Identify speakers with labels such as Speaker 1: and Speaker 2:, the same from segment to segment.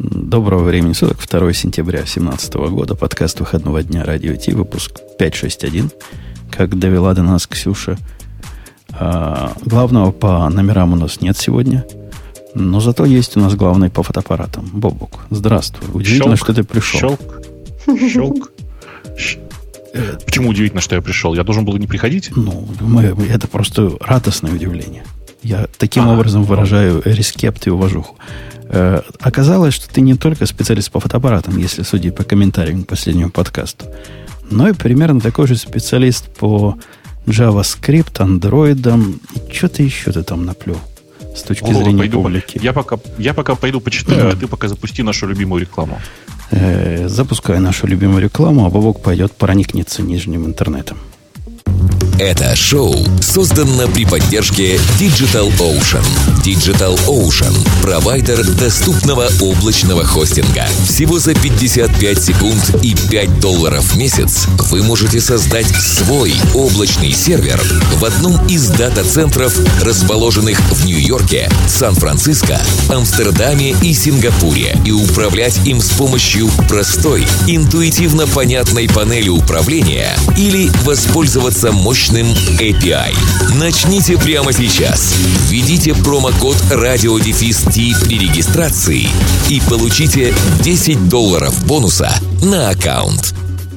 Speaker 1: Доброго времени суток, 2 сентября 2017 года, подкаст выходного дня Радио Ти, выпуск 561, как довела до нас Ксюша. Главного по номерам у нас нет сегодня, но зато есть у нас главный по фотоаппаратам. Бобук, здравствуй. Удивительно, что ты пришел.
Speaker 2: Щелк. Почему удивительно, что я пришел? Я должен был не приходить?
Speaker 1: Это просто радостное удивление. Я таким образом выражаю респект и уважуху. Оказалось, что ты не только специалист по фотоаппаратам, если судить по комментариям к последнему подкасту, но и примерно такой же специалист по JavaScript, Android и что-то еще ты там наплел с точки зрения публики.
Speaker 2: Я пока пойду почитаю, а ты пока запусти нашу любимую рекламу.
Speaker 1: Запускай нашу любимую рекламу, а Бобок пойдет проникнется нижним интернетом.
Speaker 3: Это шоу создано при поддержке DigitalOcean. DigitalOcean – провайдер доступного облачного хостинга. Всего за 55 секунд и $5 в месяц вы можете создать свой облачный сервер в одном из дата-центров, расположенных в Нью-Йорке, Сан-Франциско, Амстердаме и Сингапуре, и управлять им с помощью простой, интуитивно понятной панели управления или воспользоваться мощным API. Начните прямо сейчас. Введите промокод RadioDefist при регистрации и получите $10 бонуса на аккаунт.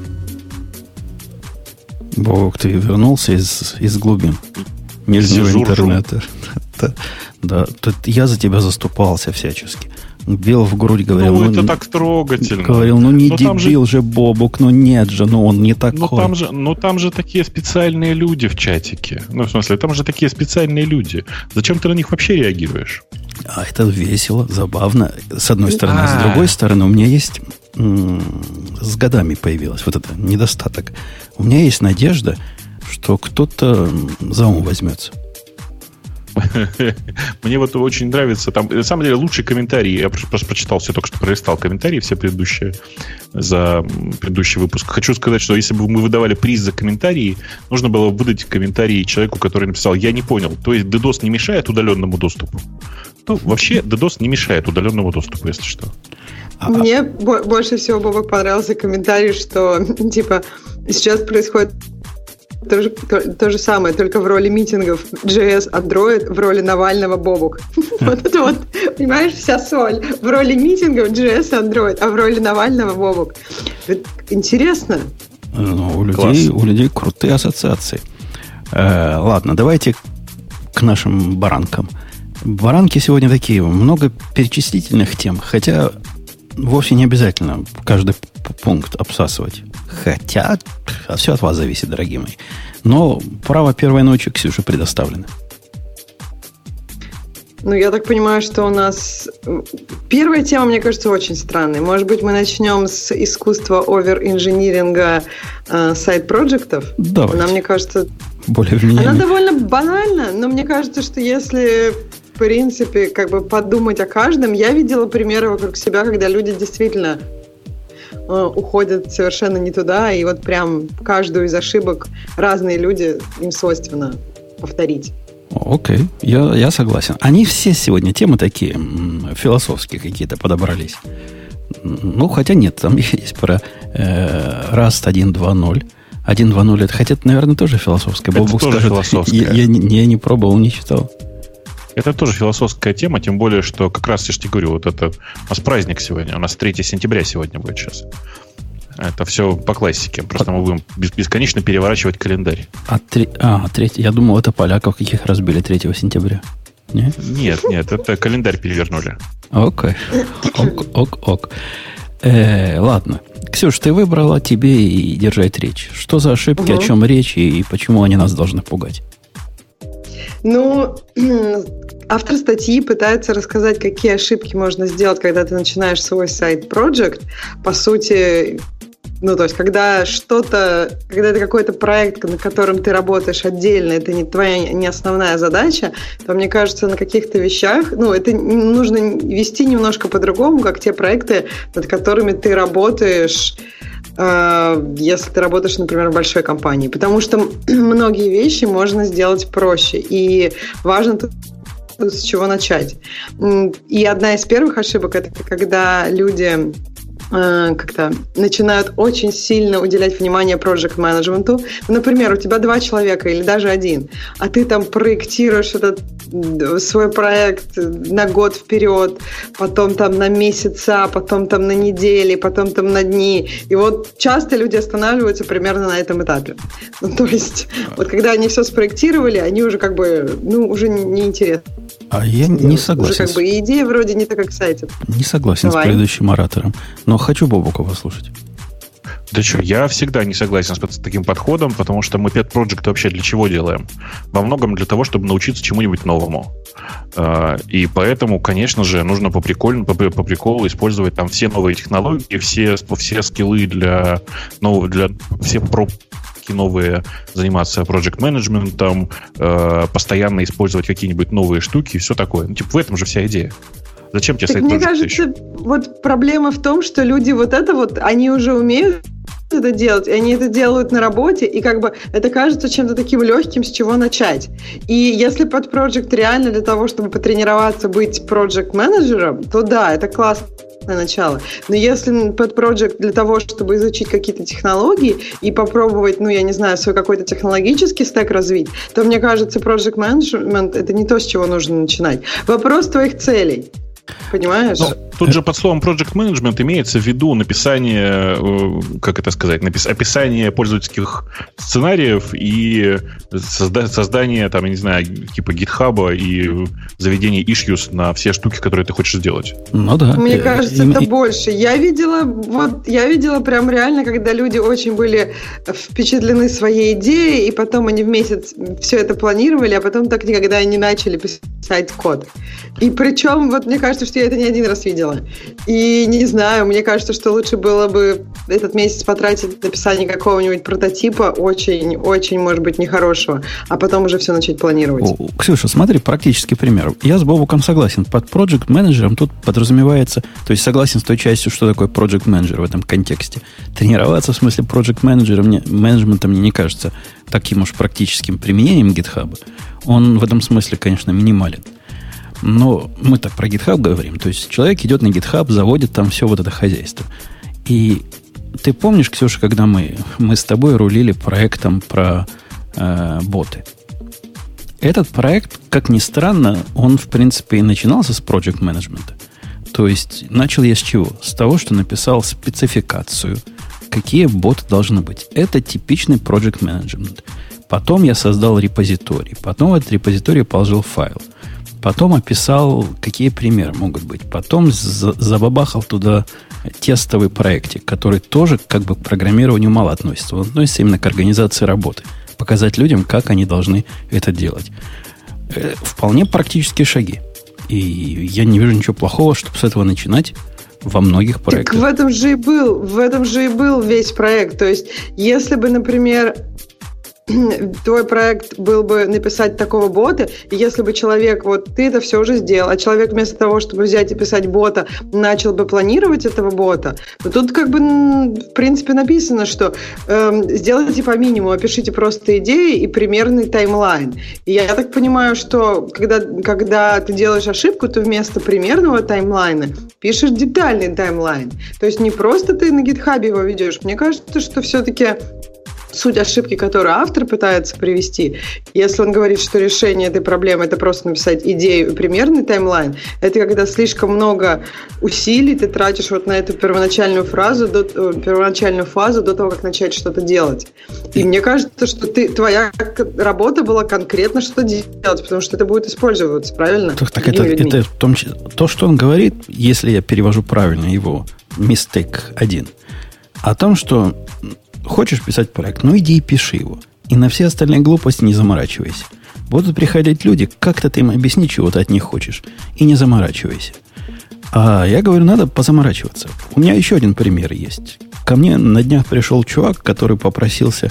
Speaker 1: Бог, ты вернулся из глубин нижнего интернета. Да, я за тебя заступался всячески. Бил в грудь, говорил...
Speaker 2: это так трогательно.
Speaker 1: Говорил, не дебил же Бобук, нет же, он не такой.
Speaker 2: Там же такие специальные люди в чатике. В смысле, там же такие специальные люди. Зачем ты на них вообще реагируешь?
Speaker 1: Это весело, забавно, с одной стороны. А с другой стороны, у меня есть... С годами появилось вот это недостаток. У меня есть надежда, что кто-то за ум возьмется.
Speaker 2: Мне вот очень нравится. Там, на самом деле, лучшие комментарии. Я просто прочитал все, только что пролистал комментарии, все предыдущие за предыдущий выпуск. Хочу сказать, что если бы мы выдавали приз за комментарии, нужно было выдать комментарий человеку, который написал: я не понял. То есть DDoS не мешает удаленному доступу? Вообще DDoS не мешает удаленному доступу, если что.
Speaker 4: Мне больше всего, Бобок, понравился комментарий, что типа сейчас происходит то же самое, только в роли митингов JS Android, в роли Навального Бобук. Вот это вот, понимаешь, вся соль. В роли митингов JS Android, а в роли Навального Бобук. Интересно.
Speaker 1: У людей крутые ассоциации. Ладно, давайте к нашим баранкам. Баранки сегодня такие, много перечислительных тем, хотя вовсе не обязательно каждый пункт обсасывать. Хотя, все от вас зависит, дорогие мои. Но право первой ночи Ксюше предоставлено.
Speaker 4: Я так понимаю, что у нас... Первая тема, мне кажется, очень странной. Может быть, мы начнем с искусства овер-инжиниринга сайт-проджектов?
Speaker 1: Давайте.
Speaker 4: Она, мне кажется...
Speaker 1: Более вменяемая.
Speaker 4: Она довольно банальна, но мне кажется, что если... В принципе, подумать о каждом. Я видела примеры вокруг себя, когда люди действительно уходят совершенно не туда, и вот прям каждую из ошибок разные люди, им свойственно повторить.
Speaker 1: Окей, я согласен. Они все сегодня темы такие философские какие-то подобрались. Хотя нет, там есть про Rust 1.2.0. 1.2.0 это, хотя, наверное, тоже философское.
Speaker 2: Это Бобук тоже философское.
Speaker 1: Я не пробовал, не читал.
Speaker 2: Это тоже философская тема, тем более, что как раз, я же тебе говорю, вот это у нас праздник сегодня, у нас 3 сентября сегодня будет сейчас. Это все по классике, просто мы будем бесконечно переворачивать календарь.
Speaker 1: 3, я думал, это поляков каких разбили 3 сентября. Нет,
Speaker 2: это календарь перевернули.
Speaker 1: Окей. Ок. Ладно. Ксюш, ты выбрала, тебе и держать речь. Что за ошибки, о чем речь и почему они нас должны пугать?
Speaker 4: Автор статьи пытается рассказать, какие ошибки можно сделать, когда ты начинаешь свой сайт-проджект. По сути, то есть, когда это какой-то проект, на котором ты работаешь отдельно, это не твоя не основная задача, то, мне кажется, на каких-то вещах, это нужно вести немножко по-другому, как те проекты, над которыми ты работаешь, если ты работаешь, например, в большой компании. Потому что многие вещи можно сделать проще. И важно с чего начать. И одна из первых ошибок – это когда люди как-то начинают очень сильно уделять внимание проект-менеджменту. Например, у тебя 2 человека или даже 1, а ты там проектируешь этот свой проект на год вперед, потом там на месяца, потом там на недели, потом там на дни. И вот часто люди останавливаются примерно на этом этапе. Ну, то есть, вот когда они все спроектировали, они уже как бы, уже неинтересно.
Speaker 1: А я не согласен.
Speaker 4: Уже как бы и идея вроде не так excited.
Speaker 1: Не согласен с предыдущим оратором. Но хочу Бобука послушать.
Speaker 2: Да что, я всегда не согласен с таким подходом, потому что мы Pet Project вообще для чего делаем? Во многом для того, чтобы научиться чему-нибудь новому. И поэтому, конечно же, нужно по приколу использовать там все новые технологии, все скиллы для все новые, заниматься проект-менеджментом, постоянно использовать какие-нибудь новые штуки и все такое. В этом же вся идея. Зачем тебе сайт-проект?
Speaker 4: Мне кажется, вот проблема в том, что люди они уже умеют это делать, и они это делают на работе, и как бы это кажется чем-то таким легким, с чего начать. И если Pet Project реально для того, чтобы потренироваться быть проект-менеджером, то да, это классно. Начало. Но если Pet Project для того, чтобы изучить какие-то технологии и попробовать, свой какой-то технологический стек развить, то, мне кажется, Project Management – это не то, с чего нужно начинать. Вопрос твоих целей. Понимаешь?
Speaker 2: Тут же под словом Project Management имеется в виду написание, описание пользовательских сценариев и создание, там, я не знаю, типа GitHub и заведение issues на все штуки, которые ты хочешь сделать.
Speaker 1: Ну да.
Speaker 4: Мне кажется, это больше. Я видела прям реально, когда люди очень были впечатлены своей идеей, и потом они в месяц все это планировали, а потом так никогда и не начали писать код. И причем, мне кажется, что я это не один раз видела. И не знаю, мне кажется, что лучше было бы этот месяц потратить на написание какого-нибудь прототипа очень, может быть, нехорошего, а потом уже все начать планировать.
Speaker 1: Ксюша, смотри, практический пример. Я с Бобуком согласен. Под проект-менеджером тут подразумевается, то есть согласен с той частью, что такое проект-менеджер в этом контексте. Тренироваться в смысле проект-менеджмента мне не кажется таким уж практическим применением GitHub. Он в этом смысле, конечно, минимален. Но мы так про GitHub говорим. То есть человек идет на GitHub, заводит там все это хозяйство. И ты помнишь, Ксюша, когда мы с тобой рулили проектом про боты? Этот проект, как ни странно, он, в принципе, и начинался с project management. То есть начал я с чего? С того, что написал спецификацию, какие боты должны быть. Это типичный project management. Потом я создал репозиторий. Потом в этот репозиторий положил файл. Потом описал, какие примеры могут быть. Потом забабахал туда тестовый проектик, который тоже как бы к программированию мало относится. Он относится именно к организации работы. Показать людям, как они должны это делать. Вполне практические шаги. И я не вижу ничего плохого, чтобы с этого начинать во многих проектах.
Speaker 4: Так в этом же и был весь проект. То есть, если бы, например, твой проект был бы написать такого бота, и если бы человек, ты это все уже сделал, а человек вместо того, чтобы взять и писать бота, начал бы планировать этого бота, то тут как бы в принципе написано, что сделайте по минимуму, опишите просто идеи и примерный таймлайн. И я так понимаю, что когда ты делаешь ошибку, то вместо примерного таймлайна пишешь детальный таймлайн. То есть не просто ты на GitHub его ведешь. Мне кажется, что все-таки суть ошибки, которую автор пытается привести, если он говорит, что решение этой проблемы – это просто написать идею и примерный таймлайн, это когда слишком много усилий ты тратишь на эту первоначальную фазу до того, как начать что-то делать. И мне кажется, что твоя работа была конкретно что делать, потому что это будет использоваться, правильно?
Speaker 1: Так это в том числе, то, что он говорит, если я перевожу правильно его mistake 1, о том, что хочешь писать проект, иди и пиши его. И на все остальные глупости не заморачивайся. Будут приходить люди, как-то ты им объясни, чего ты от них хочешь. И не заморачивайся. А я говорю, надо позаморачиваться. У меня еще один пример есть. Ко мне на днях пришел чувак, который попросился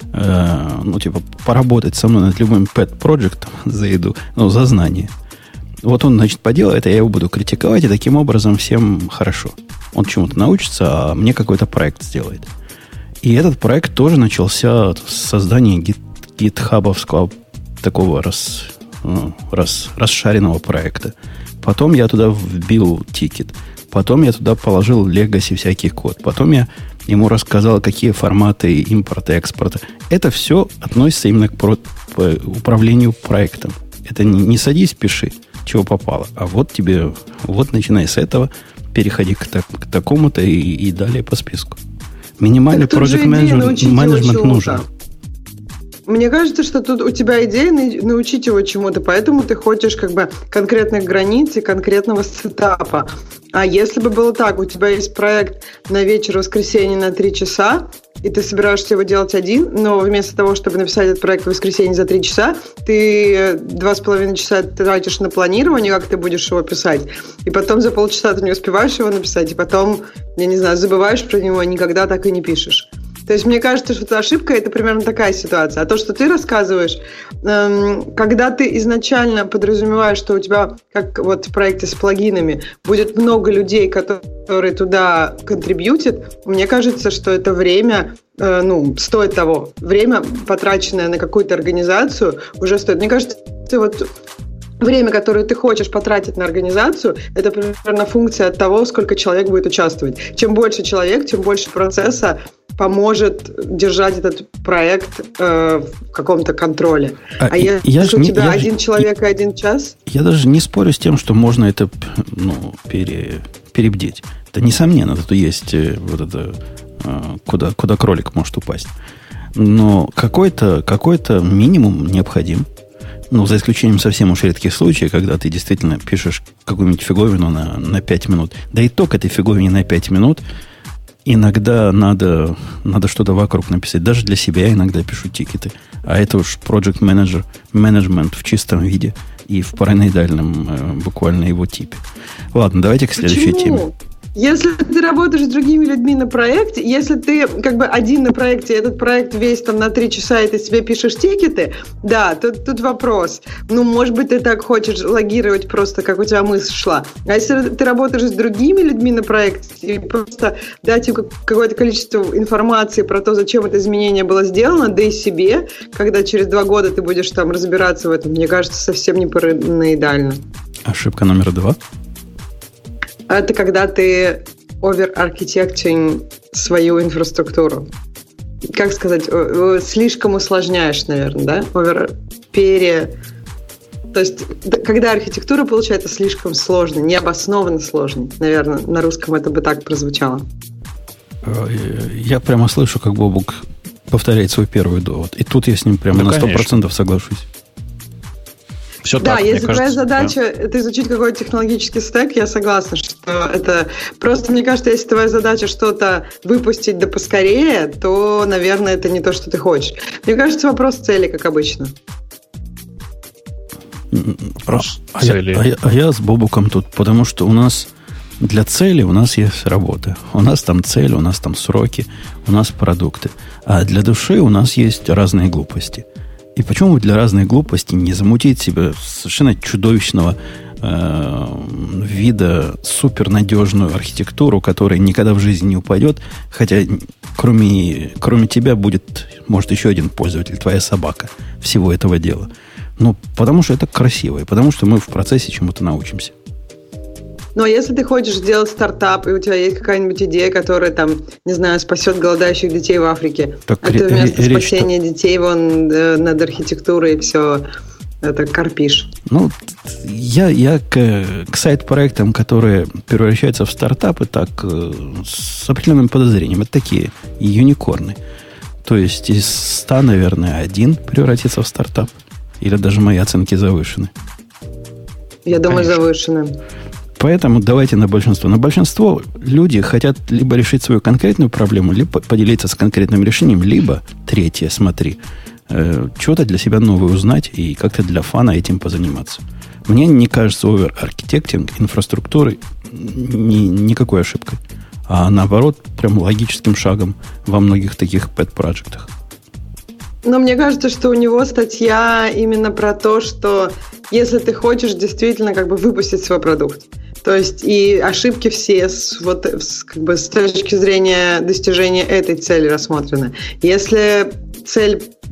Speaker 1: поработать со мной над любым pet-проектом за еду, за знание. Вот он, поделает, а я его буду критиковать, и таким образом всем хорошо. Он чему-то научится, а мне какой-то проект сделает. И этот проект тоже начался с создания гитхабовского такого расшаренного проекта. Потом я туда вбил тикет. Потом я туда положил legacy всякий код. Потом я ему рассказал, какие форматы импорта и экспорта. Это все относится именно к управлению проектом. Это не садись, пиши, чего попало. А вот тебе, вот начинай с этого, переходи к такому-то и далее по списку. Минимальный project management нужен.
Speaker 4: Мне кажется, что тут у тебя идея научить его чему-то, поэтому ты хочешь как бы конкретных границ и конкретного сетапа. А если бы было так, у тебя есть проект на вечер воскресенья на 3 часа, и ты собираешься его делать один, но вместо того, чтобы написать этот проект в воскресенье за 3 часа, ты 2,5 часа тратишь на планирование, как ты будешь его писать, и потом за полчаса ты не успеваешь его написать, и потом, я не знаю, забываешь про него, никогда так и не пишешь. То есть мне кажется, что ошибка – это примерно такая ситуация. А то, что ты рассказываешь, когда ты изначально подразумеваешь, что у тебя, как вот в проекте с плагинами, будет много людей, которые туда контрибьютят, мне кажется, что это время стоит того. Время, потраченное на какую-то организацию, уже стоит. Мне кажется, вот время, которое ты хочешь потратить на организацию, это примерно функция от того, сколько человек будет участвовать. Чем больше человек, тем больше процесса поможет держать этот проект в каком-то контроле. Если у тебя один человек и 1 час...
Speaker 1: Я даже не спорю с тем, что можно это перебдеть. Это несомненно, тут есть вот это, куда кролик может упасть. Но какой-то минимум необходим. За исключением совсем уж редких случаев, когда ты действительно пишешь какую-нибудь фиговину на 5 минут. Да и только этой фиговине на 5 минут иногда надо что-то вокруг написать. Даже для себя я иногда пишу тикеты. А это уж project management в чистом виде и в параноидальном буквально его типе. Ладно, давайте к следующей теме.
Speaker 4: Если ты работаешь с другими людьми на проекте, если ты как бы один на проекте, этот проект весь там на 3 часа, и ты себе пишешь тикеты, да, тут вопрос. Может быть, ты так хочешь логировать просто, как у тебя мысль шла. А если ты работаешь с другими людьми на проекте, и просто дать им какое-то количество информации про то, зачем это изменение было сделано, да и себе, когда через 2 года ты будешь там разбираться в этом, мне кажется, совсем не параноидально.
Speaker 1: Ошибка номер 2.
Speaker 4: Это когда ты over-architecting свою инфраструктуру. Как сказать? Слишком усложняешь, наверное, да? То есть, когда архитектура получается слишком сложной, необоснованно сложной. Наверное, на русском это бы так прозвучало.
Speaker 1: Я прямо слышу, как Бобук повторяет свой первый довод. И тут я с ним прямо на 100% соглашусь.
Speaker 2: Все
Speaker 4: да,
Speaker 2: так,
Speaker 4: если твоя задача это изучить какой-то технологический стек, я согласна, что это... Просто мне кажется, если твоя задача что-то выпустить да поскорее, то, наверное, это не то, что ты хочешь. Мне кажется, вопрос цели, как обычно.
Speaker 1: Я с Бобуком тут, потому что у нас для цели у нас есть работа. У нас там цель, у нас там сроки, у нас продукты. А для души у нас есть разные глупости. И почему бы для разных глупостей не замутить себе совершенно чудовищного вида супернадежную архитектуру, которая никогда в жизни не упадет, хотя кроме тебя будет, может, еще один пользователь, твоя собака всего этого дела. Потому что это красиво, и потому что мы в процессе чему-то научимся.
Speaker 4: Но если ты хочешь сделать стартап, и у тебя есть какая-нибудь идея, которая, там, не знаю, спасет голодающих детей в Африке, а ты вместо спасения детей вон над архитектурой все это корпишь.
Speaker 1: Я к сайт-проектам, которые превращаются в стартапы, так с определенным подозрением. Это такие юникорны. То есть из 100, наверное, 1 превратится в стартап. Или даже мои оценки завышены.
Speaker 4: Я думаю, завышены.
Speaker 1: Поэтому давайте на большинство. На большинство люди хотят либо решить свою конкретную проблему, либо поделиться с конкретным решением, либо, третье, смотри, что-то для себя новое узнать и как-то для фана этим позаниматься. Мне не кажется овер-архитектинг инфраструктуры никакой ошибкой. А наоборот, прям логическим шагом во многих таких pet-проектах.
Speaker 4: Но мне кажется, что у него статья именно про то, что если ты хочешь действительно как бы выпустить свой продукт, то есть и ошибки все с точки зрения достижения этой цели рассмотрены. Если цель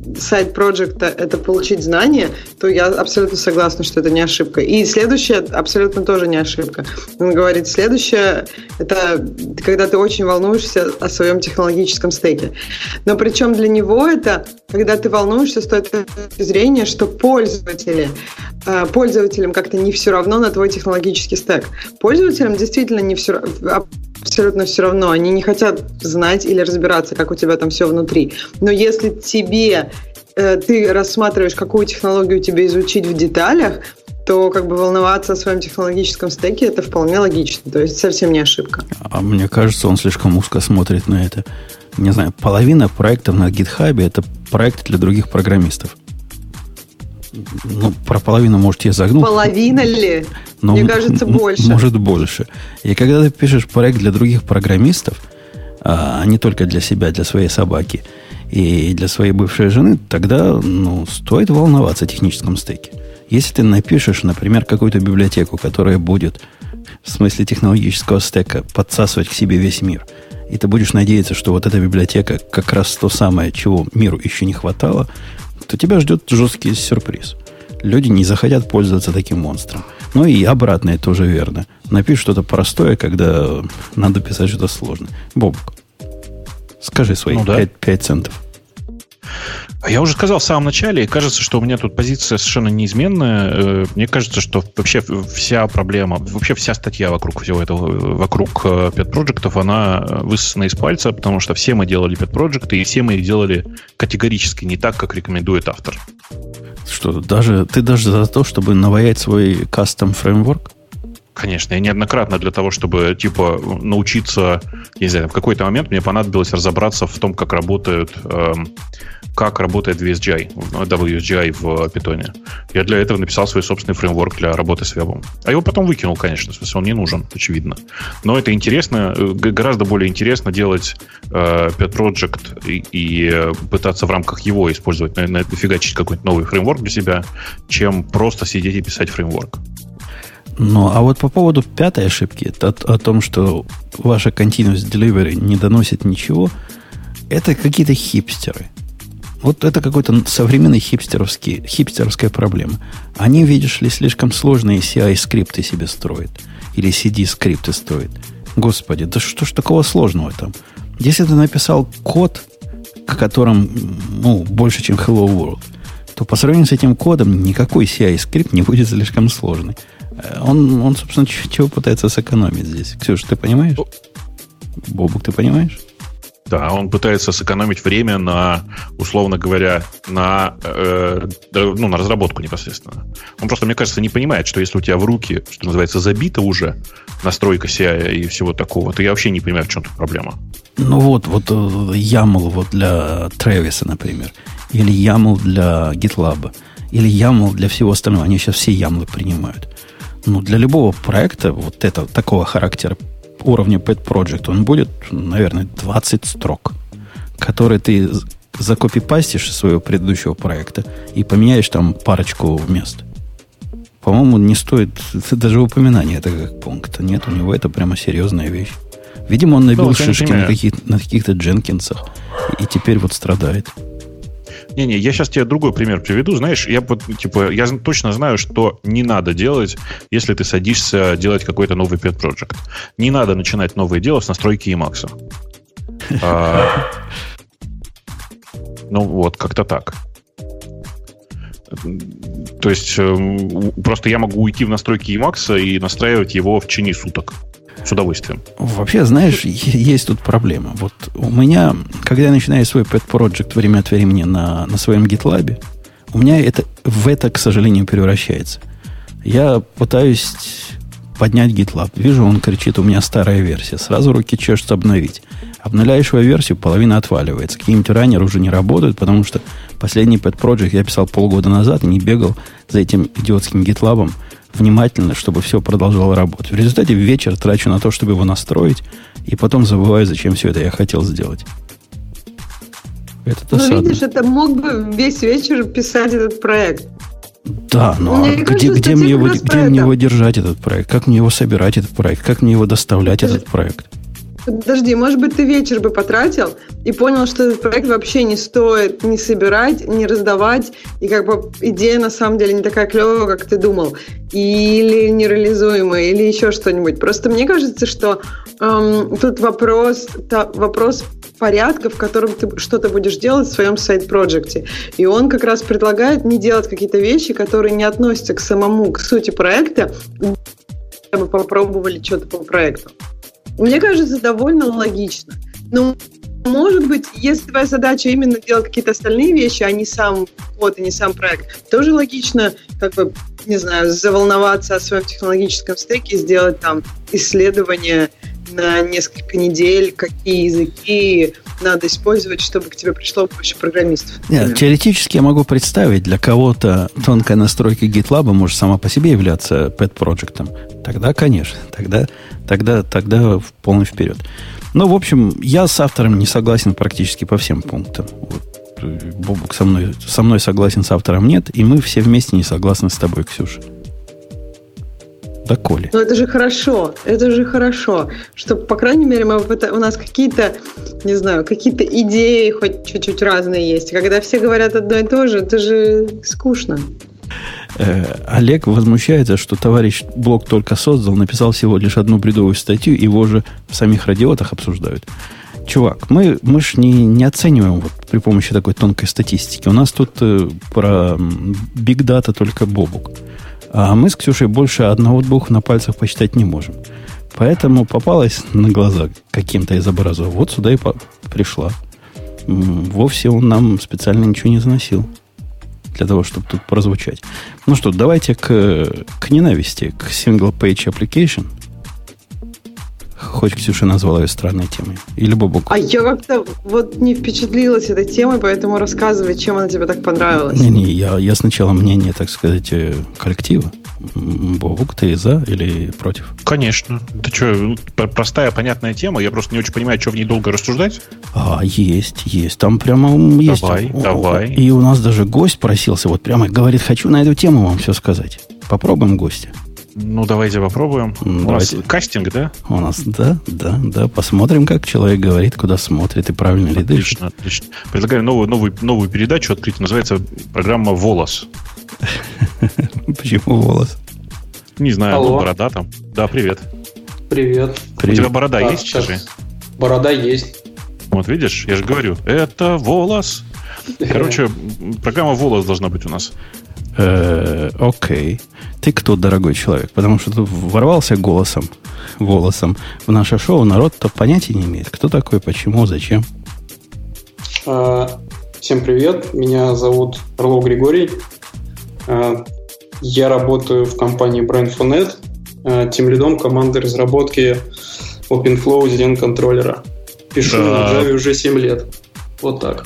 Speaker 4: сайд-проджекта это получить знания, то я абсолютно согласна, что это не ошибка. И следующее абсолютно тоже не ошибка. Он говорит, следующее это когда ты очень волнуешься о своем технологическом стеке. Но причем для него это когда ты волнуешься с той точки зрения, что пользователям как-то не все равно на твой технологический стек. Пользователям действительно не все равно. Абсолютно все равно. Они не хотят знать или разбираться, как у тебя там все внутри. Но если ты рассматриваешь, какую технологию тебе изучить в деталях, то как бы волноваться о своем технологическом стеке это вполне логично. То есть совсем не ошибка.
Speaker 1: А мне кажется, он слишком узко смотрит на это. Не знаю, половина проектов на GitHub это проекты для других программистов. Ну, про половину, может, я загнул.
Speaker 4: Половина ли?
Speaker 1: Но
Speaker 4: мне кажется, больше.
Speaker 1: Может, больше. И когда ты пишешь проект для других программистов, а не только для себя, для своей собаки и для своей бывшей жены, тогда стоит волноваться о техническом стеке. Если ты напишешь, например, какую-то библиотеку, которая будет в смысле технологического стека подсасывать к себе весь мир, и ты будешь надеяться, что вот эта библиотека как раз то самое, чего миру еще не хватало, то тебя ждет жесткий сюрприз. Люди не захотят пользоваться таким монстром. Ну и обратное тоже верно. Напиши что-то простое, когда надо писать что-то сложное. Бобок, скажи свои 5 центов.
Speaker 2: Я уже сказал в самом начале, и кажется, что у меня тут позиция совершенно неизменная. Мне кажется, что вообще вся проблема, вообще вся статья вокруг всего этого, вокруг пет-проджектов, она высосана из пальца, потому что все мы делали пет-проджекты, и все мы их делали категорически не так, как рекомендует автор.
Speaker 1: Что, ты даже за то, чтобы наваять свой кастом фреймворк?
Speaker 2: Конечно, я неоднократно для того, чтобы научиться, я не знаю, в какой-то момент мне понадобилось разобраться в том, как работает WSGI в Python. Я для этого написал свой собственный фреймворк для работы с вебом. А его потом выкинул, конечно, в смысле, он не нужен, очевидно. Но это интересно, гораздо более интересно делать pet project и пытаться в рамках его использовать, нафигачить какой-то новый фреймворк для себя, чем просто сидеть и писать фреймворк.
Speaker 1: Ну, а вот по поводу пятой ошибки, о том, что ваша continuous delivery не доносит ничего, это какие-то хипстеры. Вот это какой-то современный хипстеровская проблема. Они, видишь ли, слишком сложные CI-скрипты себе строят. Или CD-скрипты строят. Господи, да что ж такого сложного там? Если ты написал код, о котором больше, чем Hello World, то по сравнению с этим кодом никакой CI-скрипт не будет слишком сложный. Он, собственно, чего пытается сэкономить здесь? Ксюша, ты понимаешь? Бобук, ты понимаешь?
Speaker 2: Да, он пытается сэкономить время на, условно говоря, на разработку непосредственно. Он просто, мне кажется, не понимает, что если у тебя в руки, что называется, забита уже настройка CI и всего такого, то я вообще не понимаю, в чем тут проблема.
Speaker 1: Ну вот YAML для Travis, например, или YAML для GitLab, или YAML для всего остального. Они сейчас все YAML принимают. Для любого проекта вот этого такого характера уровня Pet Project, он будет, наверное, 20 строк, которые ты закопипастишь из своего предыдущего проекта и поменяешь там парочку мест. По-моему, не стоит даже упоминания этого как пункта. Нет, у него это прямо серьезная вещь. Видимо, он набил шишки на каких-то Дженкинсах и теперь вот страдает.
Speaker 2: Не-не, я сейчас тебе другой пример приведу. Знаешь, я точно знаю, что не надо делать, если ты садишься делать какой-то новый pet project. Не надо начинать новое дело с настройки Emacs. Как-то так. То есть, просто я могу уйти в настройки Emacs и настраивать его в течение суток. С удовольствием.
Speaker 1: Вообще, знаешь, есть тут проблема. Вот у меня, когда я начинаю свой pet project время от времени на своем GitLab, у меня это, к сожалению, превращается. Я пытаюсь поднять GitLab. Вижу, он кричит, у меня старая версия. Сразу руки чешутся обновить. Обновляешь его версию, половина отваливается. Какие-нибудь раннеры уже не работают, потому что последний pet project я писал полгода назад и не бегал за этим идиотским GitLab'ом внимательно, чтобы все продолжало работать. В результате вечер трачу на то, чтобы его настроить, и потом забываю, зачем все это я хотел сделать. Это досадно.
Speaker 4: Видишь, это мог бы весь вечер писать этот проект.
Speaker 1: Да, но где мне его держать, этот проект? Как мне его собирать, этот проект? Как мне его доставлять, этот проект?
Speaker 4: Подожди, может быть, ты вечер бы потратил и понял, что этот проект вообще не стоит ни собирать, ни раздавать, и как бы идея на самом деле не такая клевая, как ты думал, или нереализуемая, или еще что-нибудь. Просто мне кажется, что тут вопрос порядка, в котором ты что-то будешь делать в своем сайт-проджекте. И он как раз предлагает не делать какие-то вещи, которые не относятся к сути проекта, чтобы попробовали что-то по проекту. Мне кажется, довольно логично. Но, может быть, если твоя задача именно делать какие-то остальные вещи, а не сам код и не сам проект, тоже логично, как бы, не знаю, заволноваться о своем технологическом стеке, сделать там исследование на несколько недель, какие языки надо использовать, чтобы к тебе пришло больше программистов.
Speaker 1: Нет, теоретически я могу представить, для кого-то тонкая настройка GitLab может сама по себе являться pet-проектом. Тогда, конечно, тогда в полный вперед. Но, в общем, я с автором не согласен практически по всем пунктам. Вот, Бобук со мной согласен, с автором нет, и мы все вместе не согласны с тобой, Ксюша. Да, Коля.
Speaker 4: Но это же хорошо, что, по крайней мере, у нас какие-то, не знаю, какие-то идеи хоть чуть-чуть разные есть. Когда все говорят одно и то же, это же скучно.
Speaker 1: Олег возмущается, что товарищ блог только создал, написал всего лишь одну бредовую статью, его же в самих радиотах обсуждают. Чувак, мы ж не оцениваем вот при помощи такой тонкой статистики. У нас тут про Big Data только Бобук. А мы с Ксюшей больше 1-2 на пальцах посчитать не можем. Поэтому попалась на глаза каким-то из образов. Вот сюда и пришла. Вовсе он нам специально ничего не заносил для того, чтобы тут прозвучать. Ну что, давайте к ненависти, к Single Page Application. Хоть Ксюша назвала ее странной темой. Или Бобук.
Speaker 4: А я как-то вот не впечатлилась этой темой, поэтому рассказывай, чем она тебе так понравилась.
Speaker 1: Я сначала мнение, так сказать, коллектива. Бобук, ты за или против?
Speaker 2: Конечно. Ты что, простая, понятная тема. Я просто не очень понимаю, что в ней долго рассуждать.
Speaker 1: Есть. Там прямо есть.
Speaker 2: Давай.
Speaker 1: И у нас даже гость просился. Вот прямо говорит, хочу на эту тему вам все сказать. Попробуем гостя.
Speaker 2: Ну, давайте попробуем. У нас кастинг, да?
Speaker 1: У нас, да. Посмотрим, как человек говорит, куда смотрит и правильно ли дышит.
Speaker 2: Отлично. Предлагаю новую передачу открыть. Называется программа «Волос».
Speaker 1: Почему волос?
Speaker 2: Не знаю, борода там. Да, привет.
Speaker 5: Привет.
Speaker 2: У тебя борода есть, скажи?
Speaker 5: Борода есть.
Speaker 2: Вот видишь, я же говорю, это волос. Короче, программа «Волос» должна быть у нас.
Speaker 1: Окей. Ты кто, дорогой человек? Потому что ты ворвался волосом в наше шоу, народ-то понятия не имеет. Кто такой, почему, зачем?
Speaker 5: Всем привет. Меня зовут Орлов Григорий. Я работаю в компании Brain4Net, тимлидом команды разработки OpenFlow Zden контроллера. Пишу на Java уже 7 лет. Вот так.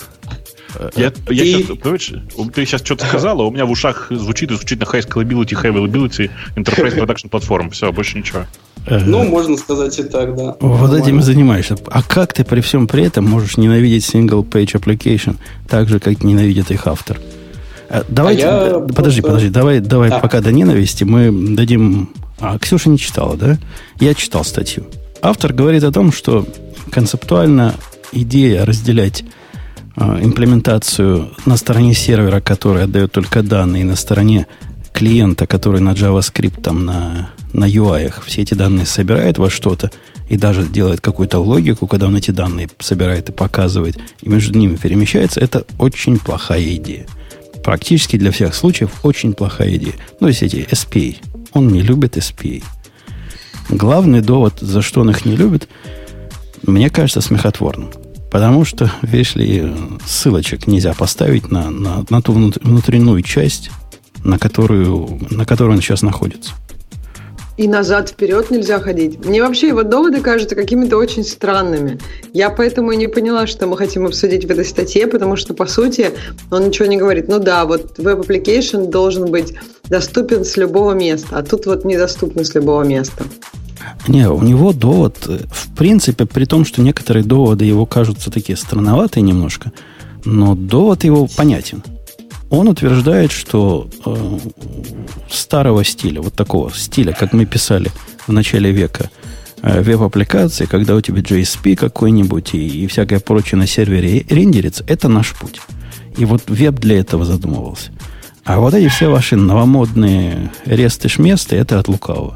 Speaker 2: Ты сейчас что-то сказал, а у меня в ушах звучит на High Scalability, High Availability, Enterprise Production Platform. Все, больше ничего.
Speaker 5: Ну, можно сказать и так, да.
Speaker 1: Вот этим и занимаешься. А как ты при всем при этом можешь ненавидеть Single Page Application так же, как ненавидит их автор? Давайте, подожди, давай да. Пока до ненависти мы дадим... Ксюша не читала, да? Я читал статью. Автор говорит о том, что концептуально идея разделять имплементацию на стороне сервера, который отдает только данные, и на стороне клиента, который на JavaScript, там, на UI все эти данные собирает во что-то и даже делает какую-то логику, когда он эти данные собирает и показывает, и между ними перемещается, это очень плохая идея. Практически для всех случаев очень плохая идея. Ну, есть эти SPA. Он не любит SPA. Главный довод, за что он их не любит, мне кажется, смехотворным. Потому что, видишь ли, ссылочек нельзя поставить на ту внутреннюю часть, на которую он сейчас находится.
Speaker 4: И назад-вперед нельзя ходить. Мне вообще его доводы кажутся какими-то очень странными. Я поэтому и не поняла, что мы хотим обсудить в этой статье, потому что, по сути, он ничего не говорит. Ну да, вот веб-аппликейшн должен быть доступен с любого места, а тут вот недоступно с любого места.
Speaker 1: Не, у него довод, в принципе, при том, что некоторые доводы его кажутся такие странноватые немножко, но довод его понятен. Он утверждает, что старого стиля, вот такого стиля, как мы писали в начале века, веб-аппликации, когда у тебя JSP какой-нибудь и всякое прочее на сервере рендерится, это наш путь. И вот веб для этого задумывался. А вот эти все ваши новомодные ресты-шместы, это от лукавого.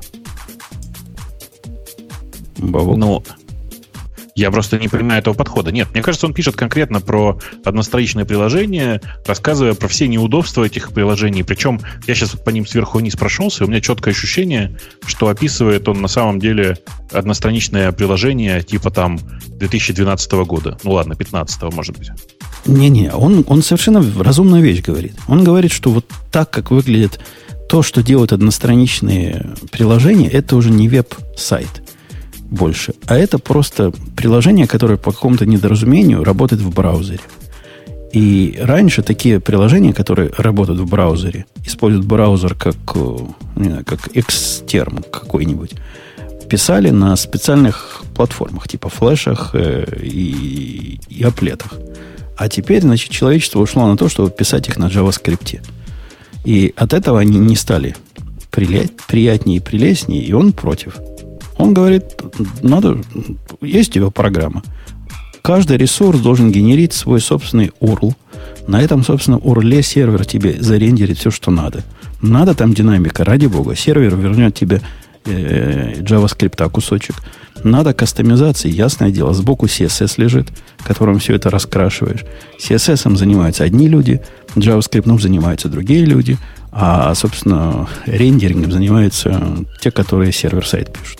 Speaker 1: Бабок.
Speaker 2: Ну, я просто не понимаю этого подхода. Нет, мне кажется, он пишет конкретно про одностраничное приложение, рассказывая про все неудобства этих приложений. Причем я сейчас вот по ним сверху вниз прошелся, и у меня четкое ощущение, что описывает он на самом деле одностраничное приложение типа там 2012 года. Ну ладно, 2015, может быть.
Speaker 1: Не-не, он совершенно разумную вещь говорит. Он говорит, что вот так, как выглядит то, что делают одностраничные приложения, это уже не веб-сайт больше, а это просто приложение, которое по какому-то недоразумению работает в браузере. И раньше такие приложения, которые работают в браузере, используют браузер как, не знаю, как экстерн какой-нибудь, писали на специальных платформах, типа флешах и аплетах. А теперь, значит, человечество ушло на то, чтобы писать их на JavaScript. И от этого они не стали приятнее и прелестнее, и он против. Он говорит, есть у тебя программа. Каждый ресурс должен генерить свой собственный URL. На этом, собственно, URL сервер тебе зарендерит все, что надо. Надо там динамика, ради бога. Сервер вернет тебе JavaScript кусочек. Надо кастомизации, ясное дело. Сбоку CSS лежит, которым все это раскрашиваешь. CSS занимаются одни люди, JavaScript занимаются другие люди, а, собственно, рендерингом занимаются те, которые сервер-сайт пишут.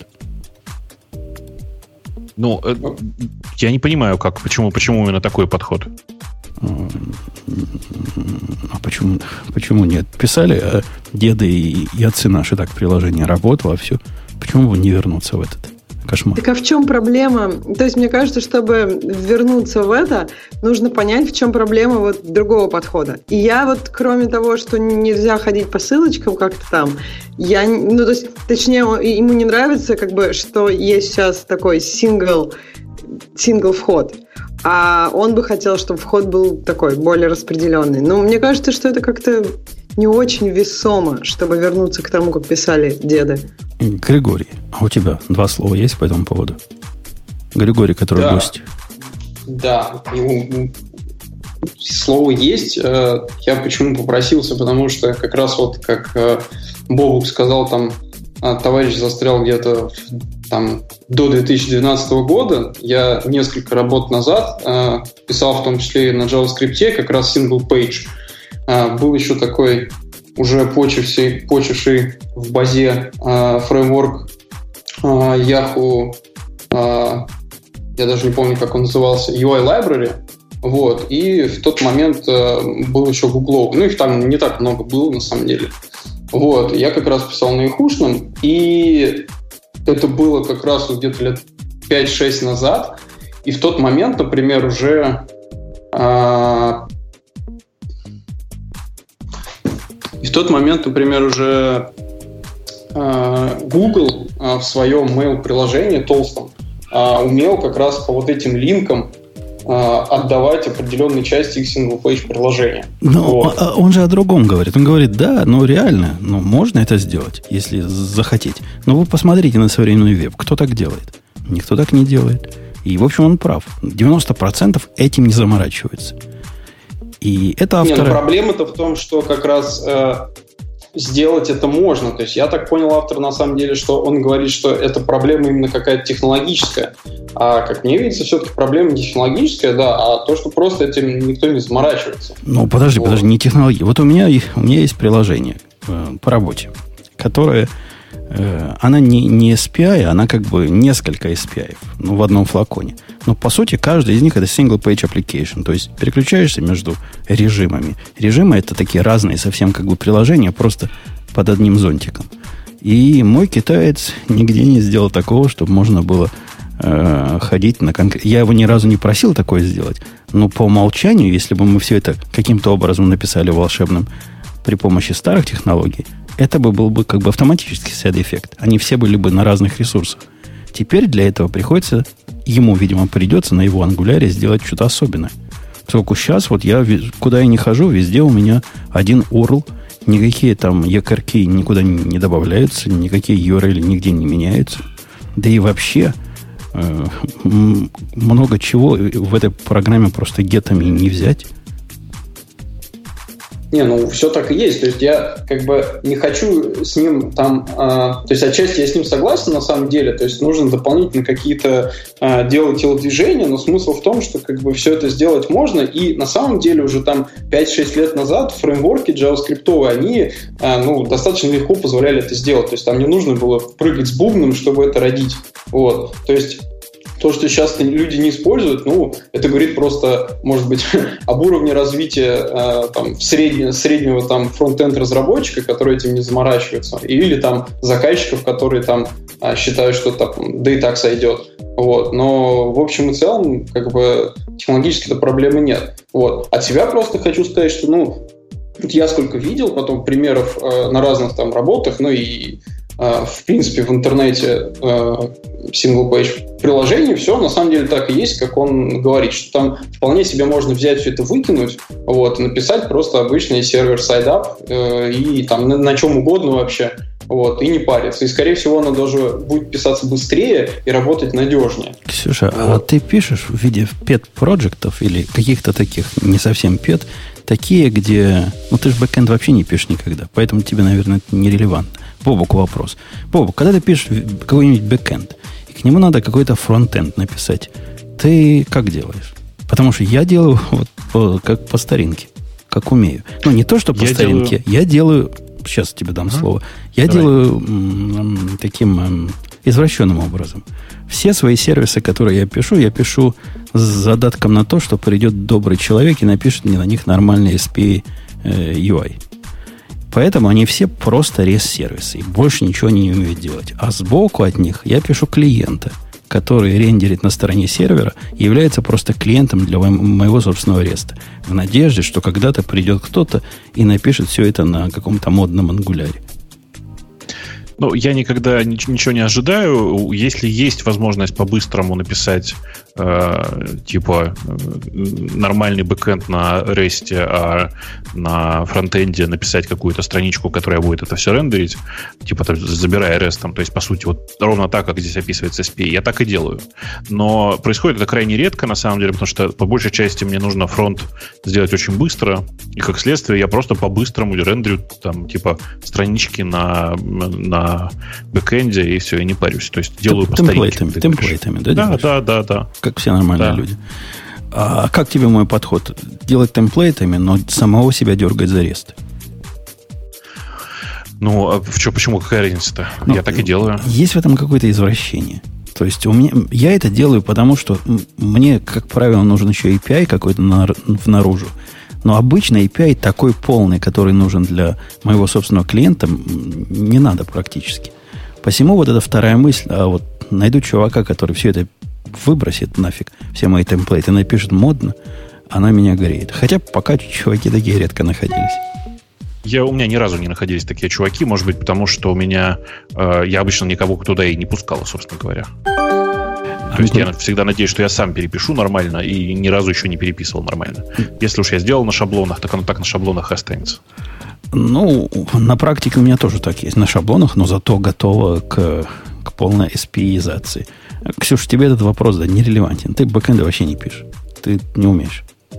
Speaker 2: Ну, я не понимаю, почему именно такой подход.
Speaker 1: А почему нет? Писали деды и отцы наши так приложение работало, все. Почему бы не вернуться в этот кошмар?
Speaker 4: Так а в чем проблема? То есть, мне кажется, чтобы вернуться в это, нужно понять, в чем проблема вот другого подхода. И я вот, кроме того, что нельзя ходить по ссылочкам как-то там, то есть, точнее, ему не нравится, как бы, что есть сейчас такой сингл вход. А он бы хотел, чтобы вход был такой, более распределенный. Но мне кажется, что это как-то не очень весомо, чтобы вернуться к тому, как писали деды.
Speaker 1: Григорий, а у тебя 2 слова есть по этому поводу? Григорий, который гость.
Speaker 5: Да, слово есть. Я почему попросился, потому что как раз вот, как Бобук сказал, там товарищ застрял где-то там до 2012 года. Я несколько работ назад писал, в том числе и на JavaScript, как раз single page. Был еще такой уже почивший в базе фреймворк Yahoo, я даже не помню, как он назывался, UI Library. Вот. И в тот момент был еще Google. Ну, их там не так много было, на самом деле. Вот. Я как раз писал на ихушном, и это было как раз вот где-то лет 5-6 назад. И в тот момент, например, уже Google в своем mail-приложении толстом умел как раз по вот этим линкам отдавать определенные части их single-page приложения.
Speaker 1: Но вот. Он же о другом говорит. Он говорит, да, реально, можно это сделать, если захотеть. Но вы посмотрите на современный веб. Кто так делает? Никто так не делает. И, в общем, он прав. 90% этим не заморачивается. И это авторы...
Speaker 5: проблема-то в том, что как раз сделать это можно. То есть я так понял, автор на самом деле, что он говорит, что это проблема именно какая-то технологическая. А как мне видится, все-таки проблема не технологическая, да, а то, что просто этим никто не заморачивается.
Speaker 1: Подожди, не технология. Вот у меня есть приложение по работе, которое она не SPI, она как бы несколько SPI в одном флаконе. Но по сути каждый из них это single page application. То есть переключаешься между режимами. Режимы это такие разные совсем как бы приложения, просто под одним зонтиком. И мой китаец нигде не сделал такого, чтобы можно было ходить на конкретно. Я его ни разу не просил такое сделать, но по умолчанию, если бы мы все это каким-то образом написали волшебным при помощи старых технологий, это был бы как бы автоматический сайд-эффект. Они все были бы на разных ресурсах. Теперь для этого приходится, ему, видимо, придется на его ангуляре сделать что-то особенное. Поскольку сейчас вот я, куда я не хожу, везде у меня один URL, никакие там якорьки никуда не добавляются, никакие URL нигде не меняются. Да и вообще много чего в этой программе просто гетами не взять.
Speaker 5: Не, ну все так и есть. То есть я как бы не хочу с ним там... то есть отчасти я с ним согласен на самом деле. То есть нужно дополнительно какие-то делать телодвижения, но смысл в том, что как бы все это сделать можно. И на самом деле уже там 5-6 лет назад фреймворки JavaScript, они достаточно легко позволяли это сделать. То есть там не нужно было прыгать с бубном, чтобы это родить. Вот. То есть то, что сейчас люди не используют, это говорит просто, может быть, об уровне развития среднего там фронт-энд разработчика, который этим не заморачивается, или там заказчиков, которые там считают, что да и так сойдет. Вот. Но в общем и целом как бы технологически-то проблемы нет. Вот. От себя просто хочу сказать, что я сколько видел потом примеров на разных там работах, и в принципе в интернете single-page приложений, все на самом деле так и есть, как он говорит, что там вполне себе можно взять все это, выкинуть, и написать просто обычный сервер-сайд-ап и там на чем угодно вообще, и не париться. И, скорее всего, оно даже будет писаться быстрее и работать надежнее.
Speaker 1: Ксюша, а ты пишешь в виде пет-проджектов или каких-то таких не совсем пет, такие, где... ты же бэкэнд вообще не пишешь никогда, поэтому тебе, наверное, это нерелевантно. Бобуку вопрос. Бобук, когда ты пишешь какой-нибудь бэкэнд, и к нему надо какой-то фронтенд написать, ты как делаешь? Потому что я делаю как по старинке, как умею. Не то, что по старинке. Я делаю... Сейчас тебе дам слово. Я делаю таким извращенным образом. Все свои сервисы, которые я пишу с задатком на то, что придет добрый человек и напишет мне на них нормальный SPA UI. Поэтому они все просто REST-сервисы. И больше ничего они не умеют делать. А сбоку от них я пишу клиента, который рендерит на стороне сервера и является просто клиентом для моего собственного REST. В надежде, что когда-то придет кто-то и напишет все это на каком-то модном ангуляре.
Speaker 2: Я никогда ничего не ожидаю. Если есть возможность по-быстрому написать нормальный бэкэнд на REST, а на фронтенде написать какую-то страничку, которая будет это все рендерить, забирая REST, то есть, по сути, ровно так, как здесь описывается SPA, я так и делаю. Но происходит это крайне редко, на самом деле, потому что по большей части мне нужно фронт сделать очень быстро, и как следствие я просто по-быстрому рендерю странички на бэкэнде, и все, и не парюсь. То есть делаю по старинке.
Speaker 1: Темплейтами, да?
Speaker 2: Да.
Speaker 1: Как все нормальные люди. А как тебе мой подход? Делать темплейтами, но самого себя дергать за REST?
Speaker 2: Почему? Какая разница-то? Я так и делаю.
Speaker 1: Есть в этом какое-то извращение. То есть я это делаю, потому что мне, как правило, нужен еще API какой-то наружу. Но обычно API такой полный, который нужен для моего собственного клиента, не надо практически. Посему эта вторая мысль, найду чувака, который все это выбросит нафиг, все мои темплейты, напишет модно, она меня греет. Хотя пока чуваки такие редко находились.
Speaker 2: У меня ни разу не находились такие чуваки, может быть, потому что я обычно никого туда и не пускал, собственно говоря. То есть я всегда надеюсь, что я сам перепишу нормально и ни разу еще не переписывал нормально. Если уж я сделал на шаблонах, так оно так на шаблонах и останется.
Speaker 1: На практике у меня тоже так есть. На шаблонах, но зато готово к полной SPI-изации. Ксюша, тебе этот вопрос нерелевантен. Ты бэкэнды вообще не пишешь. Ты не умеешь.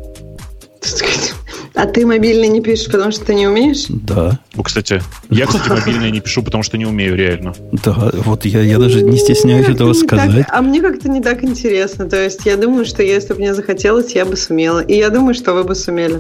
Speaker 4: А ты мобильный не пишешь, потому что ты не умеешь?
Speaker 1: Да.
Speaker 2: Кстати, я мобильный не пишу, потому что не умею реально.
Speaker 1: Да, я даже не стесняюсь этого сказать.
Speaker 4: А мне как-то не так интересно. То есть я думаю, что если бы мне захотелось, я бы сумела. И я думаю, что вы бы сумели.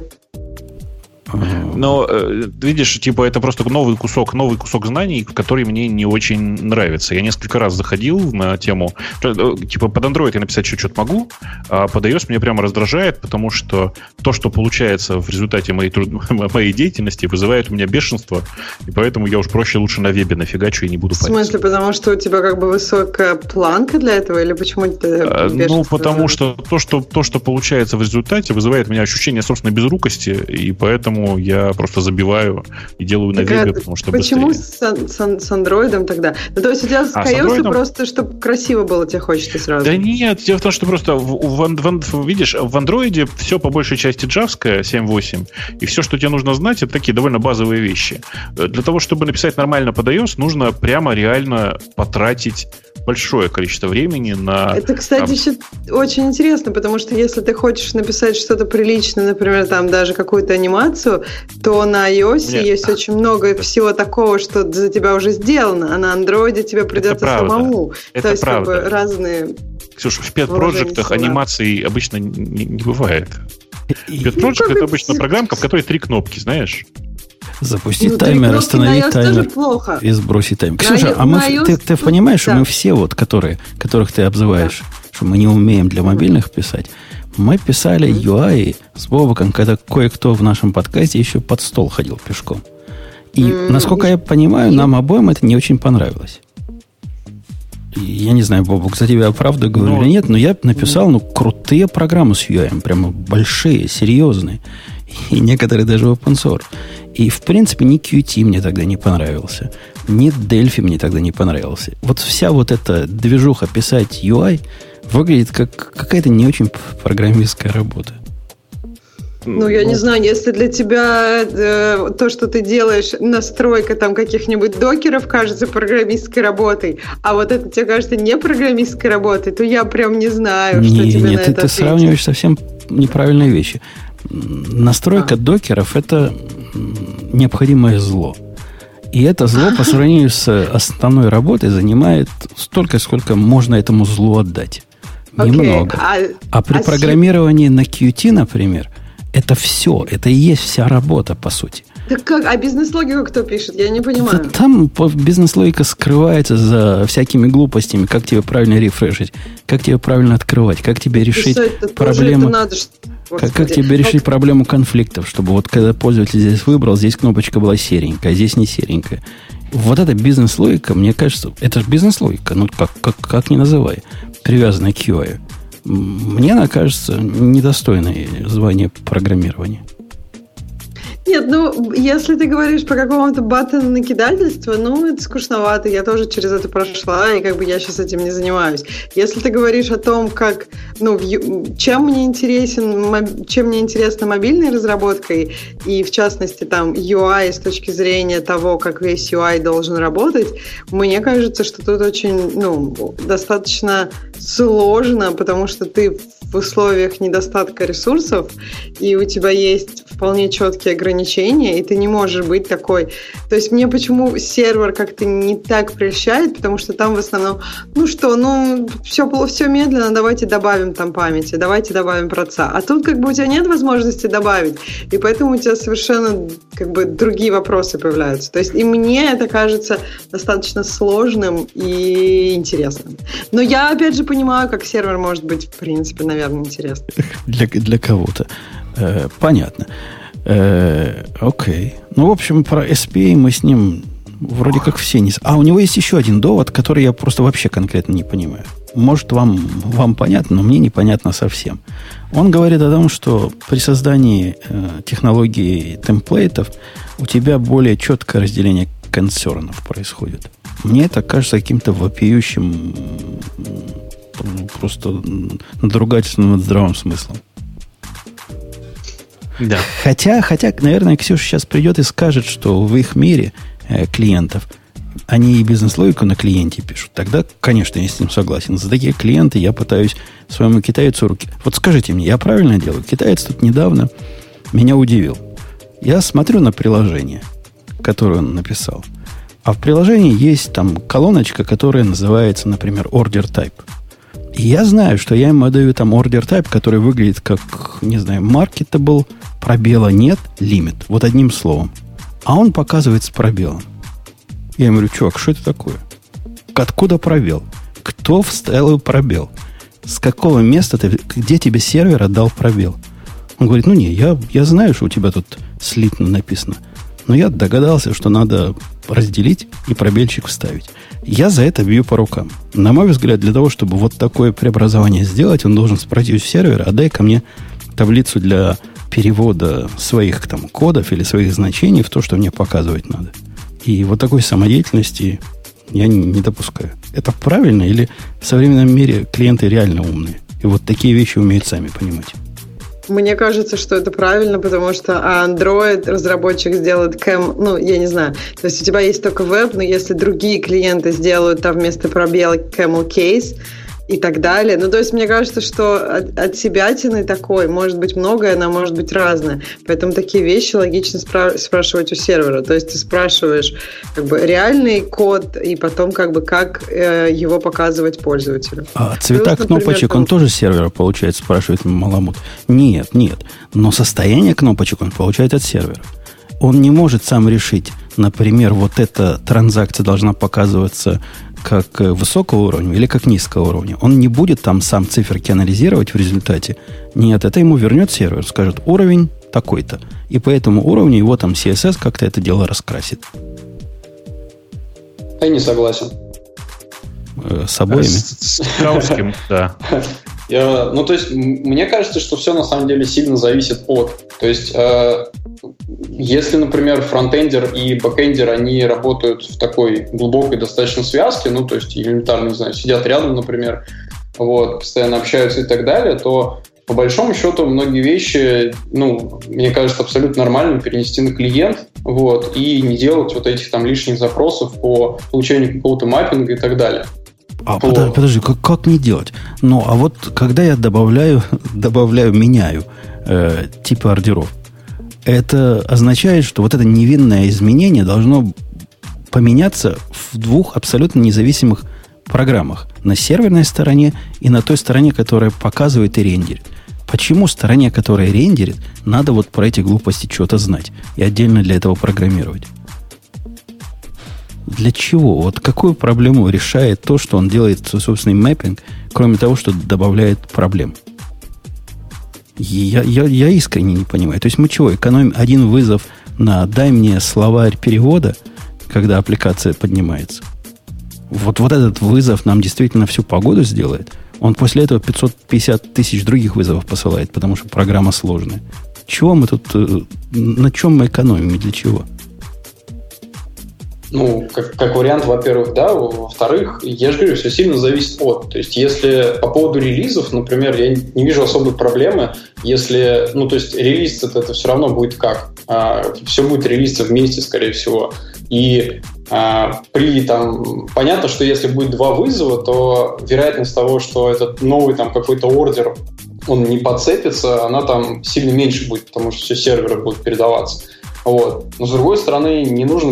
Speaker 2: Но, видишь, это просто новый кусок знаний, который мне не очень нравится. Я несколько раз заходил на тему, под Android я написать что-то могу, а под iOS меня прямо раздражает, потому что то, что получается в результате моей деятельности, вызывает у меня бешенство, и поэтому я уж проще лучше на вебе нафигачу и не буду париться.
Speaker 4: В смысле, потому что у тебя высокая планка для этого, или почему ты бешенство?
Speaker 2: Потому что то, что получается в результате, вызывает у меня ощущение собственной безрукости, и поэтому я просто забиваю и делаю на вебе, потому что
Speaker 4: почему
Speaker 2: быстрее.
Speaker 4: с андроидом тогда? То есть у тебя с iOS просто, чтобы красиво было, тебе хочется сразу?
Speaker 2: Да нет, дело в том, что просто видишь, в андроиде все по большей части джавское, 7.8, и все, что тебе нужно знать, это такие довольно базовые вещи. Для того, чтобы написать нормально под iOS, нужно прямо реально потратить большое количество времени на...
Speaker 4: Это, кстати, еще очень интересно, потому что если ты хочешь написать что-то приличное, например, там даже какую-то анимацию, то на iOS есть очень много всего такого, что за тебя уже сделано, а на Андроиде тебе придется самому.
Speaker 2: Это
Speaker 4: то есть
Speaker 2: правда.
Speaker 4: Как бы разные...
Speaker 2: Ксюша, в пет-проджектах анимаций обычно не бывает. Пет-проджект это обычно программка, в которой 3 кнопки, знаешь?
Speaker 1: Запустить таймер, остановить таймер и сбросить таймер. Ксюша, ты понимаешь, что мы все, которых ты обзываешь, что мы не умеем для мобильных писать, мы писали UI с Бобоком, когда кое-кто в нашем подкасте еще под стол ходил пешком. И, насколько я понимаю, нам обоим это не очень понравилось. Я не знаю, Бобок, за тебя правду говорю или нет, но я написал крутые программы с UI, прямо большие, серьезные. И некоторые даже open source. И, в принципе, ни Qt мне тогда не понравился, ни Delphi мне тогда не понравился. Вот вся вот эта движуха писать UI выглядит как какая-то не очень программистская работа.
Speaker 4: Ну, я не знаю, если для тебя то, что ты делаешь, настройка там каких-нибудь докеров, кажется программистской работой, а вот это тебе кажется не программистской работой, то я прям не знаю, что тебе на это ответить.
Speaker 1: Ты сравниваешь совсем неправильные вещи. Настройка докеров – это необходимое зло. И это зло по сравнению с основной работой занимает столько, сколько можно этому злу отдать. Немного. А при программировании на Qt, например, это все, это и есть вся работа, по сути.
Speaker 4: Так как? А бизнес-логику кто пишет? Я не понимаю.
Speaker 1: Да, там бизнес-логика скрывается за всякими глупостями. Как тебе правильно рефрешить, как тебе правильно открывать, как тебе решить проблему. Как тебе решить проблему конфликтов, чтобы вот когда пользователь здесь выбрал, здесь кнопочка была серенькая, а здесь не серенькая. Вот эта бизнес-логика, мне кажется, это же бизнес-логика, ну как ни называй, привязанная к UI. Мне она кажется недостойной звания программирования.
Speaker 4: Нет, ну, если ты говоришь по какому-то баттон-накидательству, ну, это скучновато. Я тоже через это прошла, и как бы я сейчас этим не занимаюсь. Если ты говоришь о том, как, ну, чем мне интересна мобильная разработка, и в частности, там, UI с точки зрения того, как весь UI должен работать, мне кажется, что тут очень, ну, достаточно сложно, потому что ты в условиях недостатка ресурсов, и у тебя есть вполне четкие ограничения, и ты не можешь быть такой... То есть мне почему сервер как-то не так прельщает, потому что там в основном, все медленно, давайте добавим там памяти, давайте добавим проца. А тут как бы у тебя нет возможности добавить, и поэтому у тебя совершенно как бы другие вопросы появляются. То есть и мне это кажется достаточно сложным и интересным. Но я опять же понимаю, как сервер может быть в принципе, наверное, интересным.
Speaker 1: Для кого-то. Понятно. Окей. Ну, в общем, про SPA мы с ним вроде как все не... А у него есть еще один довод, который я просто вообще конкретно не понимаю. Может, вам понятно, но мне непонятно совсем. Он говорит о том, что при создании технологии темплейтов у тебя более четкое разделение концернов происходит. Мне это кажется каким-то вопиющим, просто надругательством над здравым смыслом.
Speaker 2: Да.
Speaker 1: Хотя, наверное, Ксюша сейчас придет и скажет, что в их мире клиентов они и бизнес-логику на клиенте пишут. Тогда, конечно, я с ним согласен. За такие клиенты я пытаюсь своему китайцу руки... Вот скажите мне, я правильно делаю? Китаец тут недавно меня удивил. Я смотрю на приложение, которое он написал. А в приложении есть там колоночка, которая называется, например, Order Type. И я знаю, что я ему даю там Order Type, который выглядит как, не знаю, Marketable, пробела нет, Limit. Вот одним словом. А он показывает с пробелом. Я ему говорю, чувак, что это такое? Откуда пробел? Кто вставил пробел? С какого места где тебе сервер отдал пробел? Он говорит, я знаю, что у тебя тут слитно написано. Но я догадался, что надо разделить и пробельчик вставить. Я за это бью по рукам. На мой взгляд, для того, чтобы вот такое преобразование сделать, он должен спросить у сервера, отдай ко мне таблицу для перевода своих там кодов или своих значений в то, что мне показывать надо. И вот такой самодеятельности я не допускаю. Это правильно или в современном мире клиенты реально умные? И вот такие вещи умеют сами понимать?
Speaker 4: Мне кажется, что это правильно, потому что Android разработчик сделает я не знаю. То есть у тебя есть только веб, но если другие клиенты сделают там вместо пробела camel case и так далее. То есть мне кажется, что от себятины такой может быть многое, она может быть разная. Поэтому такие вещи логично спрашивать у сервера. То есть ты спрашиваешь реальный код и потом как его показывать пользователю.
Speaker 1: А цвета кнопочек он тоже с сервера получает, спрашивает Маламут. Нет. Но состояние кнопочек он получает от сервера. Он не может сам решить, например, вот эта транзакция должна показываться как высокого уровня или как низкого уровня. Он не будет там сам циферки анализировать в результате. Нет, это ему вернет сервер, скажет уровень такой-то. И по этому уровню его там CSS как-то это дело раскрасит.
Speaker 5: Я не согласен.
Speaker 1: С обоими?
Speaker 2: С Крауским, да.
Speaker 5: То есть, мне кажется, что все на самом деле сильно зависит от. То есть, если, например, фронтендер и бэкендер, они работают в такой глубокой достаточно связке, то есть элементарно, не знаю, сидят рядом, например, постоянно общаются и так далее, то по большому счету многие вещи, мне кажется, абсолютно нормально перенести на клиент, и не делать вот этих там лишних запросов по получению какого-то маппинга и так далее.
Speaker 1: Подожди, как не делать? А вот когда я меняю типы ордеров, это означает, что вот это невинное изменение должно поменяться в двух абсолютно независимых программах. На серверной стороне и на той стороне, которая показывает и рендерит. Почему стороне, которая рендерит, надо вот про эти глупости что-то знать и отдельно для этого программировать? Для чего? Вот какую проблему решает то, что он делает собственный мэппинг, кроме того, что добавляет проблем? Я искренне не понимаю. То есть мы чего, экономим один вызов на «дай мне словарь перевода», когда аппликация поднимается? Вот этот вызов нам действительно всю погоду сделает. Он после этого 550 тысяч других вызовов посылает, потому что программа сложная. Чего мы тут... На чем мы экономим и для чего?
Speaker 5: Как вариант, во-первых, да. Во-вторых, я же говорю, все сильно зависит от. То есть, если по поводу релизов, например, я не вижу особой проблемы, если... то есть, релиз это все равно будет как? Все будет релизиться вместе, скорее всего. И понятно, что если будет два вызова, то вероятность того, что этот новый какой-то ордер, он не подцепится, она там сильно меньше будет, потому что все серверы будут передаваться. Но с другой стороны, не нужно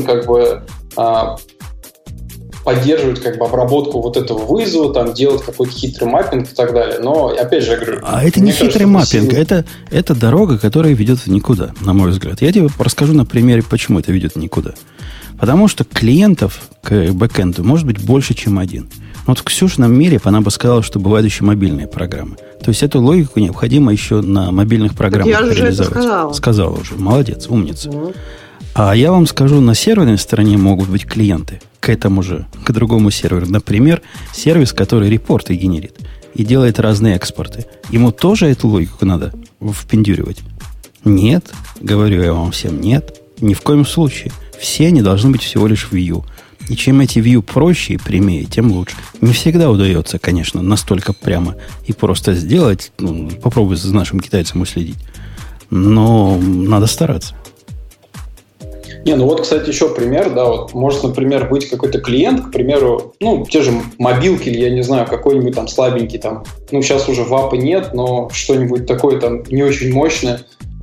Speaker 5: поддерживать обработку вот этого вызова, делать какой-то хитрый маппинг и так далее. Но, опять же, я говорю...
Speaker 1: это не хитрый маппинг, это дорога, которая ведет в никуда, на мой взгляд. Я тебе расскажу на примере, почему это ведет в никуда. Потому что клиентов к бэкэнду может быть больше, чем один. В Ксюшином мире она бы сказала, что бывают еще мобильные программы. То есть эту логику необходимо еще на мобильных программах реализовать.
Speaker 4: Я уже
Speaker 1: сказала уже. Молодец, умница. А я вам скажу, на серверной стороне могут быть клиенты к этому же, к другому серверу. Например, сервис, который репорты генерит и делает разные экспорты. Ему тоже эту логику надо впендюривать? Нет, говорю я вам всем, нет. Ни в коем случае. Все они должны быть всего лишь в view. И чем эти view проще и прямее, тем лучше. Не всегда удается, конечно, настолько прямо и просто сделать. Попробуй за нашим китайцем уследить. Но надо стараться.
Speaker 5: Кстати, еще пример, может, например, быть какой-то клиент, к примеру, те же мобилки, или я не знаю, какой-нибудь слабенький, сейчас уже вапы нет, но что-нибудь такое не очень мощное,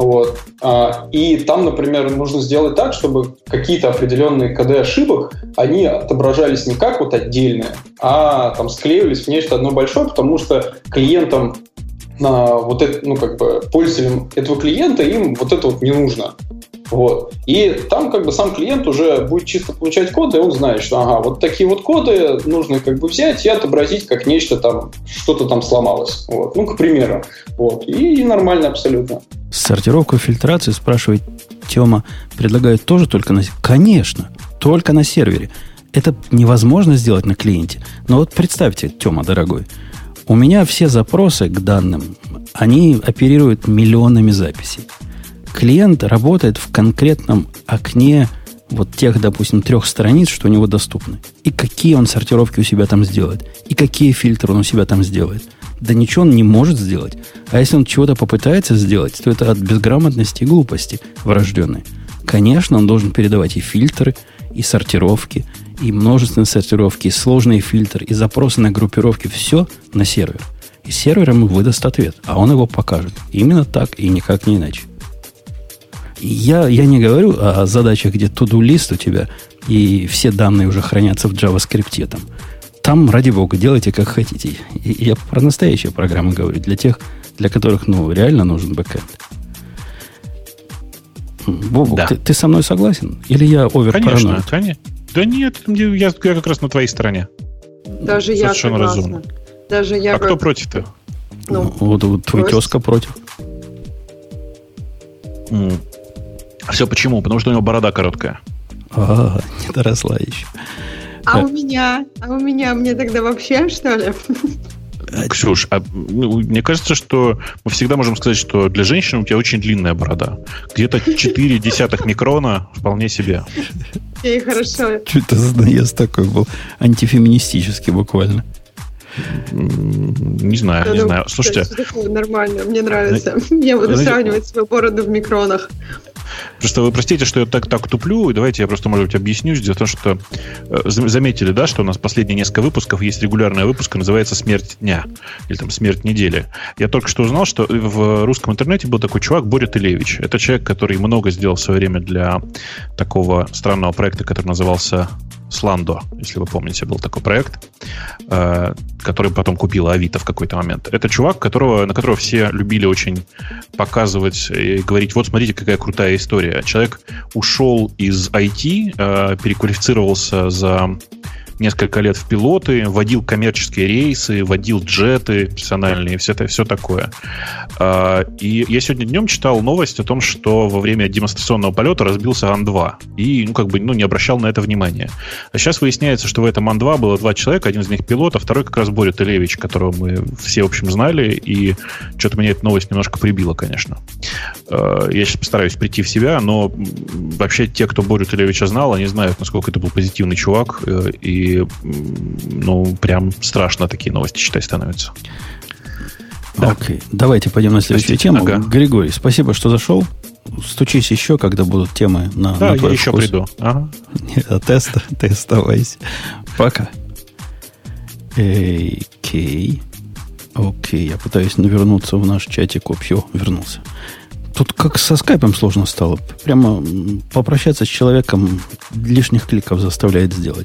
Speaker 5: и там, например, нужно сделать так, чтобы какие-то определенные КД ошибок, они отображались не как отдельные, а склеивались в нечто одно большое, потому что клиентам, пользователям этого клиента им это не нужно. И там сам клиент уже будет чисто получать коды, и он знает, что вот такие коды нужно взять и отобразить как нечто что-то сломалось. К примеру. И нормально абсолютно.
Speaker 1: Сортировку и фильтрацию, спрашивает Тема, предлагают тоже только на... Конечно, только на сервере. Это невозможно сделать на клиенте. Но представьте, Тема, дорогой, у меня все запросы к данным, они оперируют миллионами записей. Клиент работает в конкретном окне тех, допустим, 3 страниц, что у него доступны. И какие он сортировки у себя там сделает. И какие фильтры он у себя там сделает. Да ничего он не может сделать. А если он чего-то попытается сделать, то это от безграмотности и глупости врожденной. Конечно, он должен передавать и фильтры, и сортировки, и множественные сортировки, и сложные фильтры, и запросы на группировки. Все на сервер. И сервер ему выдаст ответ, а он его покажет. Именно так и никак не иначе. И я не говорю о задачах, где to-do-лист у тебя, и все данные уже хранятся в JavaScript. Там, ради бога, делайте как хотите. И я про настоящие программы говорю, для тех, для которых реально нужен бэкэнд. Бобук,
Speaker 2: да.
Speaker 1: ты со мной согласен? Или я оверпаранойд?
Speaker 2: Конечно. Да нет, я как раз на твоей стороне.
Speaker 4: Даже я согласна.
Speaker 2: Разумно.
Speaker 4: Даже я
Speaker 2: кто против-то?
Speaker 1: Вот твой тезка против.
Speaker 2: Все почему? Потому что у него борода короткая.
Speaker 1: Не доросла еще.
Speaker 4: У меня мне тогда вообще, что ли?
Speaker 2: Ксюш, мне кажется, что мы всегда можем сказать, что для женщины у тебя очень длинная борода. Где-то 0,4 микрона вполне себе.
Speaker 4: Окей, хорошо.
Speaker 1: Что-то занаезд такой был антифеминистический буквально.
Speaker 2: Не знаю. Слушайте.
Speaker 4: Нормально, мне нравится. Я буду сравнивать свою бороду в микронах.
Speaker 2: Просто вы простите, что я так туплю, и давайте я просто, может быть, объясню. Дело в том, что заметили, да, что у нас последние несколько выпусков есть регулярная выпуска, называется «Смерть дня» или там «Смерть недели». Я только что узнал, что в русском интернете был такой чувак Боря Тылевич. Это человек, который много сделал в свое время для такого странного проекта, который назывался Slando, если вы помните, был такой проект, который потом купила Авито в какой-то момент. Это чувак, на которого все любили очень показывать и говорить, вот смотрите, какая крутая история. Человек ушел из IT, переквалифицировался за несколько лет в пилоты, водил коммерческие рейсы, водил джеты персональные, все такое. И я сегодня днем читал новость о том, что во время демонстрационного полета разбился Ан-2. И не обращал на это внимания. А сейчас выясняется, что в этом Ан-2 было 2 человека, один из них пилот, а второй как раз Боря Тылевич, которого мы все, в общем, знали. И что-то меня эта новость немножко прибила, конечно. Я сейчас постараюсь прийти в себя, но вообще те, кто Борю Тылевича знал, они знают, насколько это был позитивный чувак. И прям страшно такие новости читать становятся.
Speaker 1: Окей. Давайте пойдем на следующую тему. Григорий, спасибо, что зашел. Стучись еще, когда будут темы на твой вкус. Да, я еще приду. Ты оставайся. Пока. Окей, я пытаюсь навернуться в наш чатик. Все, вернулся. Тут как со скайпом сложно стало. Прямо попрощаться с человеком лишних кликов заставляет сделать.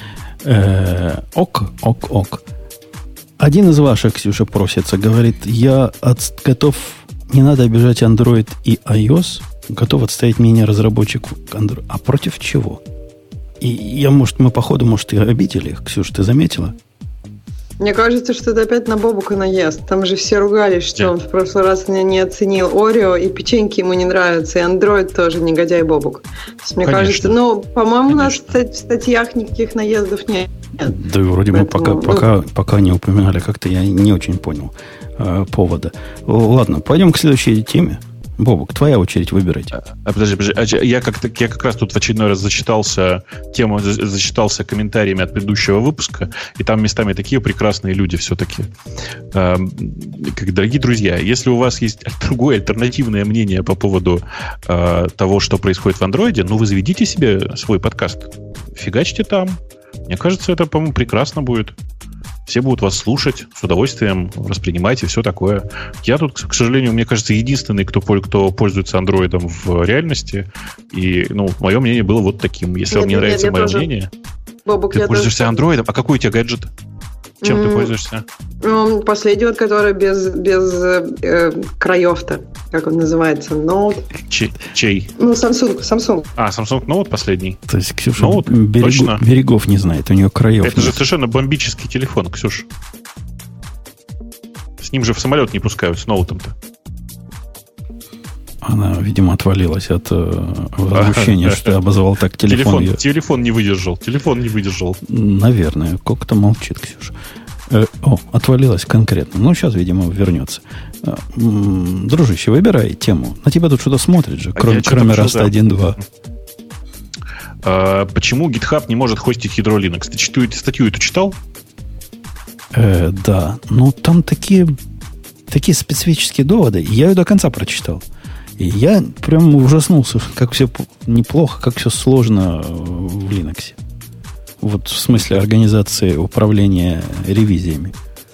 Speaker 1: Ок. Один из ваших, Ксюша, просится, говорит, я готов, не надо обижать Android и iOS, готов отстоять мнение разработчиков Android. А против чего? И мы походу, и обидели их. Ксюша, ты заметила?
Speaker 4: Мне кажется, что это опять на Бобука наезд. Там же все ругались, что он в прошлый раз не оценил Орео, и печеньки ему не нравятся, и Android тоже негодяй Бобук. То есть, мне кажется, по-моему, у нас в статьях никаких наездов нет.
Speaker 1: Да, вроде мы пока не упоминали, как-то я не очень понял повода. Ладно, пойдем к следующей теме. Бобук, твоя очередь выбирать.
Speaker 2: Подожди. Я как раз тут в очередной раз зачитался комментариями от предыдущего выпуска, и там местами такие прекрасные люди все-таки. Дорогие друзья, если у вас есть другое альтернативное мнение по поводу того, что происходит в Андроиде, вы заведите себе свой подкаст. Фигачьте там. Мне кажется, это, по-моему, прекрасно будет. Все будут вас слушать, с удовольствием воспринимать и все такое. Я тут, к сожалению, мне кажется, единственный, кто пользуется андроидом в реальности. И, мое мнение было вот таким. Если вам не нравится мое мнение, Бобук, ты пользуешься андроидом. А какой у тебя гаджет? Чем ты пользуешься?
Speaker 4: Последний, который без краев-то. Как он называется? Note.
Speaker 2: Чей?
Speaker 4: Samsung.
Speaker 2: Samsung Note последний.
Speaker 1: То есть, Ксюша берегов не знает, у нее краев.
Speaker 2: Это же совершенно бомбический телефон, Ксюш. С ним же в самолет не пускают, с ноутом-то.
Speaker 1: Она, видимо, отвалилась от возмущения, что я обозвал так телефон.
Speaker 2: Телефон не выдержал.
Speaker 1: Наверное. Как-то молчит Ксюша. Отвалилась конкретно. Сейчас, видимо, вернется. Дружище, выбирай тему. На тебя тут что-то смотрит же, кроме Раста 1.2.
Speaker 2: Почему GitHub не может хостить ядро Linux? Ты статью эту читал?
Speaker 1: Да. Ну, там такие специфические доводы. Я ее до конца прочитал. И я прям ужаснулся, как все неплохо, как все сложно в Linux. Вот в смысле организации управления ревизиями.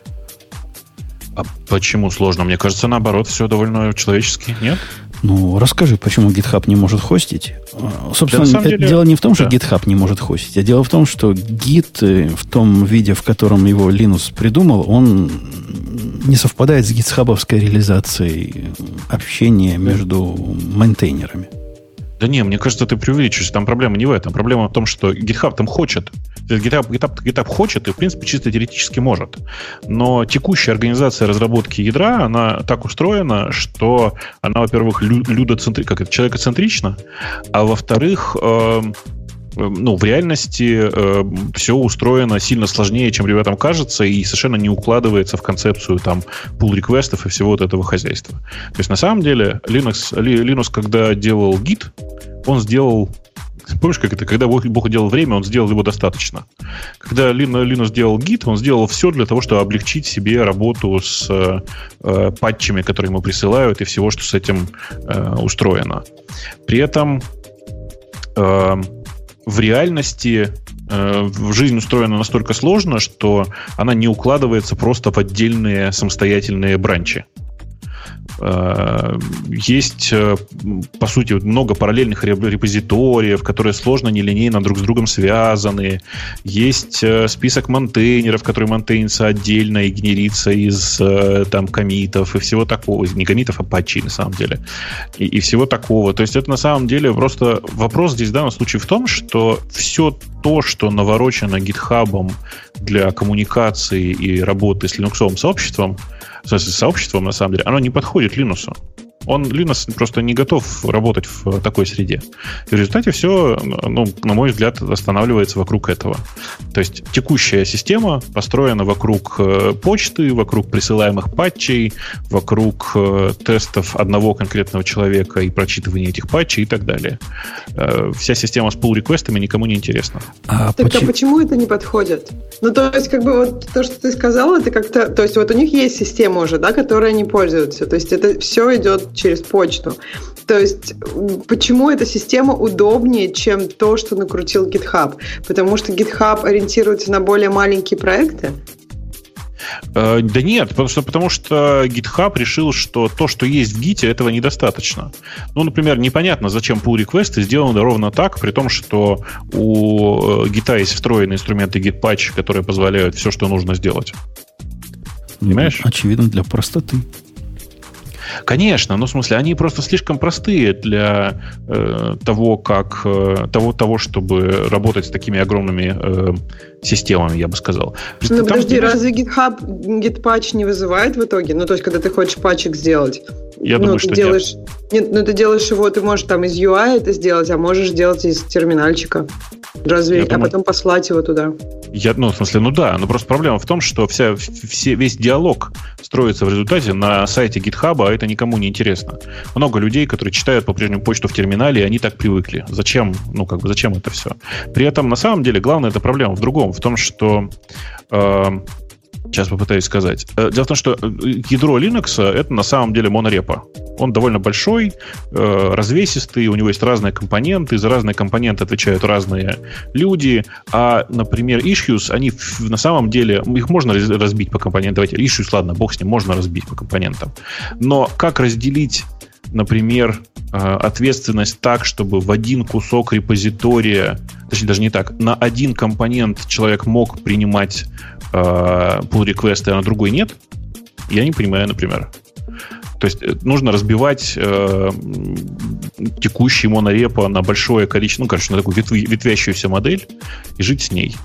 Speaker 2: А почему сложно? Мне кажется, наоборот, все довольно человечески, нет?
Speaker 1: Ну, расскажи, почему GitHub не может хостить. Собственно,
Speaker 2: да, деле,
Speaker 1: дело не в том, что GitHub не может хостить, а дело в том, что Git в том виде, в котором его Linus придумал, он не совпадает с гитхабовской реализацией общения между мейнтейнерами.
Speaker 2: Да не, мне кажется, ты преувеличиваешь. Там проблема не в этом. Проблема в том, что GitHub там хочет. GitHub хочет и, в принципе, чисто теоретически может. Но текущая организация разработки ядра, она так устроена, что она, во-первых, человекоцентрична, а во-вторых, в реальности все устроено сильно сложнее, чем ребятам кажется, и совершенно не укладывается в концепцию там pull-реквестов и всего вот этого хозяйства. То есть, на самом деле, Linux, когда делал Git, он сделал... Помнишь, как это? Когда Бог делал время, он сделал его достаточно. Когда Linux делал Git, он сделал все для того, чтобы облегчить себе работу с патчами, которые ему присылают, и всего, что с этим устроено. При этом... в реальности жизнь устроена настолько сложно, что она не укладывается просто в отдельные самостоятельные бранчи. Есть, по сути, много параллельных репозиториев, которые сложно, нелинейно друг с другом связаны. Есть список монтейнеров, который монтейнится отдельно и генерится из там коммитов и всего такого. Не коммитов, а патчей, на самом деле. И всего такого. То есть это на самом деле просто вопрос здесь в данном случае в том, что все то, что наворочено гитхабом для коммуникации и работы с линуксовым сообществом, в смысле, сообществом, на самом деле, оно не подходит Linux. Linux просто не готов работать в такой среде. И в результате все, на мой взгляд, останавливается вокруг этого. То есть текущая система построена вокруг почты, вокруг присылаемых патчей, вокруг тестов одного конкретного человека и прочитывания этих патчей и так далее. Вся система с pull-реквестами никому не интересна.
Speaker 4: Почему это не подходит? Ну, то есть, как бы вот то, что ты сказал, это как-то... То есть, вот у них есть система уже, да, которой они пользуются. То есть, это все идет через почту. То есть, почему эта система удобнее, чем то, что накрутил GitHub? Потому что GitHub ориентируется на более маленькие проекты?
Speaker 2: Да нет, потому что GitHub решил, что то, что есть в Git, этого недостаточно. Ну, например, непонятно, зачем pull-реквесты сделаны ровно так, при том, что у Git есть встроенные инструменты Git-patch, которые позволяют все, что нужно сделать. Понимаешь?
Speaker 1: Очевидно, для простоты.
Speaker 2: Конечно, но в смысле, они просто слишком простые для того, чтобы работать с такими огромными системами, я бы сказал.
Speaker 4: Ну, подожди, разве GitHub Git-patch не вызывает в итоге? Ну, то есть, когда ты хочешь патчик сделать,
Speaker 2: я думаю, что
Speaker 4: делаешь... Нет, ты делаешь его, ты можешь там из UI это сделать, а можешь сделать из терминальчика. Разве? Потом послать его туда.
Speaker 2: Да. Но просто проблема в том, что весь диалог строится в результате на сайте GitHub, а это никому не интересно. Много людей, которые читают по-прежнему почту в терминале, и они так привыкли. Зачем? Зачем это все? При этом, на самом деле, главная эта проблема в другом. В том, что... Сейчас попытаюсь сказать. Дело в том, что ядро Linux — это на самом деле монорепо. Он довольно большой, развесистый, у него есть разные компоненты, за разные компоненты отвечают разные люди, а, например, issues, они на самом деле, их можно разбить по компонентам. Давайте, issues, ладно, бог с ним, можно разбить по компонентам. Но как разделить, например, ответственность так, чтобы в один кусок репозитория, точнее, даже не так, на один компонент человек мог принимать pull-реквесты, а на другой нет, я не понимаю, например. То есть нужно разбивать текущий монорепо на большое количество, на такую ветвящуюся модель и жить с ней.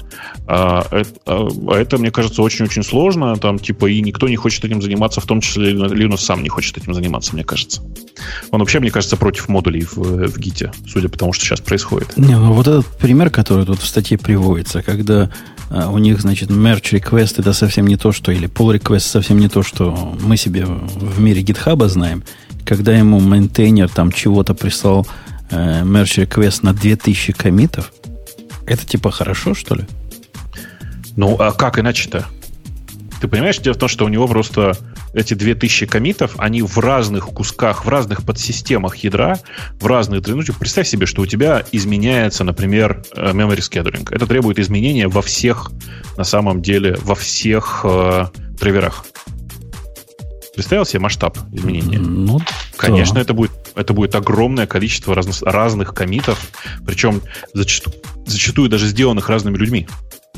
Speaker 2: Это, мне кажется, очень-очень сложно. И никто не хочет этим заниматься, в том числе Linux сам не хочет этим заниматься, мне кажется. Он вообще, мне кажется, против модулей в Git, судя по тому, что сейчас происходит.
Speaker 1: Вот этот пример, который тут в статье приводится, когда у них, merge request это совсем не то, что, или pull request совсем не то, что мы себе в мире GitHub знаем. Когда ему мейнтейнер там чего-то прислал merge request на 2000 коммитов, это типа хорошо, что ли?
Speaker 2: Ну, а как иначе-то? Ты понимаешь, дело в том, что у него просто эти 2000 коммитов, они в разных кусках, в разных подсистемах ядра, в разных дренажах. Представь себе, что у тебя изменяется, например, memory scheduling. Это требует изменения во всех, на самом деле, во всех драйверах. Представил себе масштаб изменения?
Speaker 1: Ну,
Speaker 2: конечно, да. Это будет огромное количество разных коммитов, причем зачастую даже сделанных разными людьми.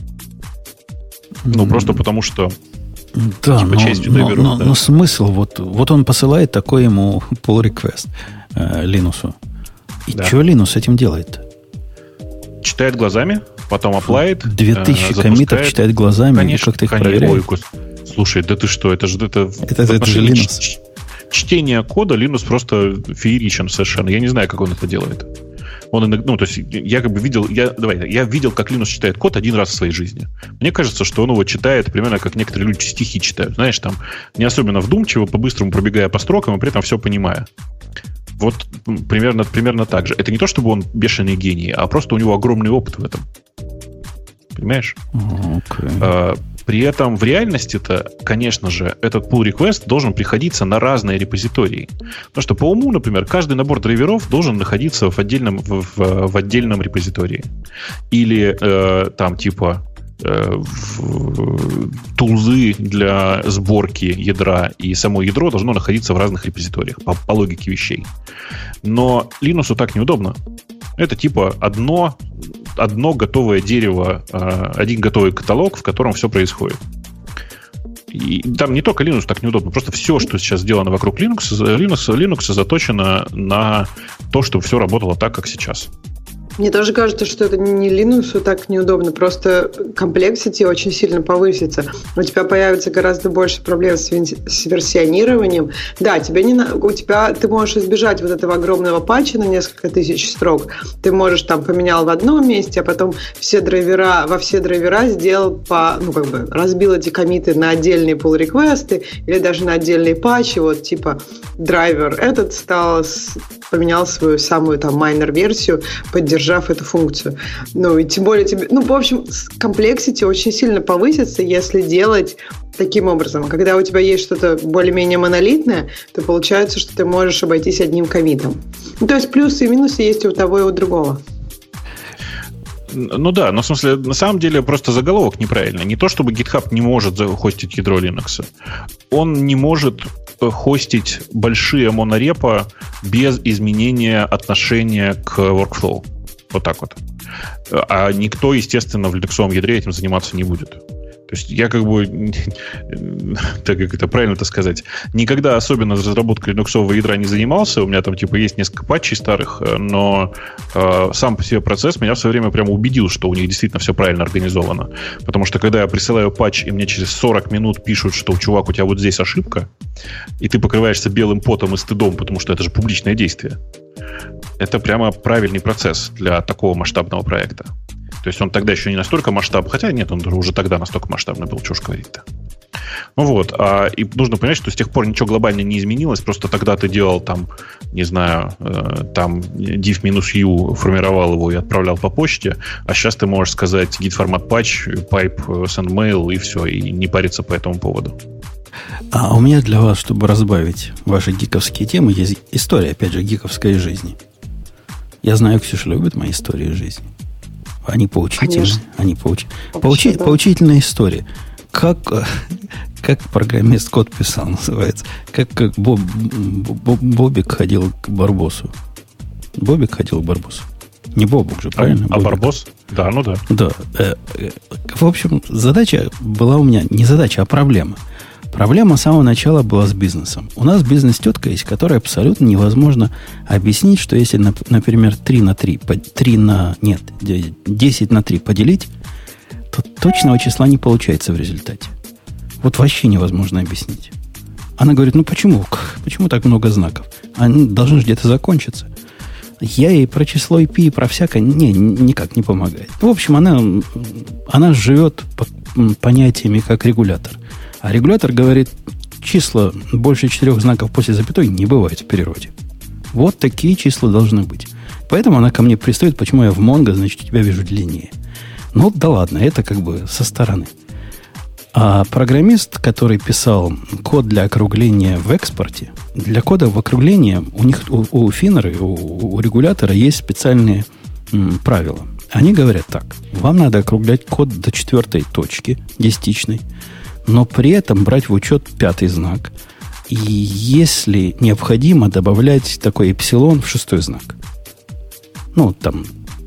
Speaker 2: Ну, просто потому что
Speaker 1: да,
Speaker 2: типа частью драйверов.
Speaker 1: Но смысл, вот он посылает такой ему pull request Линусу. И да. Что Линус с этим делает?
Speaker 2: Читает глазами, потом аплает.
Speaker 1: 2000 коммитов читает глазами,
Speaker 2: конечно,
Speaker 1: и как ты их проверяешь?
Speaker 2: Слушай, да ты что, это же
Speaker 1: Linux.
Speaker 2: Чтение кода Linux просто фееричен совершенно. Я не знаю, как он это делает. То есть я как бы видел, я видел, как Linux читает код один раз в своей жизни. Мне кажется, что он его читает примерно как некоторые люди стихи читают. Знаешь, там не особенно вдумчиво, по-быстрому пробегая по строкам и при этом все понимая. Вот примерно так же. Это не то, чтобы он бешеный гений, а просто у него огромный опыт в этом. Понимаешь?
Speaker 1: Okay.
Speaker 2: При этом в реальности-то, конечно же, этот pull request должен приходиться на разные репозитории. Потому что по уму, например, каждый набор драйверов должен находиться в отдельном репозитории. Или там типа тулзы для сборки ядра и само ядро должно находиться в разных репозиториях по логике вещей. Но Linux так неудобно. Это типа одно готовое дерево, один готовый каталог, в котором все происходит. И там не только Linux так неудобно, просто все, что сейчас сделано вокруг Linux заточено на то, чтобы все работало так, как сейчас.
Speaker 4: Мне тоже кажется, что это не Linux так неудобно, просто complexity очень сильно повысится. У тебя появится гораздо больше проблем с версионированием. Да, ты можешь избежать вот этого огромного патча на несколько тысяч строк. Ты можешь там поменял в одном месте, а потом во все драйвера сделал разбил эти коммиты на отдельные pull-реквесты или даже на отдельные патчи. Вот типа драйвер этот поменял свою самую там майнер-версию, поддержав эту функцию. Ну, и тем более в общем, complexity очень сильно повысится, если делать таким образом. Когда у тебя есть что-то более-менее монолитное, то получается, что ты можешь обойтись одним коммитом. Ну, то есть плюсы и минусы есть и у того, и у другого.
Speaker 2: Ну да, но в смысле, на самом деле просто заголовок неправильный. Не то, чтобы GitHub не может хостить ядро Linux. Он не может хостить большие монорепо без изменения отношения к workflow. Вот так вот. А никто, естественно, в линуксовом ядре этим заниматься не будет. То есть я так как это правильно-то сказать, никогда особенно разработкой линуксового ядра не занимался. У меня там есть несколько патчей старых, но сам по себе процесс меня в свое время прямо убедил, что у них действительно все правильно организовано. Потому что когда я присылаю патч, и мне через 40 минут пишут, что, чувак, у тебя вот здесь ошибка, и ты покрываешься белым потом и стыдом, потому что это же публичное действие. Это прямо правильный процесс для такого масштабного проекта. То есть он тогда еще не настолько масштабный, хотя нет, он уже тогда настолько масштабный был, что уж говорить-то. Ну вот, и нужно понять, что с тех пор ничего глобально не изменилось, просто тогда ты делал там, не знаю, там div-u, формировал его и отправлял по почте, а сейчас ты можешь сказать git формат patch, pipe send mail и все, и не париться по этому поводу.
Speaker 1: А у меня для вас, чтобы разбавить ваши гиковские темы, есть история, опять же, гиковской жизни. Я знаю, Ксюша любит мои истории жизни. Они поучительные. Поучительная история. Как программист код писал, называется. Как Бобик ходил к Барбосу. Бобик ходил к Барбосу. Не Бобук же, правильно?
Speaker 2: А Барбос? Да, ну да.
Speaker 1: Да. В общем, задача была у меня, не задача, а проблема. Проблема с самого начала была с бизнесом. У нас бизнес-тетка есть, которая абсолютно невозможно объяснить, что если, например, 10 на 3 поделить, то точного числа не получается в результате. Вот вообще невозможно объяснить. Она говорит, почему? Почему так много знаков? Они должны же где-то закончиться. Я ей про число IP и про всякое никак не помогает. В общем, она живет под понятиями как регулятор. А регулятор говорит, числа больше 4 знаков после запятой не бывает в переводе. Вот такие числа должны быть. Поэтому она ко мне пристает, почему я в Mongo, значит, у тебя вижу длиннее. Ну, да ладно, это как бы со стороны. А программист, который писал код для округления в экспорте, для кода в округлении у них, у Финера, у регулятора есть специальные правила. Они говорят так: вам надо округлять код до 4 точки, десятичной, но при этом брать в учет 5 знак. И если необходимо, добавлять такой эпсилон в 6 знак. Ну, там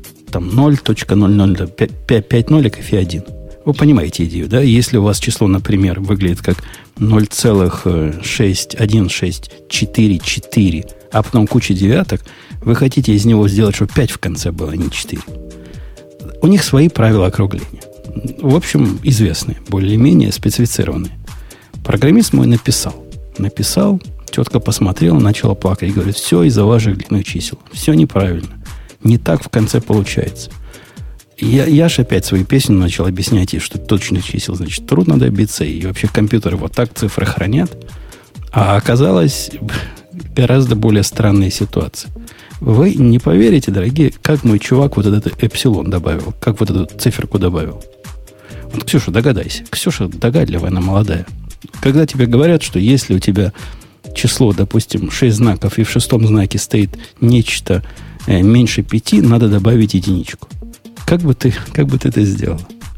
Speaker 1: 0.00, 5 ноликов и 1. Вы понимаете идею, да? Если у вас число, например, выглядит как 0,6164, а потом куча девяток, вы хотите из него сделать, чтобы 5 в конце было, а не 4. У них свои правила округления. В общем, известные, более-менее специфицированные. Программист мой написал, тетка посмотрела, начала плакать и говорит: все из-за ваших длинных чисел. Все неправильно. Не так в конце получается. Я же опять свою песню начал объяснять ей, что точных чисел, значит, трудно добиться, и вообще компьютеры вот так цифры хранят. А оказалась гораздо более странная ситуация. Вы не поверите, дорогие, как мой чувак вот этот эпсилон добавил, как вот эту циферку добавил. Вот, Ксюша, догадайся. Ксюша догадливая, она молодая. Когда тебе говорят, что если у тебя число, допустим, 6 знаков, и в 6 знаке стоит нечто меньше 5, надо добавить единичку. Как бы ты это сделала?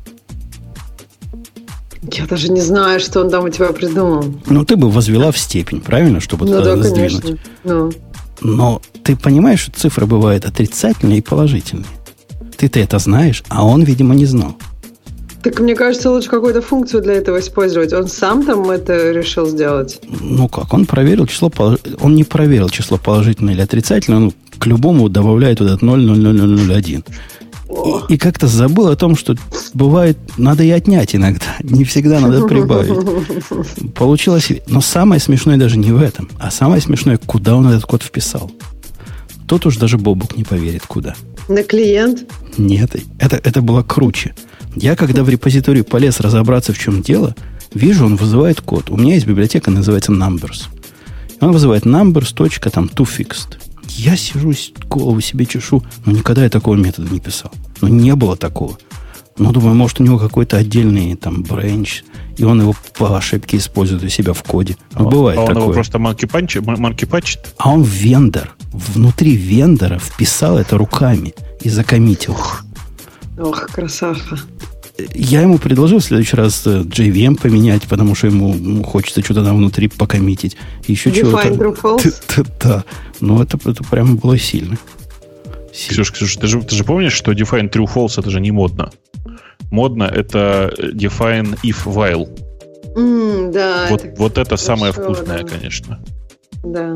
Speaker 4: Я даже не знаю, что он там у тебя придумал.
Speaker 1: Ну, ты бы возвела в степень, правильно, чтобы туда сдвинуть. Но ты понимаешь, что цифры бывают отрицательные и положительные. Ты-то это знаешь, а он, видимо, не знал.
Speaker 4: Так мне кажется, лучше какую-то функцию для этого использовать. Он сам там это решил сделать?
Speaker 1: Ну как, он проверил число, он не проверил число положительное или отрицательное, он к любому добавляет вот этот 0,00001. И как-то забыл о том, что бывает, надо и отнять иногда. Не всегда надо прибавить. Получилось. Но самое смешное даже не в этом, а самое смешное, куда он этот код вписал. Тут уж даже Бобук не поверит, куда.
Speaker 4: На клиент?
Speaker 1: Нет, это было круче. Я, когда в репозитории полез разобраться, в чем дело, вижу, он вызывает код. У меня есть библиотека, называется Numbers. Он вызывает numbers.toFixed. Я сижу, голову себе чешу, но никогда я такого метода не писал. Ну, не было такого. Ну, думаю, может, у него какой-то отдельный там бренч, и он его по ошибке использует у себя в коде. Ну, бывает такое.
Speaker 2: Он его просто манки-патчит?
Speaker 1: А он вендор. Внутри вендора вписал это руками и закоммитил.
Speaker 4: Ох, красавка.
Speaker 1: Я ему предложил в следующий раз JVM поменять, потому что ему хочется что-то там внутри покоммитить. Еще чего-то.
Speaker 4: Define true false?
Speaker 1: Да. Ну, это прямо было сильно.
Speaker 2: Ксюша, ты же помнишь, что define true false это же не модно. Модно это define if while.
Speaker 4: Да.
Speaker 2: Вот это самое вкусное, да. Конечно.
Speaker 4: Да.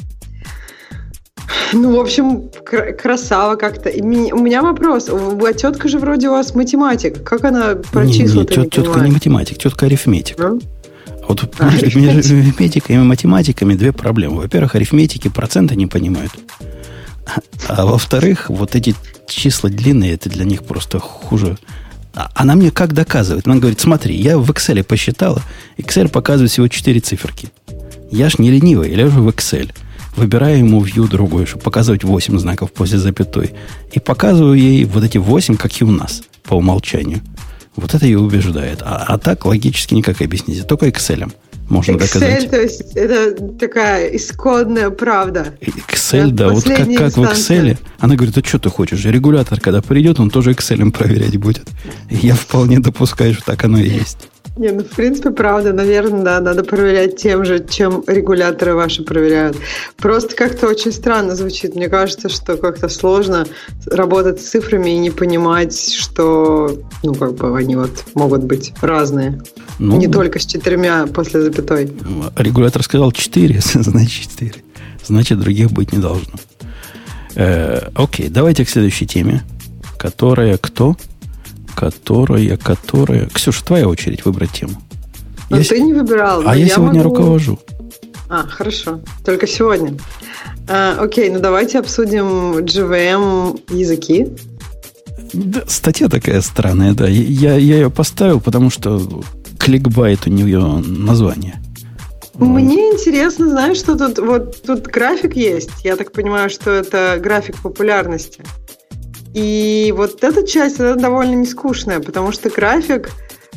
Speaker 4: Ну, в общем, красава как-то. У меня вопрос. Тетка же вроде у вас математик. Как она про числа-то не
Speaker 1: тетка не математик, тетка арифметик. Вот между арифметиками и математиками две проблемы. Во-первых, арифметики проценты не понимают. А во-вторых, вот эти числа длинные, это для них просто хуже. Она мне как доказывает? Она говорит: смотри, я в Excel посчитала. Excel показывает всего 4 циферки. Я ж не ленивый, я лежу в Excel. Выбираю ему view другой, чтобы показывать 8 знаков после запятой. И показываю ей вот эти 8, как и у нас, по умолчанию. Вот это ее убеждает. А так логически никак объяснить. Только Excel можно доказать.
Speaker 4: Excel, то есть, это такая исходная правда.
Speaker 1: Excel, да. Вот как в Excel. Она говорит: а что ты хочешь? Регулятор, когда придет, он тоже Excel проверять будет. Я вполне допускаю, что так оно и есть.
Speaker 4: Не, ну, в принципе, правда. Наверное, да, надо проверять тем же, чем регуляторы ваши проверяют. Просто как-то очень странно звучит. Мне кажется, что как-то сложно работать с цифрами и не понимать, что, ну, как бы они вот могут быть разные. Ну, не только с 4 после запятой.
Speaker 1: Регулятор сказал 4, значит 4. Значит, других быть не должно. Окей, давайте к следующей теме, которая кто? Которая... Ксюша, твоя очередь выбрать тему.
Speaker 4: Но ты не выбирал.
Speaker 1: А я сегодня руковожу.
Speaker 4: Хорошо. Только сегодня. Окей, ну давайте обсудим JVM языки.
Speaker 1: Да, статья такая странная, да. Я ее поставил, потому что кликбайт у нее название.
Speaker 4: Мне интересно, знаешь, что тут... Вот тут график есть. Я так понимаю, что это график популярности. И вот эта часть, она довольно нескучная, потому что график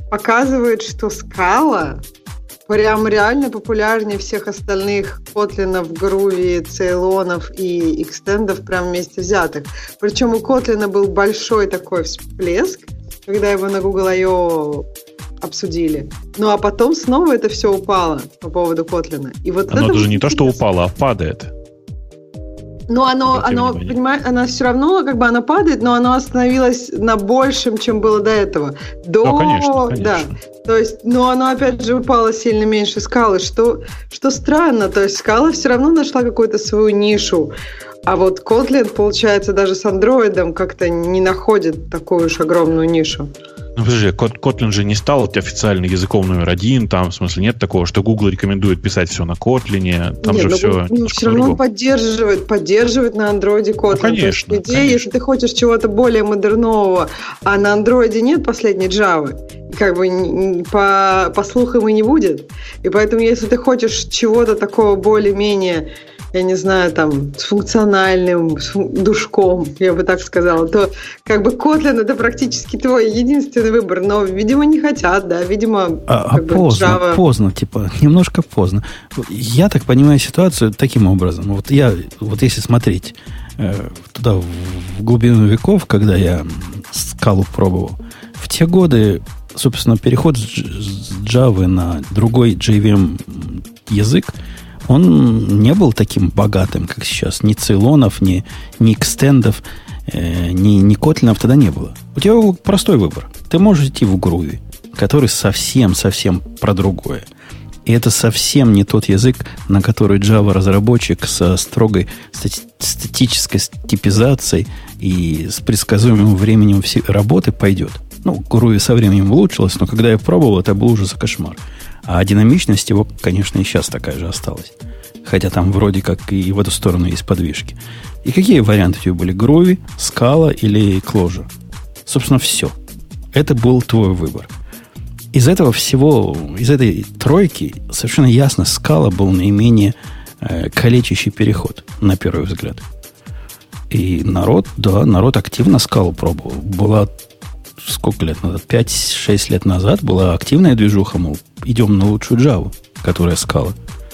Speaker 4: показывает, что Scala прям реально популярнее всех остальных Kotlin, Groovy, Ceylonов и экстендов прям вместе взятых. Причем у Kotlin был большой такой всплеск, когда его на Google I.O. обсудили. Ну, а потом снова это все упало по поводу Kotlin. И вот
Speaker 2: оно даже не то, что упало, а падает.
Speaker 4: Но оно понимаешь, она все равно, как бы она падает, но оно остановилось на большем, чем было до этого.
Speaker 2: Конечно.
Speaker 4: Да. То есть, но оно опять же упало сильно меньше Scala, что странно. То есть Scala все равно нашла какую-то свою нишу. А вот Kotlin, получается, даже с Android как-то не находит такую уж огромную нишу.
Speaker 2: Ну, подожди, Kotlin же не стал официально языком номер один, там, в смысле, нет такого, что Google рекомендует писать все на Kotlin, там же все...
Speaker 4: все равно он поддерживает на Android Kotlin.
Speaker 2: Ну, конечно.
Speaker 4: То есть, идея, если ты хочешь чего-то более модернового, а на Android нет последней Java, как бы по слухам и не будет. И поэтому, если ты хочешь чего-то такого более-менее, я не знаю, там, с функциональным душком, я бы так сказала, то как бы Kotlin это практически твой единственный выбор, но, видимо, не хотят, да, видимо,
Speaker 1: поздно, типа, немножко поздно. Я так понимаю ситуацию таким образом. Вот если смотреть туда в глубину веков, когда я Scala пробовал, в те годы, собственно, переход с Java на другой JVM язык, он не был таким богатым, как сейчас. Ни Ceylonов, ни экстендов, ни Kotlin тогда не было. У тебя был простой выбор. Ты можешь идти в Groovy, который совсем-совсем про другое. И это совсем не тот язык, на который Java-разработчик со строгой статической типизацией и с предсказуемым временем работы пойдет. Ну, Groovy со временем улучшилось, но когда я пробовал, это был ужас и кошмар. А динамичность его, конечно, и сейчас такая же осталась. Хотя там вроде как и в эту сторону есть подвижки. И какие варианты у тебя были? Groovy, Scala или Clojure? Собственно, все. Это был твой выбор. Из этого всего, из этой тройки совершенно ясно, Scala был наименее калечащий переход, на первый взгляд. И народ активно Scala пробовал. Была сколько лет назад? 5-6 лет назад была активная движуха, мол, идем на лучшую Java, которая Scala.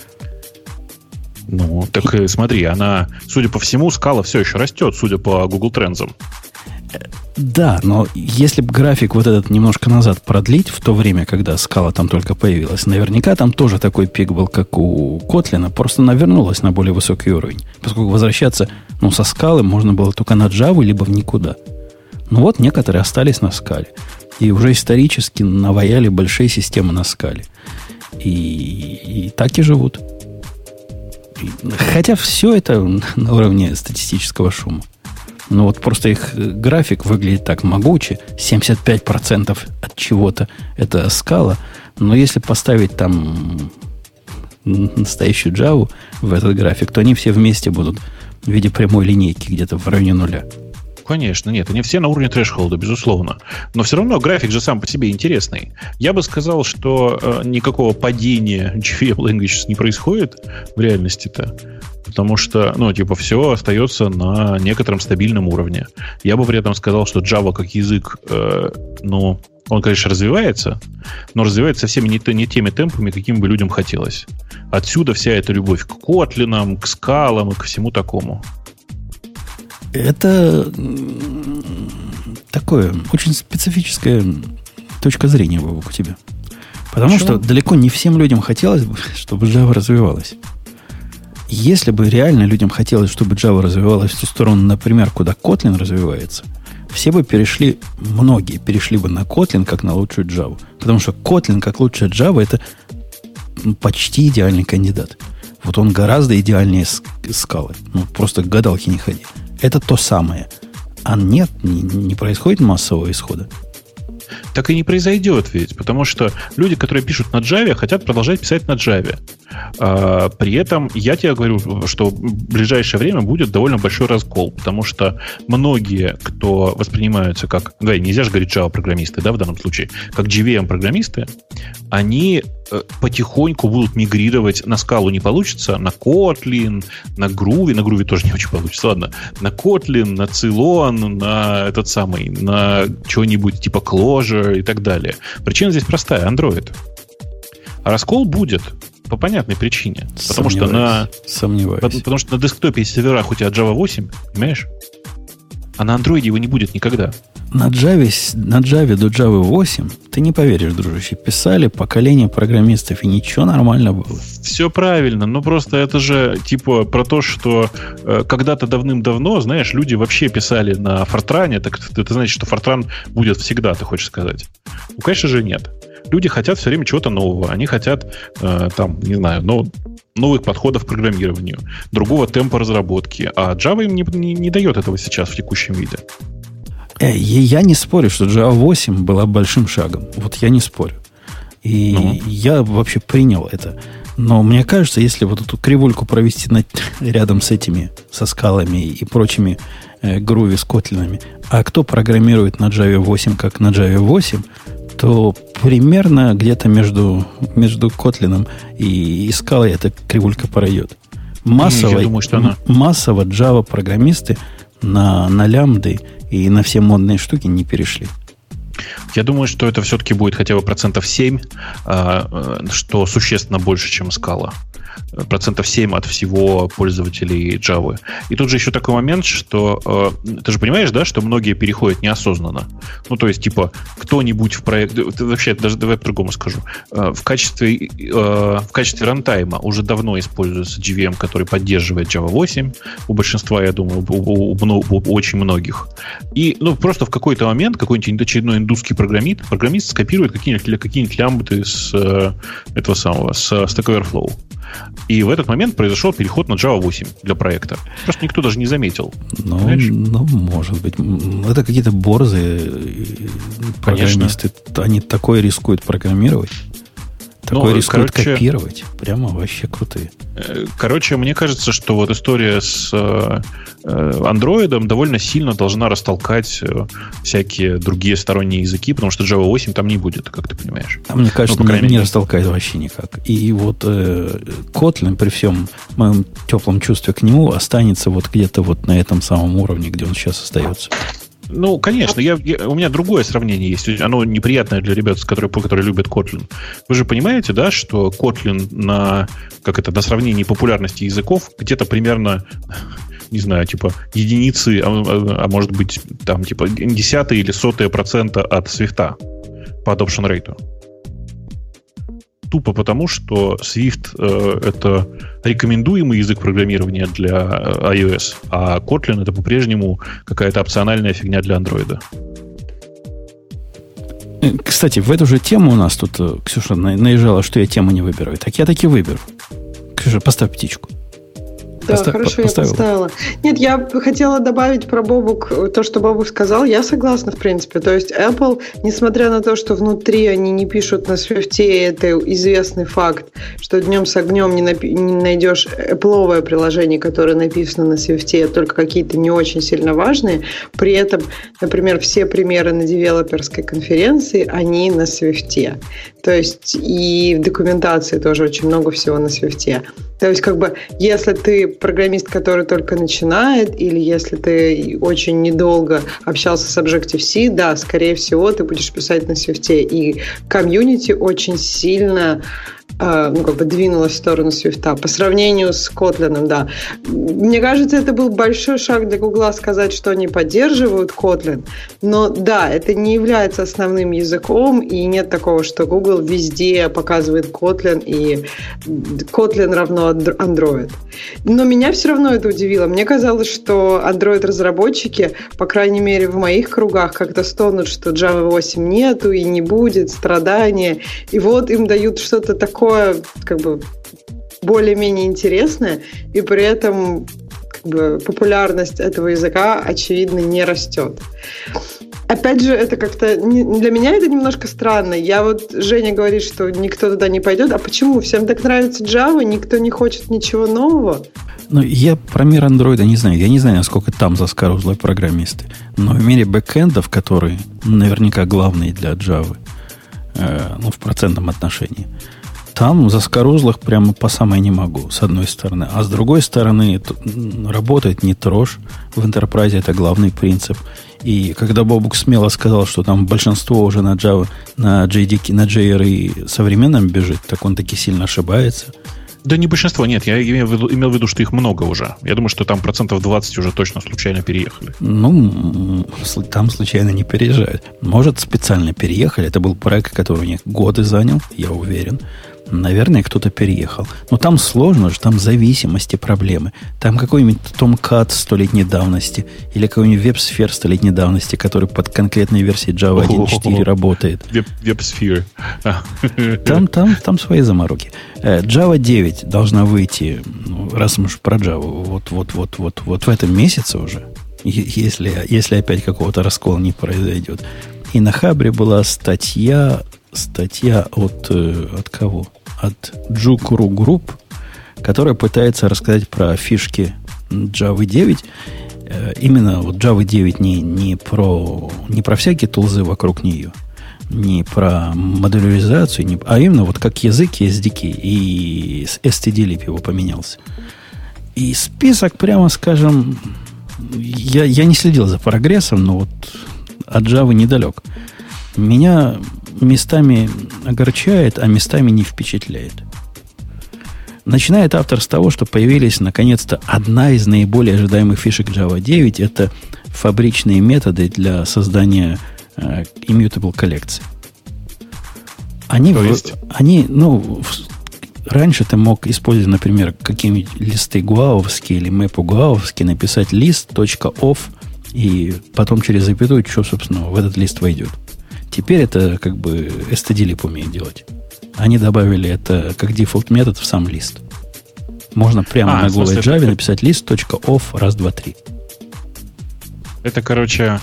Speaker 2: Ну, так смотри, она, судя по всему, Scala все еще растет, судя по Google Trends.
Speaker 1: Да, но если бы график вот этот немножко назад продлить, в то время, когда Scala там только появилась, наверняка там тоже такой пик был, как у Kotlin, просто она вернулась на более высокий уровень. Поскольку возвращаться, со Scala можно было только на Java, либо в никуда. Ну вот, некоторые остались на Scala. И уже исторически наваяли большие системы на Scala. И так и живут. Хотя все это на уровне статистического шума. Но вот просто их график выглядит так могуче. 75% от чего-то это Scala. Но если поставить там настоящую Java в этот график, то они все вместе будут в виде прямой линейки где-то в районе нуля.
Speaker 2: Конечно, нет, они все на уровне трэшхолда, безусловно. Но все равно график же сам по себе интересный. Я бы сказал, что никакого падения JVM Languages не происходит в реальности-то. Потому что, все остается на некотором стабильном уровне. Я бы при этом сказал, что Java как язык, он, конечно, развивается, но развивается совсем не теми темпами, какими бы людям хотелось. Отсюда вся эта любовь к Kotlin, к Scala и к всему такому.
Speaker 1: Это такое очень специфическая точка зрения, Вовок, у тебя. Потому что далеко не всем людям хотелось бы, чтобы Java развивалась. Если бы реально людям хотелось, чтобы Java развивалась в ту сторону, например, куда Kotlin развивается, все бы многие перешли бы на Kotlin как на лучшую Java. Потому что Kotlin как лучшая Java это почти идеальный кандидат. Вот он гораздо идеальнее Scala. Просто к гадалке не ходи. Это то самое. А нет, не происходит массового исхода.
Speaker 2: Так и не произойдет ведь, потому что люди, которые пишут на Java, хотят продолжать писать на Java. При этом я тебе говорю, что в ближайшее время будет довольно большой раскол, потому что многие, кто воспринимаются как, нельзя же говорить Java-программисты, да, в данном случае, как JVM-программисты, они потихоньку будут мигрировать. На Scala не получится, на Kotlin, на Groovy. На Groovy тоже не очень получится, ладно. На Kotlin, на Ceylon, на этот самый, на что-нибудь типа Clojure и так далее. Причина здесь простая, Android. А раскол будет по понятной причине. Потому что на десктопе есть сервера у тебя Java 8, понимаешь? А на Android его не будет никогда.
Speaker 1: На Java до Java 8, ты не поверишь, дружище, писали поколение программистов, и ничего, нормально было.
Speaker 2: Все правильно, но просто это же типа про то, что когда-то давным-давно, знаешь, люди вообще писали на Fortran, так это значит, что Fortran будет всегда, ты хочешь сказать? Ну, конечно же, нет. Люди хотят все время чего-то нового. Они хотят, новых подходов к программированию, другого темпа разработки. А Java им не дает этого сейчас в текущем виде.
Speaker 1: Я не спорю, что Java 8 была большим шагом. Вот я не спорю. И я вообще принял это. Но мне кажется, если вот эту кривульку провести рядом с этими, со скалами и прочими Groovy с Kotlin, а кто программирует на Java 8, как на Java 8, то примерно где-то между Kotlin и Scala эта кривулька пройдет. Массово Java программисты на лямбды и на все модные штуки не перешли.
Speaker 2: Я думаю, что это все-таки будет хотя бы 7%, что существенно больше, чем Scala. 7% от всего пользователей Java. И тут же еще такой момент, что ты же понимаешь, да, что многие переходят неосознанно. Ну, то есть, типа, кто-нибудь в проект... Вообще, даже давай по-другому скажу. В качестве рантайма уже давно используется JVM, который поддерживает Java 8. У большинства, я думаю, у очень многих. И, просто в какой-то момент какой-нибудь очередной индусский программист скопирует какие-нибудь лямбды с этого самого, с Stack Overflow. И в этот момент произошел переход на Java 8 для проекта. Просто никто даже не заметил.
Speaker 1: Может быть. Это какие-то борзые программисты. Они такое рискуют программивать. Такое рискуют копировать. Прямо вообще крутые.
Speaker 2: Короче, мне кажется, что вот история с Android довольно сильно должна растолкать всякие другие сторонние языки, потому что Java 8 там не будет, как ты понимаешь.
Speaker 1: А мне кажется, не растолкает вообще никак. И вот Kotlin, при всем моем теплом чувстве к нему, останется вот где-то вот на этом самом уровне, где он сейчас остается.
Speaker 2: Ну, конечно, у меня другое сравнение есть. Оно неприятное для ребят, которые любят Kotlin. Вы же понимаете, да, что Kotlin на сравнении популярности языков где-то примерно, не знаю, типа единицы, а может быть, там, типа 10 или 100% от Swift по adoption rate. Тупо потому, что Swift это рекомендуемый язык программирования для iOS, а Kotlin это по-прежнему какая-то опциональная фигня для Android.
Speaker 1: Кстати, в эту же тему у нас тут Ксюша наезжала, что я тему не выберу. Так я таки выберу. Ксюша, поставь птичку.
Speaker 4: Да, хорошо, я поставила. Нет, я хотела добавить про Бобук, то, что Бобук сказал, я согласна, в принципе. То есть Apple, несмотря на то, что внутри они не пишут на Swift, это известный факт, что днем с огнем не найдешь Apple'овое приложение, которое написано на Swift, только какие-то не очень сильно важные. При этом, например, все примеры на девелоперской конференции, они на Swift. То есть и в документации тоже очень много всего на Swift. То есть, если ты программист, который только начинает, или если ты очень недолго общался с Objective-C, да, скорее всего, ты будешь писать на Swift. И комьюнити очень сильно двинулась в сторону Swift. По сравнению с Kotlin, да. Мне кажется, это был большой шаг для Google сказать, что они поддерживают Kotlin. Но да, это не является основным языком, и нет такого, что Google везде показывает Kotlin, и Kotlin равно Android. Но меня все равно это удивило. Мне казалось, что Android-разработчики, по крайней мере, в моих кругах, как-то стонут, что Java 8 нету и не будет, страдания. И вот им дают что-то такое, более-менее интересное, и при этом популярность этого языка, очевидно, не растет. Опять же, это как-то... Для меня это немножко странно. Женя говорит, что никто туда не пойдет. А почему? Всем так нравится Java, никто не хочет ничего нового?
Speaker 1: Я про мир Android не знаю. Я не знаю, насколько там заскорузлые программисты. Но в мире бэкэндов, которые наверняка главные для Java, в процентном отношении. Там заскорузлых прямо по самой не могу, с одной стороны. А с другой стороны, работает не трожь. В Enterprise это главный принцип. И когда Бобук смело сказал, что там большинство уже на Java, на JDK, на JRE современном бежит, так он таки сильно ошибается.
Speaker 2: Да не большинство, нет. Я имел в виду, что их много уже. Я думаю, что там 20% уже точно случайно переехали.
Speaker 1: Там случайно не переезжают. Может, специально переехали. Это был проект, который у них годы занял, я уверен. Наверное, кто-то переехал. Но там сложно же, там зависимости, проблемы. Там какой-нибудь Tomcat 100-летней давности или какой-нибудь WebSphere 100-летней давности, который под конкретной версией Java 1.4 работает.
Speaker 2: WebSphere.
Speaker 1: Там свои замороки. Java 9 должна выйти, раз мы уж про Java, вот в этом месяце уже, если опять какого-то раскола не произойдет. И на Хабре была статья от кого? От Jukuru Group, которая пытается рассказать про фишки Java 9. Именно вот Java 9 не про всякие тулзы вокруг нее, не про модуляризацию, а именно вот как язык SDK, и с stdlib его поменялся. И список, прямо скажем, я не следил за прогрессом, но вот от Java недалек. Меня местами огорчает, а местами не впечатляет. Начинает автор с того, что появились, наконец-то, одна из наиболее ожидаемых фишек Java 9. Это фабричные методы для создания immutable коллекций. Раньше ты мог использовать, например, какие-нибудь листы гуавовские или мэпы гуавовские, написать list.off и потом через запятую, что, собственно, в этот лист войдет. Теперь это как бы stdlib умеет делать. Они добавили это как дефолт метод в сам лист. Можно прямо на голой Java написать list.off раз, два, три.
Speaker 2: Это, короче,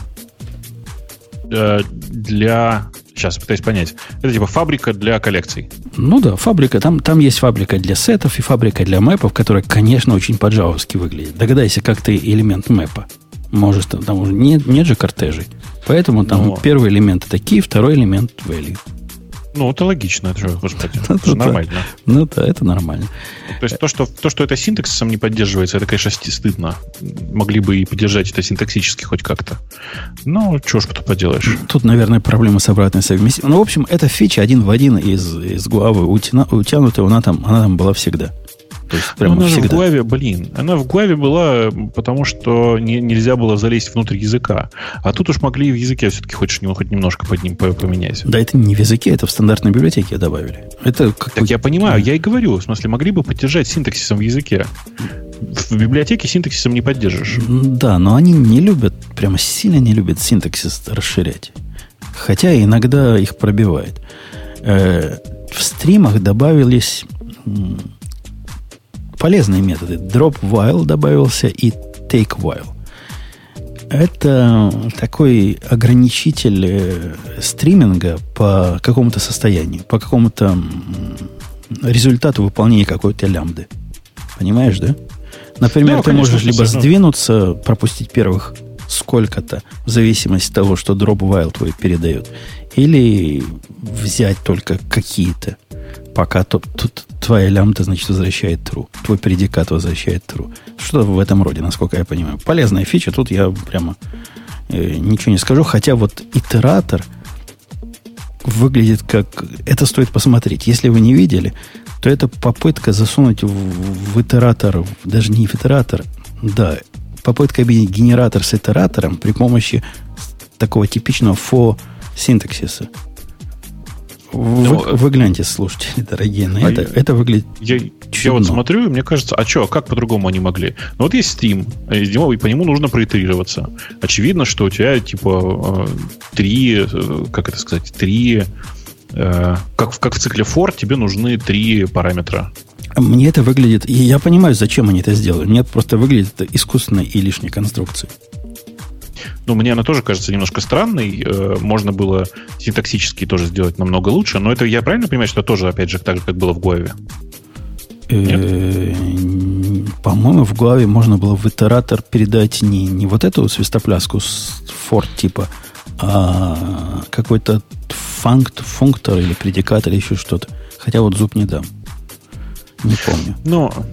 Speaker 2: для... Сейчас пытаюсь понять. Это типа фабрика для коллекций.
Speaker 1: Ну да, фабрика. Там есть фабрика для сетов и фабрика для мэпов, которая, конечно, очень по-джавовски выглядит. Догадайся, как ты элемент мэпа. Может, там уже нет же кортежей. Поэтому там первый элемент это key, второй элемент value.
Speaker 2: Ну, это логично, это же, господи, это же нормально.
Speaker 1: Ну да, это нормально.
Speaker 2: То есть то, что это синтаксисом не поддерживается, это, конечно, стыдно. Могли бы и поддержать это синтаксически хоть как-то. Но чего ж тут поделаешь.
Speaker 1: Тут, наверное, проблема с обратной совместимостью. Ну, в общем, эта фича один в один из Гуавы утянутая, она там была всегда. То есть прямо
Speaker 2: она
Speaker 1: всегда.
Speaker 2: Же в Гуаве, она в Гуаве была, потому что нельзя было залезть внутрь языка. А тут уж могли в языке все-таки хоть немножко под ним поменять.
Speaker 1: Да, это не в языке, это в стандартной библиотеке добавили. Это
Speaker 2: так я понимаю, я и говорю. В смысле, могли бы поддержать синтаксисом в языке. В библиотеке синтаксисом не поддержишь. Да,
Speaker 1: но они не любят, прямо сильно не любят синтаксис расширять. Хотя иногда их пробивает. В стримах добавились... полезные методы. Drop while добавился и take while. Это такой ограничитель стриминга по какому-то состоянию, по какому-то результату выполнения какой-то лямбды. Понимаешь, да? Например, ты можешь либо сдвинуться, пропустить первых сколько-то, в зависимости от того, что drop while твой передает, или взять только какие-то, пока тут твоя лямбда, значит, возвращает true. Твой предикат возвращает true. Что-то в этом роде, насколько я понимаю. Полезная фича, тут я прямо ничего не скажу. Хотя вот итератор выглядит как... Это стоит посмотреть. Если вы не видели, то это попытка засунуть в итератор, даже не в итератор, да, попытка объединить генератор с итератором при помощи такого типичного for синтаксиса. Вы гляньте, слушатели, дорогие, на это. Это выглядит чудно.
Speaker 2: Я вот смотрю, и мне кажется, как по-другому они могли? Ну, вот есть стрим, и по нему нужно проитерироваться. Очевидно, что у тебя, типа, как в цикле for тебе нужны 3 параметра.
Speaker 1: Мне это выглядит... И я понимаю, зачем они это сделали. Мне просто выглядит искусственной и лишней конструкцией.
Speaker 2: Ну, мне она тоже кажется немножко странной. Можно было синтаксически тоже сделать намного лучше. Но это я правильно понимаю, что это тоже, опять же, так же, как было в Гуаве?
Speaker 1: По-моему, в Гуаве можно было в итератор передать не вот эту свистопляску с for типа, а какой-то функтор или предикат или еще что-то. Хотя вот зуб не дам. Не помню.
Speaker 2: Но...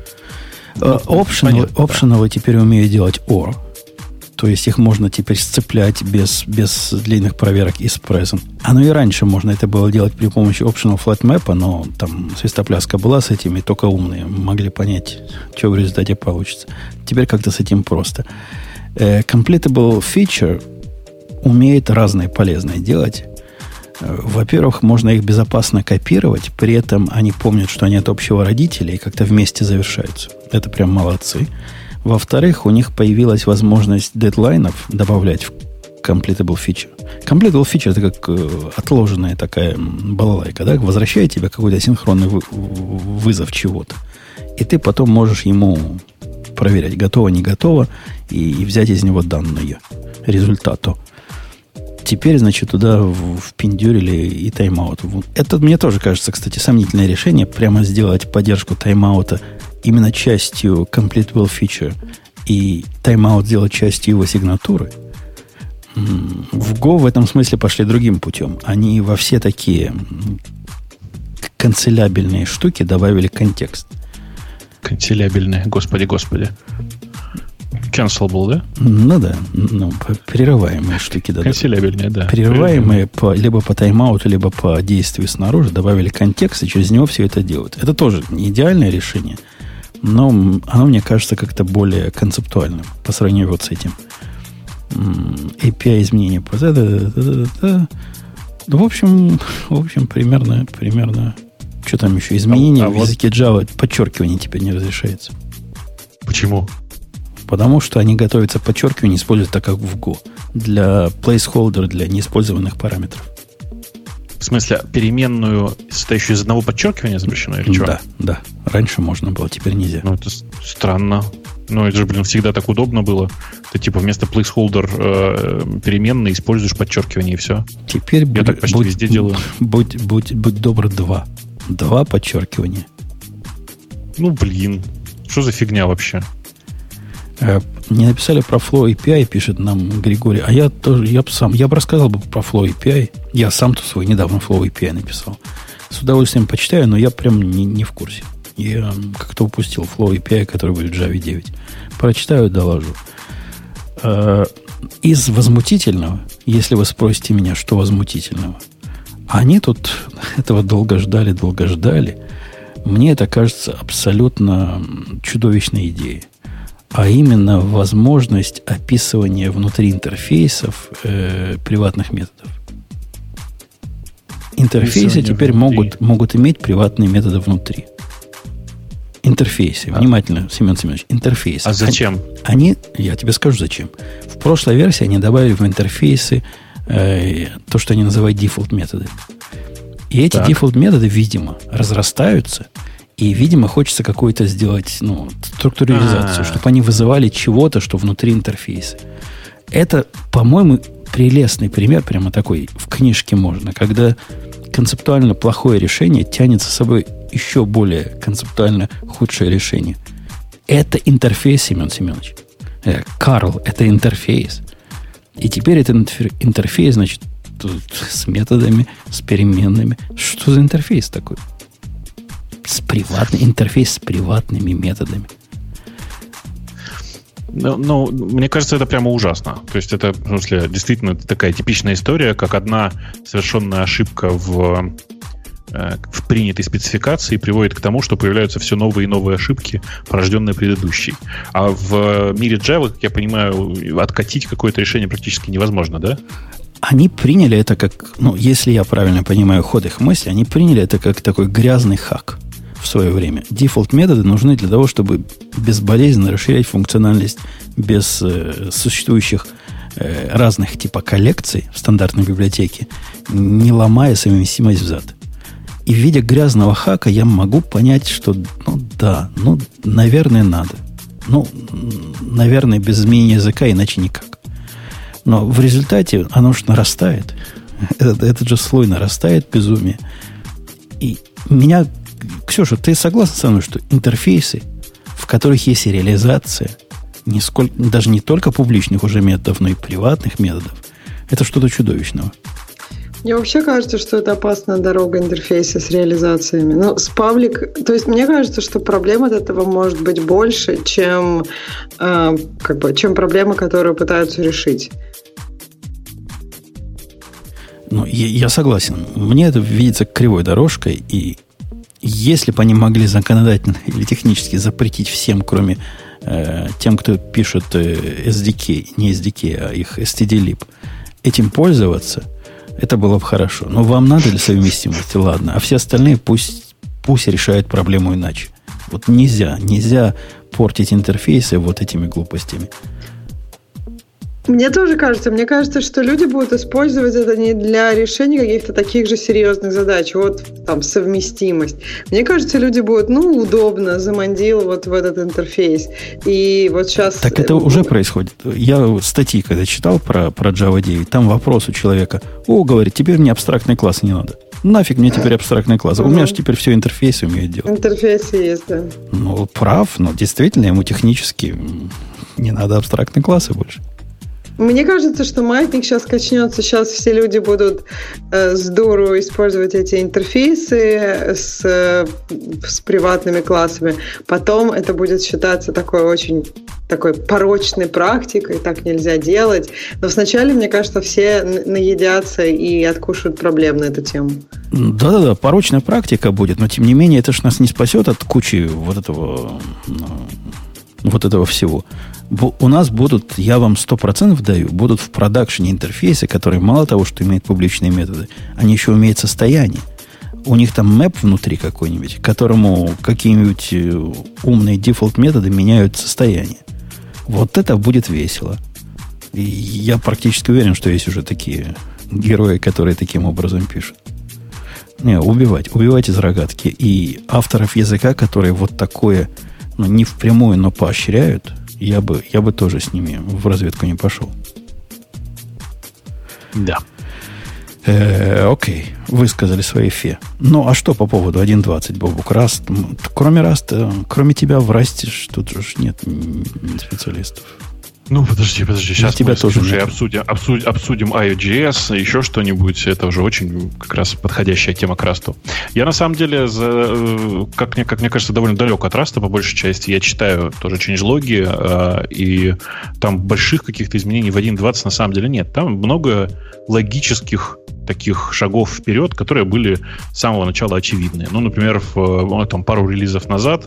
Speaker 1: Optional теперь умеют делать OR. То есть их можно теперь сцеплять без длинных проверок из present. Оно и раньше можно это было делать при помощи optional flat map, но там свистопляска была с этим, и только умные могли понять, что в результате получится. Теперь как-то с этим просто. Completable feature умеет разные полезные делать. Во-первых, можно их безопасно копировать, при этом они помнят, что они от общего родителя и как-то вместе завершаются. Это прям молодцы. Во-вторых, у них появилась возможность дедлайнов добавлять в completable feature. Completable feature — это как отложенная такая балалайка, да? Возвращает тебе какой-то асинхронный вызов чего-то. И ты потом можешь ему проверять, готово, не готово, и взять из него данные, результату. Теперь, значит, туда впендюрили и тайм-аут. Это мне тоже кажется, кстати, сомнительное решение. Прямо сделать поддержку тайм-аута именно частью completable feature и тайм-аут сделать частью его сигнатуры. В Go в этом смысле пошли другим путем. Они во все такие канцелябельные штуки добавили контекст.
Speaker 2: Канцелябельные, господи. Cancelable, да?
Speaker 1: Ну да, прерываемые штуки. Да,
Speaker 2: канцелябельные, да.
Speaker 1: Прерываемые либо по тайм-ауту, либо по действию снаружи добавили контекст, и через него все это делают. Это тоже не идеальное решение, но оно, мне кажется, как-то более концептуальным по сравнению вот с этим. API изменения. В общем, примерно. Что там еще? Изменения в языке Java, подчеркивание теперь не разрешается.
Speaker 2: Почему?
Speaker 1: Потому что они готовятся подчеркивание, используют так, как в Go. Для placeholder, для неиспользованных параметров.
Speaker 2: В смысле, переменную, состоящую из одного подчеркивания, запрещено или чего?
Speaker 1: Да. Раньше можно было, теперь нельзя.
Speaker 2: Ну, это странно. Ну, это же, всегда так удобно было. Ты, типа, вместо placeholder переменной используешь подчеркивание, и все.
Speaker 1: Теперь
Speaker 2: я так почти везде делаю.
Speaker 1: Будь добр, два. Два подчеркивания.
Speaker 2: Ну, что за фигня вообще?
Speaker 1: Не написали про Flow API, пишет нам Григорий. А я бы рассказал про Flow API. Я сам-то свой недавно Flow API написал. С удовольствием почитаю, но я прям не в курсе. Я как-то упустил Flow API, который будет в Java 9. Прочитаю, доложу. Из возмутительного, если вы спросите меня, что возмутительного, они тут этого долго ждали. Мне это кажется абсолютно чудовищной идеей. А именно возможность описывания внутри интерфейсов приватных методов. Интерфейсы теперь могут иметь приватные методы внутри. Интерфейсы. Внимательно, Семен Семенович. Интерфейсы.
Speaker 2: А зачем?
Speaker 1: Я тебе скажу, зачем. В прошлой версии они добавили в интерфейсы то, что они называют default методы. И эти default методы, видимо, разрастаются. И, видимо, хочется какую-то сделать структуризацию, чтобы они вызывали чего-то, что внутри интерфейса. Это, по-моему, прелестный пример, прямо такой, в книжке можно, когда концептуально плохое решение тянет за собой еще более концептуально худшее решение. Это интерфейс, Семен Семенович. Карл, это интерфейс. И теперь этот интерфейс, значит, с методами, с переменными. Что за интерфейс такой? Интерфейс с приватными методами.
Speaker 2: Ну, мне кажется, это прямо ужасно. То есть это, в смысле, действительно такая типичная история, как одна совершенная ошибка в принятой спецификации приводит к тому, что появляются все новые и новые ошибки, порожденные предыдущей. А в мире Java, как я понимаю, откатить какое-то решение практически невозможно, да?
Speaker 1: Они приняли это как, если я правильно понимаю ход их мысли, они приняли это как такой грязный хак в свое время. Дефолт-методы нужны для того, чтобы безболезненно расширять функциональность без существующих разных типа коллекций в стандартной библиотеке, не ломая совместимость взад. И в виде грязного хака я могу понять, что, наверное, надо. Наверное, без изменения языка иначе никак. Но в результате оно уж нарастает. Этот же слой нарастает, безумие. И меня... Ксюша, ты согласна со мной, что интерфейсы, в которых есть реализация, даже не только публичных уже методов, но и приватных методов, это что-то чудовищного?
Speaker 4: Мне вообще кажется, что это опасная дорога интерфейса с реализациями. Ну, с паблик... То есть мне кажется, что проблем от этого может быть больше, чем проблемы, которые пытаются решить.
Speaker 1: Ну, я согласен. Мне это видится кривой дорожкой, и если бы они могли законодательно или технически запретить всем, кроме тем, кто пишет SDK, не SDK, а их stdlib, этим пользоваться, это было бы хорошо. Но вам надо для совместимости, ладно. А все остальные пусть решают проблему иначе. Вот нельзя портить интерфейсы вот этими глупостями.
Speaker 4: Мне тоже кажется. Мне кажется, что люди будут использовать это не для решения каких-то таких же серьезных задач. Вот там совместимость. Мне кажется, люди будут, удобно, замандил вот в этот интерфейс. И вот сейчас...
Speaker 1: Так это уже происходит. Я статьи, когда читал про Java 9, там вопрос у человека. Говорит, теперь мне абстрактный класс не надо. Нафиг мне теперь абстрактный класс? У меня же теперь все интерфейсы умеют делать.
Speaker 4: Интерфейсы есть, да.
Speaker 1: Ну, прав, но действительно ему технически не надо абстрактные классы больше.
Speaker 4: Мне кажется, что маятник сейчас качнется. Сейчас все люди будут с дуру использовать эти интерфейсы с приватными классами. Потом это будет считаться такой порочной практикой. Так нельзя делать. Но вначале, мне кажется, все наедятся и откушают проблем на эту тему.
Speaker 1: Да-да-да, порочная практика будет. Но, тем не менее, это ж нас не спасет от кучи вот этого всего. У нас будут, я вам 100% даю, будут в продакшене интерфейсы, которые мало того, что имеют публичные методы, они еще умеют состояние. У них там мэп внутри какой-нибудь, которому какие-нибудь умные дефолт-методы меняют состояние. Вот это будет весело. И я практически уверен, что есть уже такие герои, которые таким образом пишут. Убивать из рогатки. И авторов языка, которые вот такое, не впрямую, но поощряют, я бы тоже с ними в разведку не пошел.
Speaker 2: Да.
Speaker 1: Окей, высказали свои фе. Ну, а что по поводу 1.20, Бобук? Раст, кроме Раста, кроме тебя в Расте тут же нет специалистов.
Speaker 2: Ну, подожди, сейчас
Speaker 1: тебя
Speaker 2: мы
Speaker 1: тоже
Speaker 2: уже обсудим IOGS, еще что-нибудь. Это уже очень как раз подходящая тема к Расту. Я, на самом деле, как мне кажется, довольно далек от Раста, по большей части. Я читаю тоже changelog, и там больших каких-то изменений в 1.20 на самом деле нет. Там много логических таких шагов вперед, которые были с самого начала очевидны. Ну, например, там пару релизов назад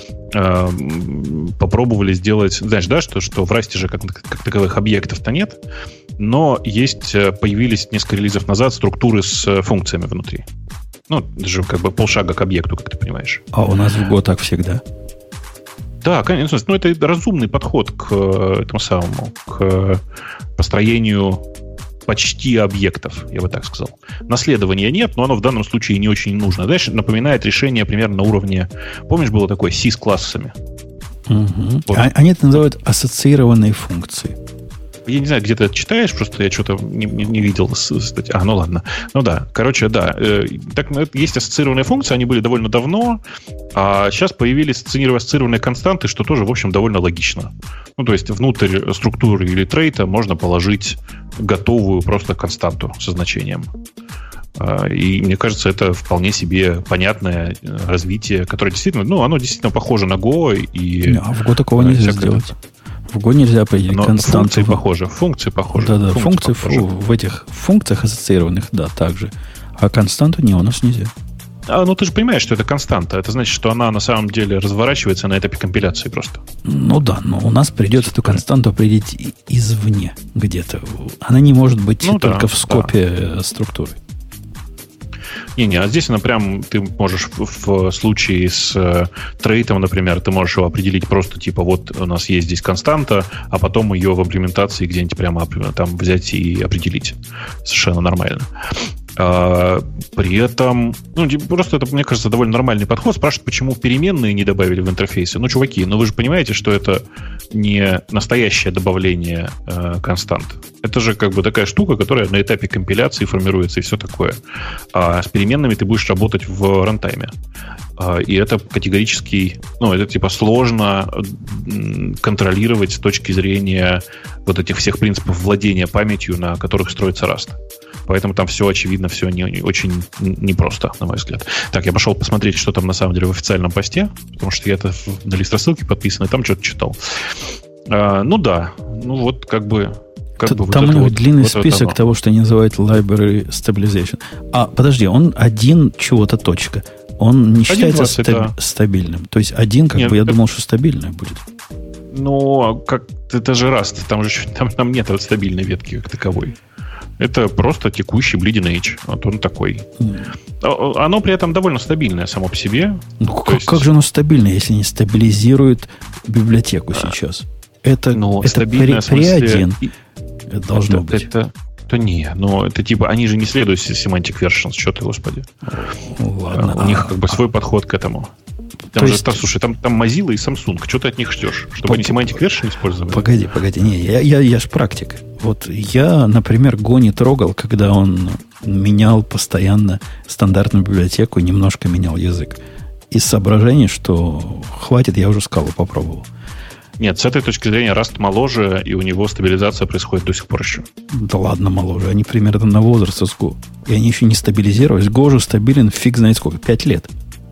Speaker 2: попробовали сделать, знаешь, да, что в Расте же как таковых объектов-то нет, но появились несколько релизов назад структуры с функциями внутри. Ну, даже как бы полшага к объекту, как ты понимаешь.
Speaker 1: А у нас в Go так всегда?
Speaker 2: Да, конечно. Ну, это разумный подход к этому самому, к построению почти объектов, я бы так сказал. Наследования нет, но оно в данном случае не очень нужно. Дальше напоминает решение примерно на уровне... Помнишь, было такое C с классами?
Speaker 1: Угу. Вот. Они это называют ассоциированные функции.
Speaker 2: Я не знаю, где ты это читаешь, просто я что-то не видел. Ну ладно. Ну да, короче, да. Так, есть ассоциированные функции, они были довольно давно, а сейчас появились ассоциированные константы, что тоже, в общем, довольно логично. Ну, то есть внутрь структуры или трейта можно положить готовую просто константу со значением. И мне кажется, это вполне себе понятное развитие, которое действительно, оно действительно похоже на Go.
Speaker 1: В Go такого нельзя сделать. В Go нельзя определить константу.
Speaker 2: Функции похожи.
Speaker 1: Да, функции в этих функциях ассоциированных, да, также. А константу у нас нельзя.
Speaker 2: Ну, ты же понимаешь, что это константа. Это значит, что она на самом деле разворачивается на этапе компиляции просто.
Speaker 1: Ну да, но у нас придется эту константу определить извне где-то. Она не может быть только в скопе структуры.
Speaker 2: А здесь она прям, ты можешь в случае с трейтом, например, ты можешь его определить просто типа вот у нас есть здесь константа, а потом ее в имплементации где-нибудь прямо там взять и определить. Совершенно нормально. При этом, просто это, мне кажется, довольно нормальный подход. Спрашивают, почему переменные не добавили в интерфейсе. Чуваки, вы же понимаете, что это не настоящее добавление констант. Это же как бы такая штука, которая на этапе компиляции формируется и все такое. А с переменными ты будешь работать в рантайме. И это категорически, это типа сложно контролировать с точки зрения вот этих всех принципов владения памятью, на которых строится Rust. Поэтому там все очевидно, все очень непросто, на мой взгляд. Так, я пошел посмотреть, что там на самом деле в официальном посте, потому что я-то на лист рассылки подписан, и там что-то читал. Ну да, ну вот как бы...
Speaker 1: Там у него длинный список того, что они называют library stabilization. А, подожди, он один чего-то точка. Он не считается стабильным. То есть один, я думал, что стабильное будет.
Speaker 2: Ну, как это же Rust. Там нет стабильной ветки как таковой. Это просто текущий Bleeding Edge. Вот он такой. Оно при этом довольно стабильное само по себе.
Speaker 1: Ну, как же оно стабильное, если не стабилизирует библиотеку сейчас? Это при один должно быть.
Speaker 2: Это типа, они же не следуют Semantic Versions, что ты, господи.
Speaker 1: Ладно.
Speaker 2: У них как бы свой подход к этому. Слушай, там Mozilla и Samsung. Что ты от них ждешь? Чтобы они Semantic Version использовали?
Speaker 1: Погоди. Не, я ж практик. Вот я, например, Go не трогал, когда он менял постоянно стандартную библиотеку и немножко менял язык. Из соображений, что хватит, я уже Scala попробовал.
Speaker 2: Нет, с этой точки зрения Rust моложе, и у него стабилизация происходит до сих пор еще.
Speaker 1: Да ладно, моложе. Они примерно на возраст с Go. И они еще не стабилизировались. Go же стабилен фиг знает сколько. 5 лет.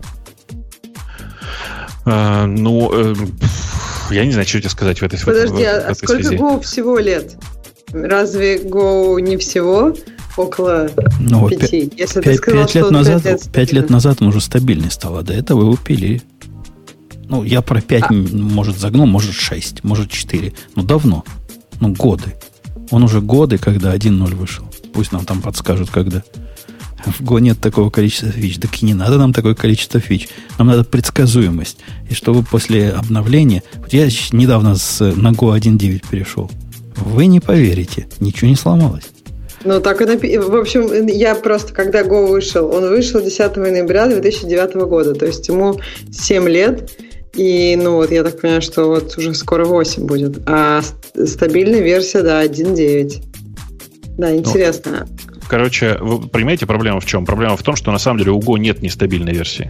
Speaker 2: Я не знаю, что тебе сказать в этой связи.
Speaker 4: Подожди, а сколько Go всего лет? Разве Go не всего около 5? Если ты сказал,
Speaker 1: 5 лет назад он уже стабильный стал, а до этого его пилили. Ну, я про 5, может, загнул, может, 6, может, 4. Ну, давно. Ну, годы. Он уже годы, когда 1.0 вышел. Пусть нам там подскажут, когда. В Go нет такого количества фич. Так и не надо нам такое количество фич. Нам надо предсказуемость. И чтобы после обновления... Вот я недавно на Go 1.9 перешел. Вы не поверите. Ничего не сломалось.
Speaker 4: Ну, так и в общем, я просто, когда Go вышел, он вышел 10 ноября 2009 года. То есть ему 7 лет. И, я так понимаю, что вот уже скоро 8 будет. А стабильная версия, 1.9. Да, интересно.
Speaker 2: Короче, вы понимаете, проблема в чем? Проблема в том, что на самом деле у Go нет нестабильной версии.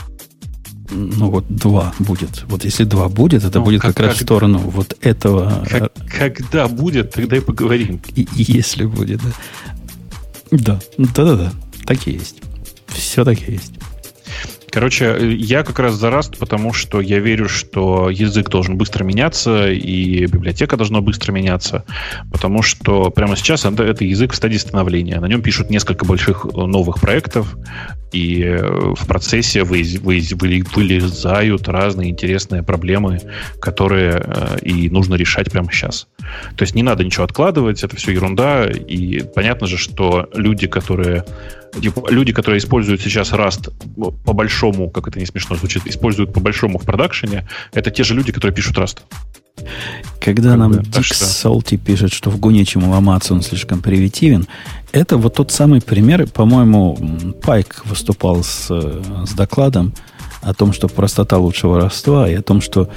Speaker 1: 2 будет. Вот если 2 будет, это будет как раз в сторону вот этого.
Speaker 2: Когда будет, тогда и поговорим.
Speaker 1: И если будет, да. Да. Так и есть. Все так и есть.
Speaker 2: Короче, я как раз за Rust, потому что я верю, что язык должен быстро меняться, и библиотека должна быстро меняться, потому что прямо сейчас это язык в стадии становления. На нем пишут несколько больших новых проектов, и в процессе вылезают разные интересные проблемы, которые и нужно решать прямо сейчас. То есть не надо ничего откладывать, это все ерунда, и понятно же, что люди, которые используют сейчас Rust по-большому, как это не смешно звучит, используют по-большому в продакшене, это те же люди, которые пишут Rust.
Speaker 1: Когда нам Дик Солти пишет, что в Go нечему ломаться, он слишком примитивен, это вот тот самый пример, по-моему, Пайк выступал с докладом о том, что простота лучше воровства, и о том, что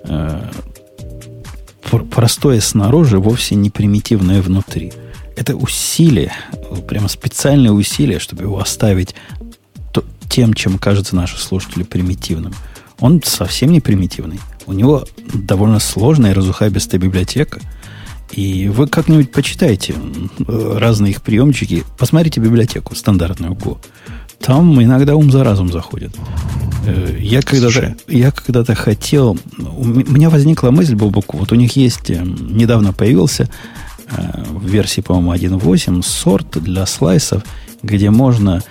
Speaker 1: простое снаружи вовсе не примитивное внутри. Это усилие, прямо специальное усилие, чтобы его оставить тем, чем кажется наши слушатели примитивным. Он совсем не примитивный. У него довольно сложная разухабистая библиотека. И вы как-нибудь почитайте разные их приемчики. Посмотрите библиотеку стандартную Go. Там иногда ум за разум заходит. Я когда-то хотел... У меня возникла мысль, Бобуку, вот у них есть... Недавно появился в версии, по-моему, 1.8 сорт для слайсов, где можно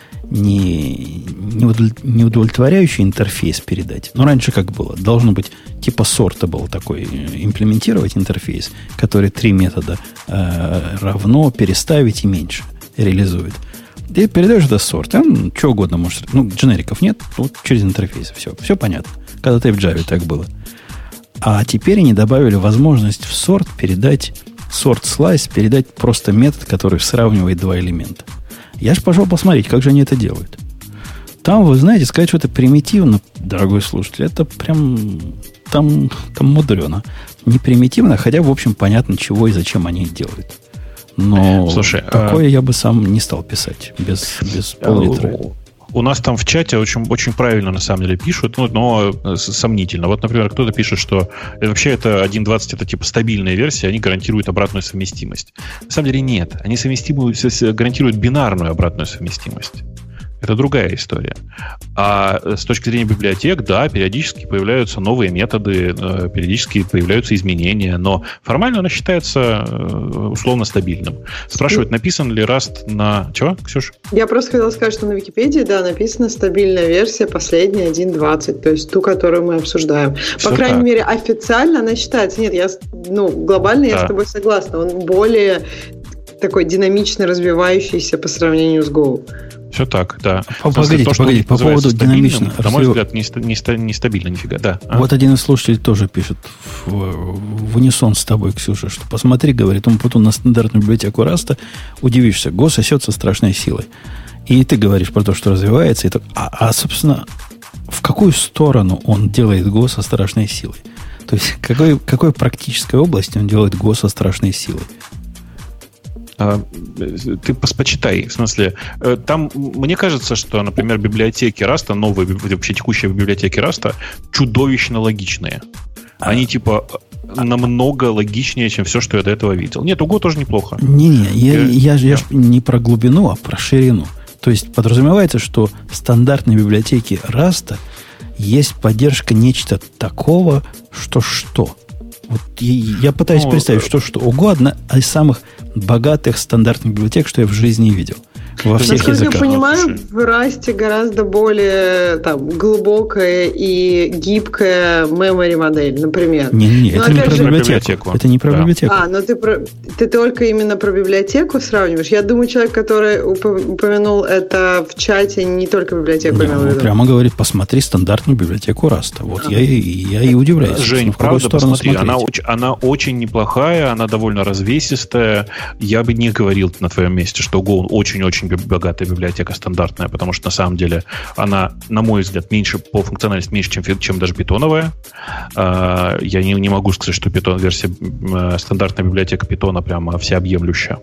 Speaker 1: не удовлетворяющий интерфейс передать. Но раньше как было? Должно быть типа сорта был такой, имплементировать интерфейс, который 3 метода равно, переставить и меньше реализует. Ты передаешь это сорт, он что угодно может... дженериков нет, вот через интерфейс. Все понятно. Когда-то и в Java так было. А теперь они добавили возможность в сорт передать sort-slice, передать просто метод, который сравнивает 2 элемента. Я же пошел посмотреть, как же они это делают. Там, вы знаете, сказать, что это примитивно, дорогой слушатель, это прям там мудрено. Не примитивно, хотя, в общем, понятно, чего и зачем они делают. Но
Speaker 2: слушай,
Speaker 1: такое я бы сам не стал писать без пол-литра.
Speaker 2: У нас там в чате очень правильно на самом деле пишут, но сомнительно. Вот, например, кто-то пишет, что вообще это 1.20 это типа стабильная версия, они гарантируют обратную совместимость. На самом деле нет. Они гарантируют бинарную обратную совместимость. Это другая история. А с точки зрения библиотек, да, периодически появляются новые методы, периодически появляются изменения, но формально она считается условно стабильным. Спрашивают, написан ли Rust на... Чего, Ксюш?
Speaker 4: Я просто хотела сказать, что на Википедии, да, написана стабильная версия, последняя 1.20, то есть ту, которую мы обсуждаем. По крайней мере, официально она считается. Нет, глобально я с тобой согласна. Он более такой динамично развивающийся по сравнению с Go.
Speaker 2: Все так, да.
Speaker 1: Погодите, по поводу динамично.
Speaker 2: На мой взгляд, нестабильно нифига, да.
Speaker 1: Вот один из слушателей тоже пишет в унисон с тобой, Ксюша, что посмотри, говорит, он потом на стандартную библиотеку Раста, удивишься, Go сосется страшной силой. И ты говоришь про то, что развивается. А собственно, в какую сторону он делает Go со страшной силой? То есть, какой практической области он делает Go со страшной силой?
Speaker 2: Ты почитай. В смысле, там, мне кажется, что, например, библиотеки Раста, новые, вообще текущие библиотеки Раста, чудовищно логичные. Они, типа, намного логичнее, чем все, что я до этого видел. Нет, у Go тоже неплохо.
Speaker 1: Я же не про глубину, а про ширину. То есть, подразумевается, что в стандартной библиотеке Раста есть поддержка нечто такого, что. Вот я пытаюсь представить, что у Go одна из самых богатых стандартных библиотек, что я в жизни видел. Во всех языках.
Speaker 4: Насколько я понимаю, в Расте гораздо более глубокая и гибкая memory модель, например.
Speaker 1: Не, это не про библиотеку. Это не про библиотеку.
Speaker 4: Но ты только именно про библиотеку сравниваешь? Я думаю, человек, который упомянул это в чате, не только библиотеку имел в виду.
Speaker 1: Прямо говорит, посмотри стандартную библиотеку Раста. Вот я и удивляюсь.
Speaker 2: Жень, правда, посмотри, она очень неплохая, она довольно развесистая. Я бы не говорил на твоем месте, что Go очень-очень богатая библиотека стандартная, потому что на самом деле она, на мой взгляд, меньше по функциональности меньше, чем даже питоновая. Я не могу сказать, что версия стандартная библиотека питона прямо всеобъемлющая.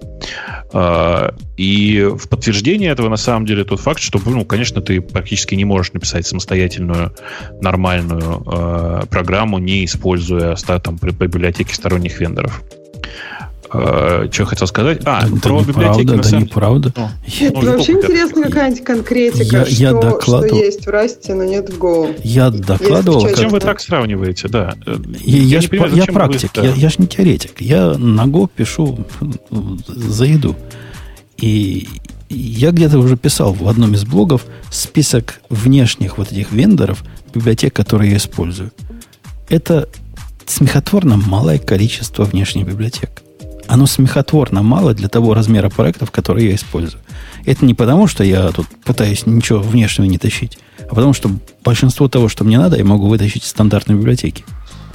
Speaker 2: И в подтверждение этого на самом деле тот факт, что, конечно, ты практически не можешь написать самостоятельную нормальную программу, не используя библиотеки сторонних вендоров. Что я хотел сказать? Про библиотеки, на самом деле.
Speaker 1: Неправда.
Speaker 4: Вообще интересно какая-нибудь конкретика, что есть в Расте, но нет в Go.
Speaker 1: Я докладывал.
Speaker 2: Зачем вы так сравниваете? Да.
Speaker 1: Я практик, я же не теоретик. Я на Go пишу за еду. И я где-то уже писал в одном из блогов список внешних вот этих вендоров, библиотек, которые я использую. Это смехотворно малое количество внешних библиотек. Оно смехотворно мало для того размера проектов, которые я использую. Это не потому, что я тут пытаюсь ничего внешнего не тащить, а потому что большинство того, что мне надо, я могу вытащить из стандартной библиотеки.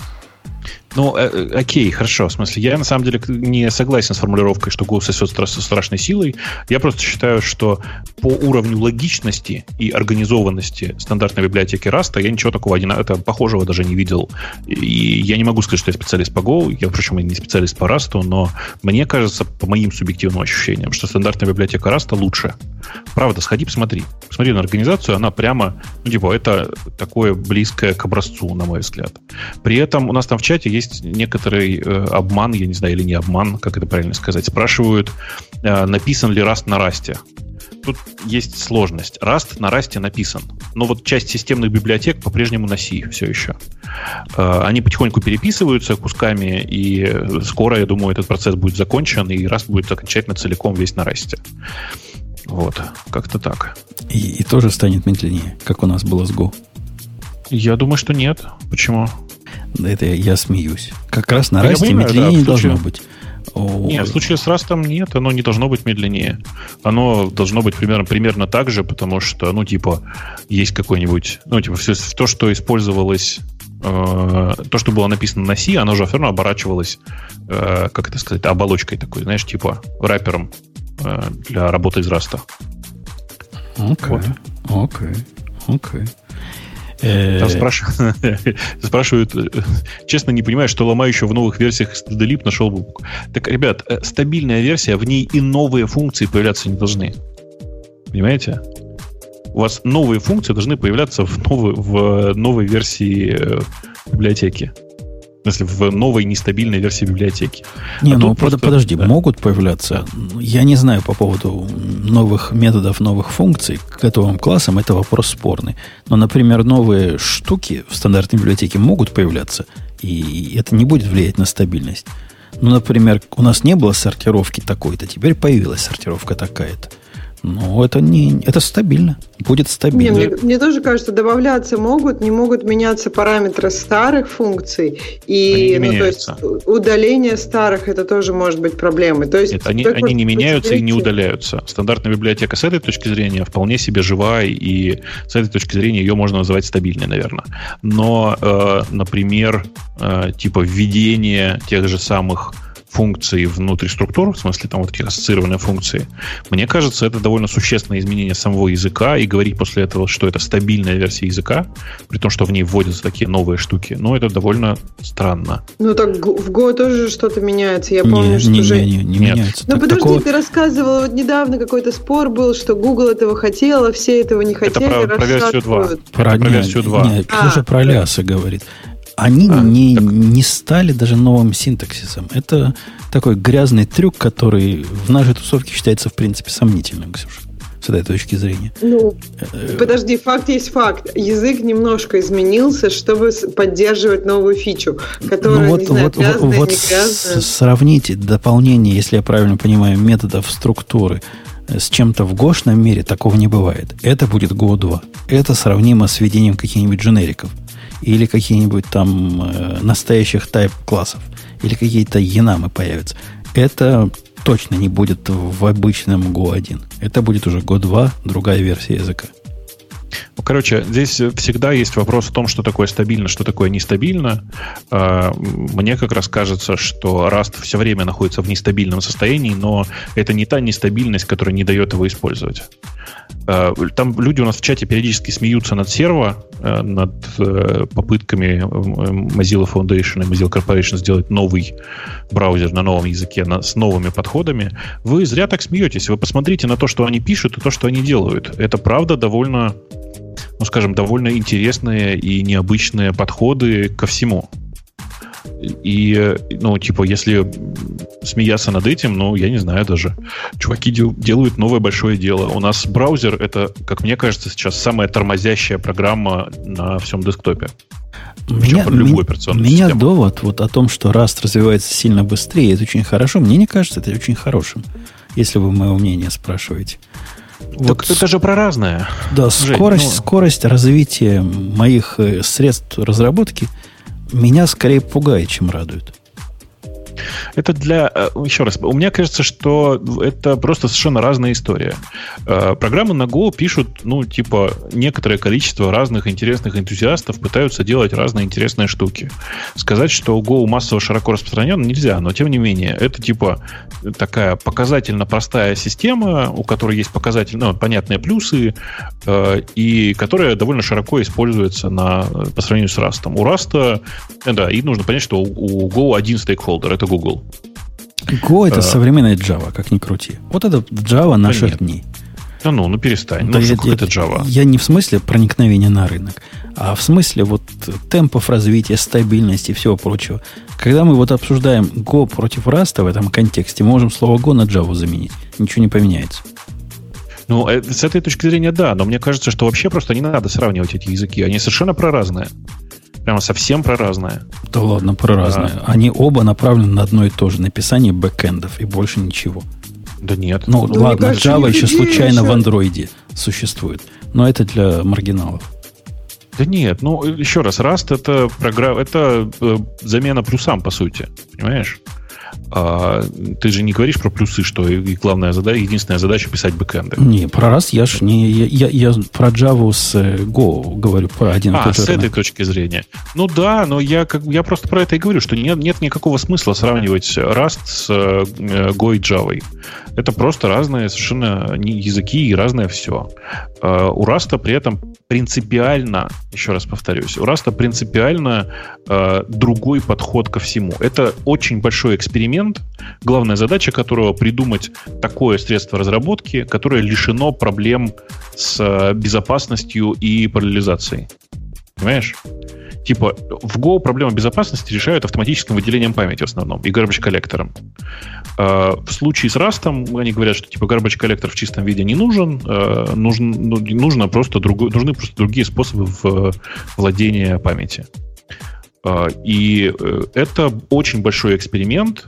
Speaker 2: Окей, хорошо. В смысле, я на самом деле не согласен с формулировкой, что Go сосет со страшной силой. Я просто считаю, что по уровню логичности и организованности стандартной библиотеки Rust я ничего такого похожего даже не видел. И я не могу сказать, что я специалист по Go. Я, впрочем, и не специалист по Rust, но мне кажется, по моим субъективным ощущениям, что стандартная библиотека Rust лучше. Правда, сходи, посмотри. Посмотри на организацию, она прямо, это такое близкое к образцу, на мой взгляд. При этом у нас там в чате есть некоторый обман, я не знаю, или не обман, как это правильно сказать. Спрашивают, написан ли Rust на Rust. Тут есть сложность. Rust на Rust написан. Но вот часть системных библиотек по-прежнему на C все еще. Они потихоньку переписываются кусками, и скоро, я думаю, этот процесс будет закончен, и Rust будет окончательно целиком весь на Rust. Вот, как-то так.
Speaker 1: И тоже станет медленнее, как у нас было с Go.
Speaker 2: Я думаю, что нет. Почему?
Speaker 1: Это я смеюсь. Как раз на Расте медленнее не должно быть.
Speaker 2: Нет, в случае с Растом нет, оно не должно быть медленнее. Оно должно быть примерно так же, потому что, есть какой-нибудь... все то, что использовалось... то, что было написано на C, оно же все равно оборачивалось, как это сказать, оболочкой такой, знаешь, рэпером для работы из Раста.
Speaker 1: Окей.
Speaker 2: Спрашивают, честно, не понимаю, что ломаю еще в новых версиях StdLib нашел бы. Так, ребят, стабильная версия, в ней и новые функции появляться не должны. Понимаете? У вас новые функции должны появляться в новой версии библиотеки. В смысле, в новой нестабильной версии библиотеки.
Speaker 1: Подожди, да. Могут появляться. Я не знаю по поводу новых методов, новых функций к готовым классам, это вопрос спорный. Но, например, новые штуки в стандартной библиотеке могут появляться, и это не будет влиять на стабильность. Ну, например, у нас не было сортировки такой-то, теперь появилась сортировка такая-то. Ну, это стабильно. Будет стабильно.
Speaker 4: Мне тоже кажется, добавляться могут, не могут меняться параметры старых функций. И то есть удаление старых это тоже может быть проблемой. То есть,
Speaker 2: нет, они не меняются и не удаляются. Стандартная библиотека с этой точки зрения вполне себе жива, и с этой точки зрения ее можно называть стабильной, наверное. Но, например, типа введение тех же самых функции внутри структур, в смысле там вот такие ассоциированные функции, мне кажется, это довольно существенное изменение самого языка, и говорить после этого, что это стабильная версия языка, при том, что в ней вводятся такие новые штуки, это довольно странно.
Speaker 4: Ну так в Go тоже что-то меняется. Я помню, что
Speaker 1: не меняется.
Speaker 4: Ну подожди, ты рассказывал, вот недавно какой-то спор был, что Google этого хотел, а все этого не хотели.
Speaker 2: Это про версию 2.
Speaker 1: Про версию 2. Нет, Ксюша про лясы говорит. Они не стали даже новым синтаксисом. Это такой грязный трюк, который в нашей тусовке считается, в принципе, сомнительным, Ксюша, с этой точки зрения.
Speaker 4: Подожди, факт есть факт. Язык немножко изменился, чтобы поддерживать новую фичу, которая, грязная, не грязная.
Speaker 1: Сравните дополнение, если я правильно понимаю, методов структуры с чем-то в гошном мире, такого не бывает. Это будет Go 2. Это сравнимо с введением каких-нибудь дженериков. Или каких-нибудь там настоящих тайп-классов. Или какие-то енамы появятся. Это точно не будет в обычном Go 1. Это будет уже Go 2, другая версия языка.
Speaker 2: Короче, здесь всегда есть вопрос о том, что такое стабильно, что такое нестабильно. Мне как раз кажется, что Rust все время находится в нестабильном состоянии, но это не та нестабильность, которая не дает его использовать. Там люди у нас в чате периодически смеются над серво, над попытками Mozilla Foundation и Mozilla Corporation сделать новый браузер на новом языке с новыми подходами. Вы зря так смеетесь. Вы посмотрите на то, что они пишут, и то, что они делают. Это правда довольно, довольно интересные и необычные подходы ко всему. И, если смеяться над этим, я не знаю даже. Чуваки делают новое большое дело. У нас браузер — это, как мне кажется, сейчас самая тормозящая программа на всем десктопе. Любой операционной системы.
Speaker 1: Меня довод о том, что Rust развивается сильно быстрее, это очень хорошо. Мне не кажется это очень хорошим, если вы моего мнения спрашиваете.
Speaker 2: Так это же про разное.
Speaker 1: Да, Жень, скорость развития моих средств разработки меня скорее пугает, чем радует.
Speaker 2: Это еще раз, у меня кажется, что это просто совершенно разная история. Программы на Go пишут, некоторое количество разных интересных энтузиастов пытаются делать разные интересные штуки. Сказать, что Go массово широко распространен, нельзя, но тем не менее, это такая показательно простая система, у которой есть понятные плюсы, и которая довольно широко используется по сравнению с Rust. У Rust, и нужно понять, что у Go один стейкхолдер — это Google.
Speaker 1: Go — это современная Java, как ни крути. Вот это Java наших дней.
Speaker 2: Перестань. Это Java.
Speaker 1: Я не в смысле проникновения на рынок, а в смысле темпов развития, стабильности и всего прочего. Когда мы обсуждаем Go против Rust в этом контексте, мы можем слово Go на Java заменить. Ничего не поменяется.
Speaker 2: С этой точки зрения, да, но мне кажется, что вообще просто не надо сравнивать эти языки. Они совершенно проразные. Прямо совсем проразные.
Speaker 1: Да ладно, проразные. Они оба направлены на одно и то же. Написание бэкэндов и больше ничего.
Speaker 2: Да нет.
Speaker 1: Ладно, кажется, Java еще случайно в андроиде существует. Но это для маргиналов.
Speaker 2: Да нет, еще раз, Rust это замена плюсам, по сути. Понимаешь? Ты же не говоришь про плюсы, что единственная задача писать бэкэнды.
Speaker 1: Не, про Rust я про Java с Go говорю, про один и тот же.
Speaker 2: С этой точки зрения. Но я просто про это и говорю, что нет никакого смысла сравнивать Rust с Go и Java. Это просто разные совершенно языки и разное все. У Rust при этом принципиально, еще раз повторюсь, у Rust принципиально другой подход ко всему. Это очень большой эксперимент эксперимент, главная задача которого придумать такое средство разработки, которое лишено проблем с безопасностью и параллелизацией. Понимаешь? Типа, в Go проблему безопасности решают автоматическим выделением памяти в основном и garbage коллектором. В случае с Rust они говорят, что типа garbage коллектор в чистом виде не нужен, нужны просто другие способы владения памяти. И это очень большой эксперимент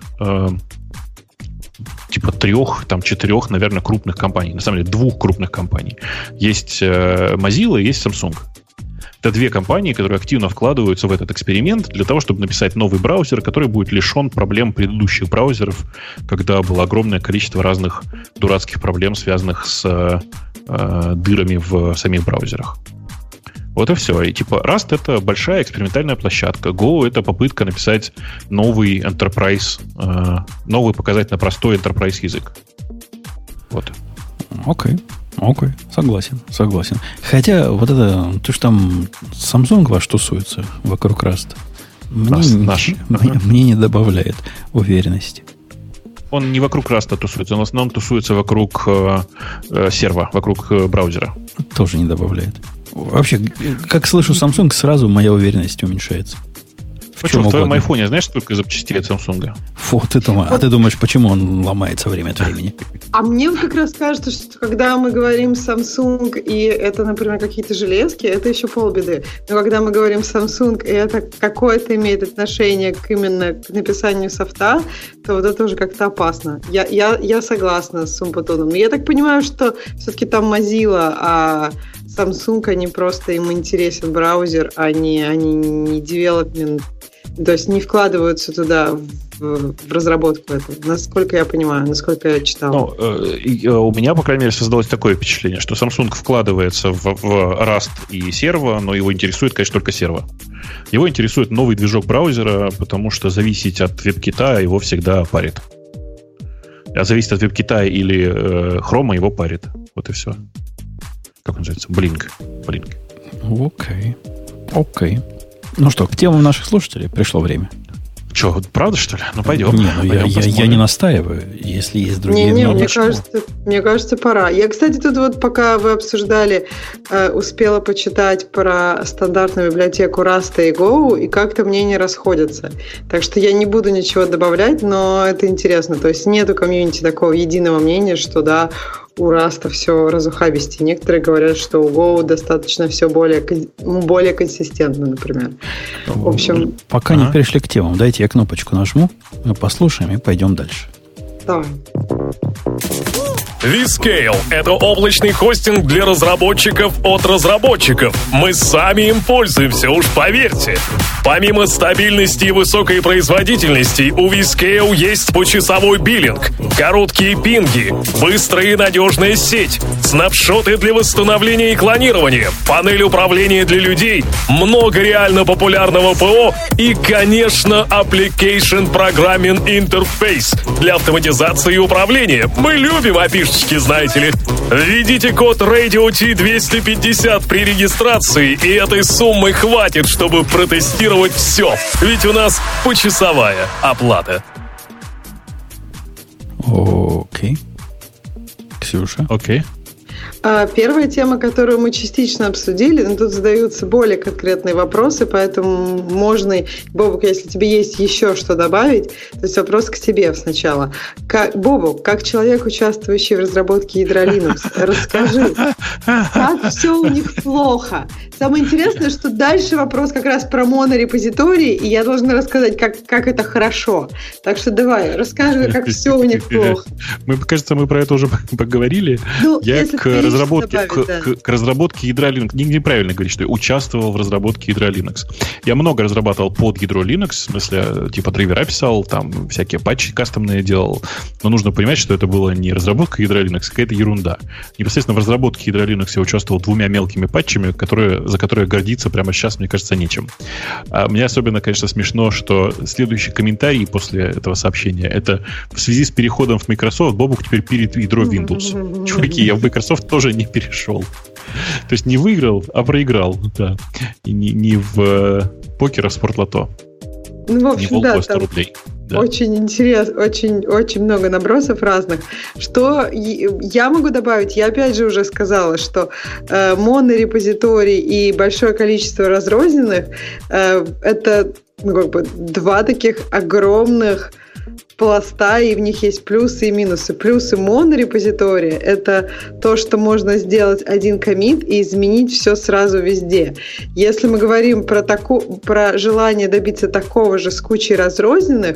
Speaker 2: типа 3-4, наверное, крупных компаний. На самом деле 2 крупных компаний. Есть Mozilla и есть Samsung. Это 2 компании, которые активно вкладываются в этот эксперимент для того, чтобы написать новый браузер, который будет лишен проблем предыдущих браузеров, когда было огромное количество разных дурацких проблем, связанных с дырами в самих браузерах. Вот и все. И типа Rust — это большая экспериментальная площадка. Go — это попытка написать новый enterprise, новый показательно простой enterprise язык. Вот.
Speaker 1: Окей, согласен. Хотя вот это, то, что там Samsung ваш тусуется вокруг Rust, мне не добавляет уверенности.
Speaker 2: Он не вокруг Rust тусуется, он в основном тусуется вокруг сервера, вокруг браузера. Тоже не добавляет.
Speaker 1: Вообще, как слышу Samsung, сразу моя уверенность уменьшается.
Speaker 2: Почему? В твоем айфоне знаешь, сколько запчастей от Samsung?
Speaker 1: А ты думаешь, почему он ломается время от времени?
Speaker 4: А мне как раз кажется, что когда мы говорим Samsung, и это, например, какие-то железки, это еще полбеды. Но когда мы говорим Samsung, и это какое-то имеет отношение именно к написанию софта, то вот это уже как-то опасно. Я согласна с Умпутуном. Но я так понимаю, что все-таки там Mozilla, а Samsung, они просто, им интересен браузер, они не development, то есть не вкладываются туда в разработку этого, насколько я понимаю, насколько я читал.
Speaker 2: У меня, по крайней мере, создалось такое впечатление, что Samsung вкладывается в Rust и Servo, но его интересует, конечно, только Servo. Его интересует новый движок браузера, потому что зависеть от веб-кита его всегда парит. А зависеть от веб-кита или Chrome его парит. Вот и все. Как он называется? Blink.
Speaker 1: Окей. Ну что, к темам наших слушателей пришло время.
Speaker 2: Что, правда, что ли? Ну, пойдем.
Speaker 1: Я не настаиваю, если есть другие мнения.
Speaker 4: Мне кажется, пора. Я, кстати, тут вот пока вы обсуждали, успела почитать про стандартную библиотеку Rust и Go, и как-то мнения расходятся. Так что я не буду ничего добавлять, но это интересно. То есть нету комьюнити такого единого мнения, что да, у Rust все разухабисти. Некоторые говорят, что у Go достаточно все более консистентно, например. В общем...
Speaker 1: Пока не перешли к темам, дайте я кнопочку нажму, мы послушаем и пойдем дальше.
Speaker 4: Давай.
Speaker 6: vScale – это облачный хостинг для разработчиков от разработчиков. Мы сами им пользуемся, уж поверьте. Помимо стабильности и высокой производительности, у vScale есть почасовой биллинг, короткие пинги, быстрая и надежная сеть, снапшоты для восстановления и клонирования, панель управления для людей, много реально популярного ПО и, конечно, Application Programming Interface для автоматизации и управления. Мы любим опишечки, знаете ли. Введите код RadioT250 при регистрации, и этой суммы хватит, чтобы протестировать все. Ведь у нас почасовая оплата.
Speaker 1: Окей. Ксюша?
Speaker 2: Окей.
Speaker 4: Первая тема, которую мы частично обсудили, но тут задаются более конкретные вопросы, поэтому можно, Бобук, если тебе есть еще что добавить, то есть вопрос к тебе сначала. Бобук, как человек, участвующий в разработке ядра Linux, расскажи, как все у них плохо. Самое интересное, что дальше вопрос как раз про монорепозитории, и я должна рассказать, как это хорошо. Так что давай, расскажи, как все у них плохо.
Speaker 2: Кажется, мы про это уже поговорили. Я к разработке ядра Linux. Неправильно говорить, что я участвовал в разработке ядра Linux. Я много разрабатывал под ядро Linux, в смысле, типа драйвера писал, там всякие патчи кастомные делал. Но нужно понимать, что это была не разработка ядра Linux, какая-то ерунда. Непосредственно в разработке ядра Linux я участвовал 2 мелкими патчами, за которые гордиться прямо сейчас, мне кажется, нечем. А мне особенно, конечно, смешно, что следующий комментарий после этого сообщения — это в связи с переходом в Microsoft Бобук теперь пилит ядро Windows. Чуваки, я в Microsoft тоже не перешел. То есть не выиграл, а проиграл. Да. И не в покер, а в спортлото.
Speaker 4: Ну, в общем,
Speaker 2: не в 100 рублей.
Speaker 4: очень интересно, очень много набросов разных. Что я могу добавить? Я опять же уже сказала, что монорепозиторий и большое количество разрозненных это два таких огромных пласта, и в них есть плюсы и минусы. Плюсы монорепозитория — это то, что можно сделать один коммит и изменить все сразу везде. Если мы говорим про желание добиться такого же с кучей разрозненных,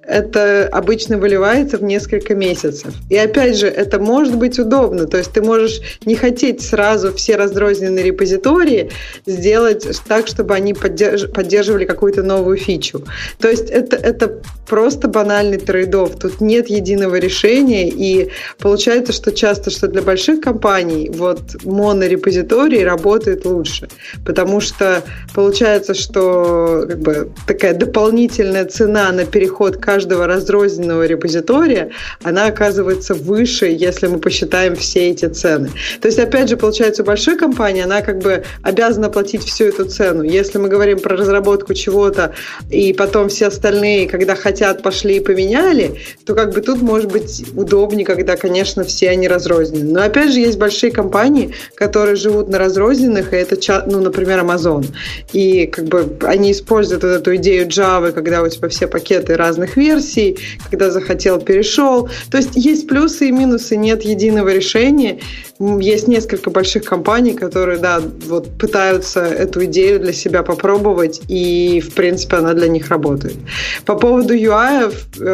Speaker 4: это обычно выливается в несколько месяцев. И опять же, это может быть удобно. То есть ты можешь не хотеть сразу все разрозненные репозитории сделать так, чтобы они поддерживали какую-то новую фичу. То есть это просто банальный трейд-офф. Тут нет единого решения, и получается, что часто, что для больших компаний вот монорепозиторий работает лучше, потому что получается, что как бы такая дополнительная цена на переход каждого разрозненного репозитория, она оказывается выше, если мы посчитаем все эти цены. То есть, опять же, получается, у большой компании она как бы обязана платить всю эту цену. Если мы говорим про разработку чего-то, и потом все остальные, когда хотят, пошли и поменяли, то как бы тут может быть удобнее, когда, конечно, все они разрознены. Но опять же, есть большие компании, которые живут на разрозненных, и это, например, Amazon. И как бы они используют вот эту идею Java, когда у тебя все пакеты разных версий, когда захотел, перешел. То есть есть плюсы и минусы, нет единого решения. Есть несколько больших компаний, которые, вот пытаются эту идею для себя попробовать, и, в принципе, она для них работает. По поводу UI,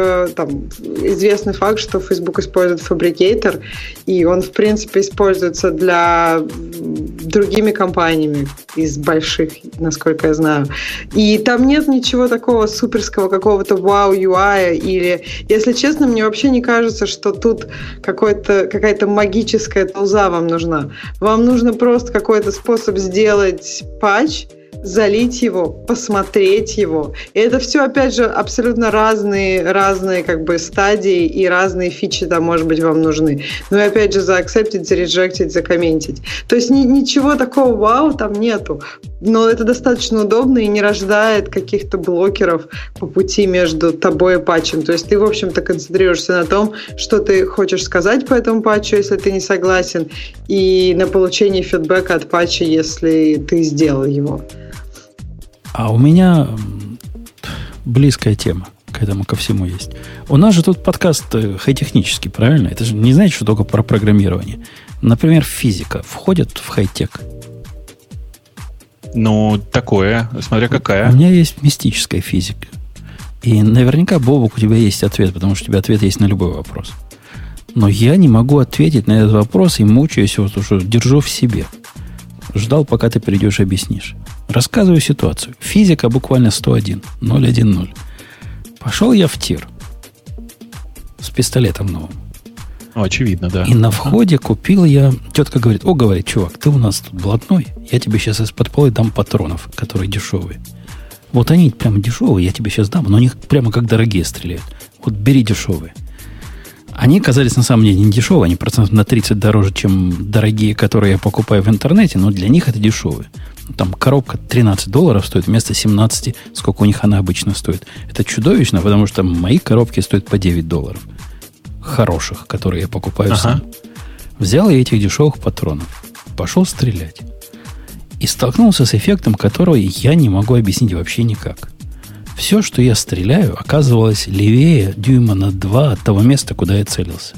Speaker 4: там известный факт, что Facebook использует Fabricator, и он, в принципе, используется для другими компаниями из больших, насколько я знаю. И там нет ничего такого суперского, какого-то вау UI, или, если честно, мне вообще не кажется, что тут какая-то магическая тулза вам нужна. Вам нужно просто какой-то способ сделать патч, залить его, посмотреть его. И это все, опять же, абсолютно разные как бы стадии и разные фичи там, может быть, вам нужны. Ну и опять же, заакцептить, зарежектить, закомментить. То есть ничего такого вау там нету. Но это достаточно удобно и не рождает каких-то блокеров по пути между тобой и патчем. То есть ты, в общем-то, концентрируешься на том, что ты хочешь сказать по этому патчу, если ты не согласен, и на получении фидбэка от патча, если ты сделал его.
Speaker 1: А у меня близкая тема к этому ко всему есть. У нас же тут подкаст хай-технический, правильно? Это же не значит, что только про программирование. Например, физика входит в хай-тек?
Speaker 2: Ну, такое, смотря какая.
Speaker 1: У меня есть мистическая физика. И наверняка, Бобук, у тебя есть ответ, потому что у тебя ответ есть на любой вопрос. Но я не могу ответить на этот вопрос и мучаюсь, вот уже держу в себе. Ждал, пока ты придешь и объяснишь. Рассказываю ситуацию. Физика буквально 101, 010. Пошел я в тир с пистолетом новым.
Speaker 2: Очевидно, да.
Speaker 1: И на входе купил я... Тетка говорит, говорит, чувак, ты у нас тут блатной, я тебе сейчас из-под пола дам патронов, которые дешевые. Вот они прямо дешевые, я тебе сейчас дам, но они прямо как дорогие стреляют. Вот бери дешевые. Они оказались на самом деле не дешевые, они процентов на 30 дороже, чем дорогие, которые я покупаю в интернете, но для них это дешевые. Там коробка $13 стоит вместо 17, сколько у них она обычно стоит. Это чудовищно, потому что мои коробки стоят по $9. Хороших, которые я покупаю сам. Взял я этих дешевых патронов, пошел стрелять. И столкнулся с эффектом, который я не могу объяснить вообще никак. Все, что я стреляю, оказывалось левее дюйма на 2 от того места, куда я целился.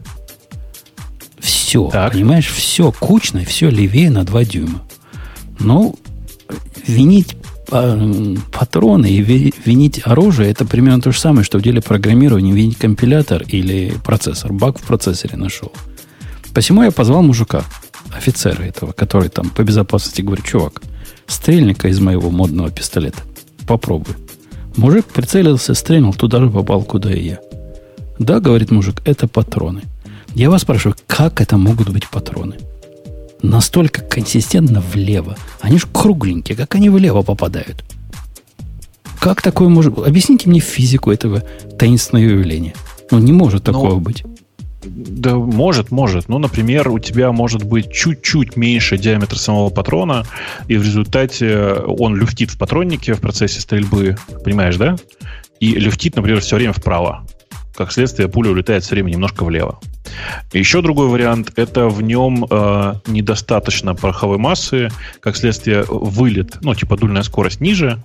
Speaker 1: Все, понимаешь, все кучно, все левее на 2 дюйма. Ну, винить патроны и винить оружие, это примерно то же самое, что в деле программирования винить компилятор или процессор. Баг в процессоре нашел. Посему я позвал мужика, офицера этого, который там по безопасности говорит, чувак, стрельни-ка из моего модного пистолета. Попробуй. Мужик прицелился, стрельнул, туда же попал, куда и я. Да, говорит мужик, это патроны. Я вас спрашиваю, как это могут быть патроны? Настолько консистентно влево. Они же кругленькие, как они влево попадают? Как такое может... Объясните мне физику этого таинственного явления. Ну, не может такого быть.
Speaker 2: Да, может. Ну, например, у тебя может быть чуть-чуть меньше диаметр самого патрона, и в результате он люфтит в патроннике в процессе стрельбы. Понимаешь, да? и люфтит, например, все время вправо. Как следствие, пуля улетает все время немножко влево. Еще другой вариант – это в нем недостаточно пороховой массы, как следствие вылет, дульная скорость ниже,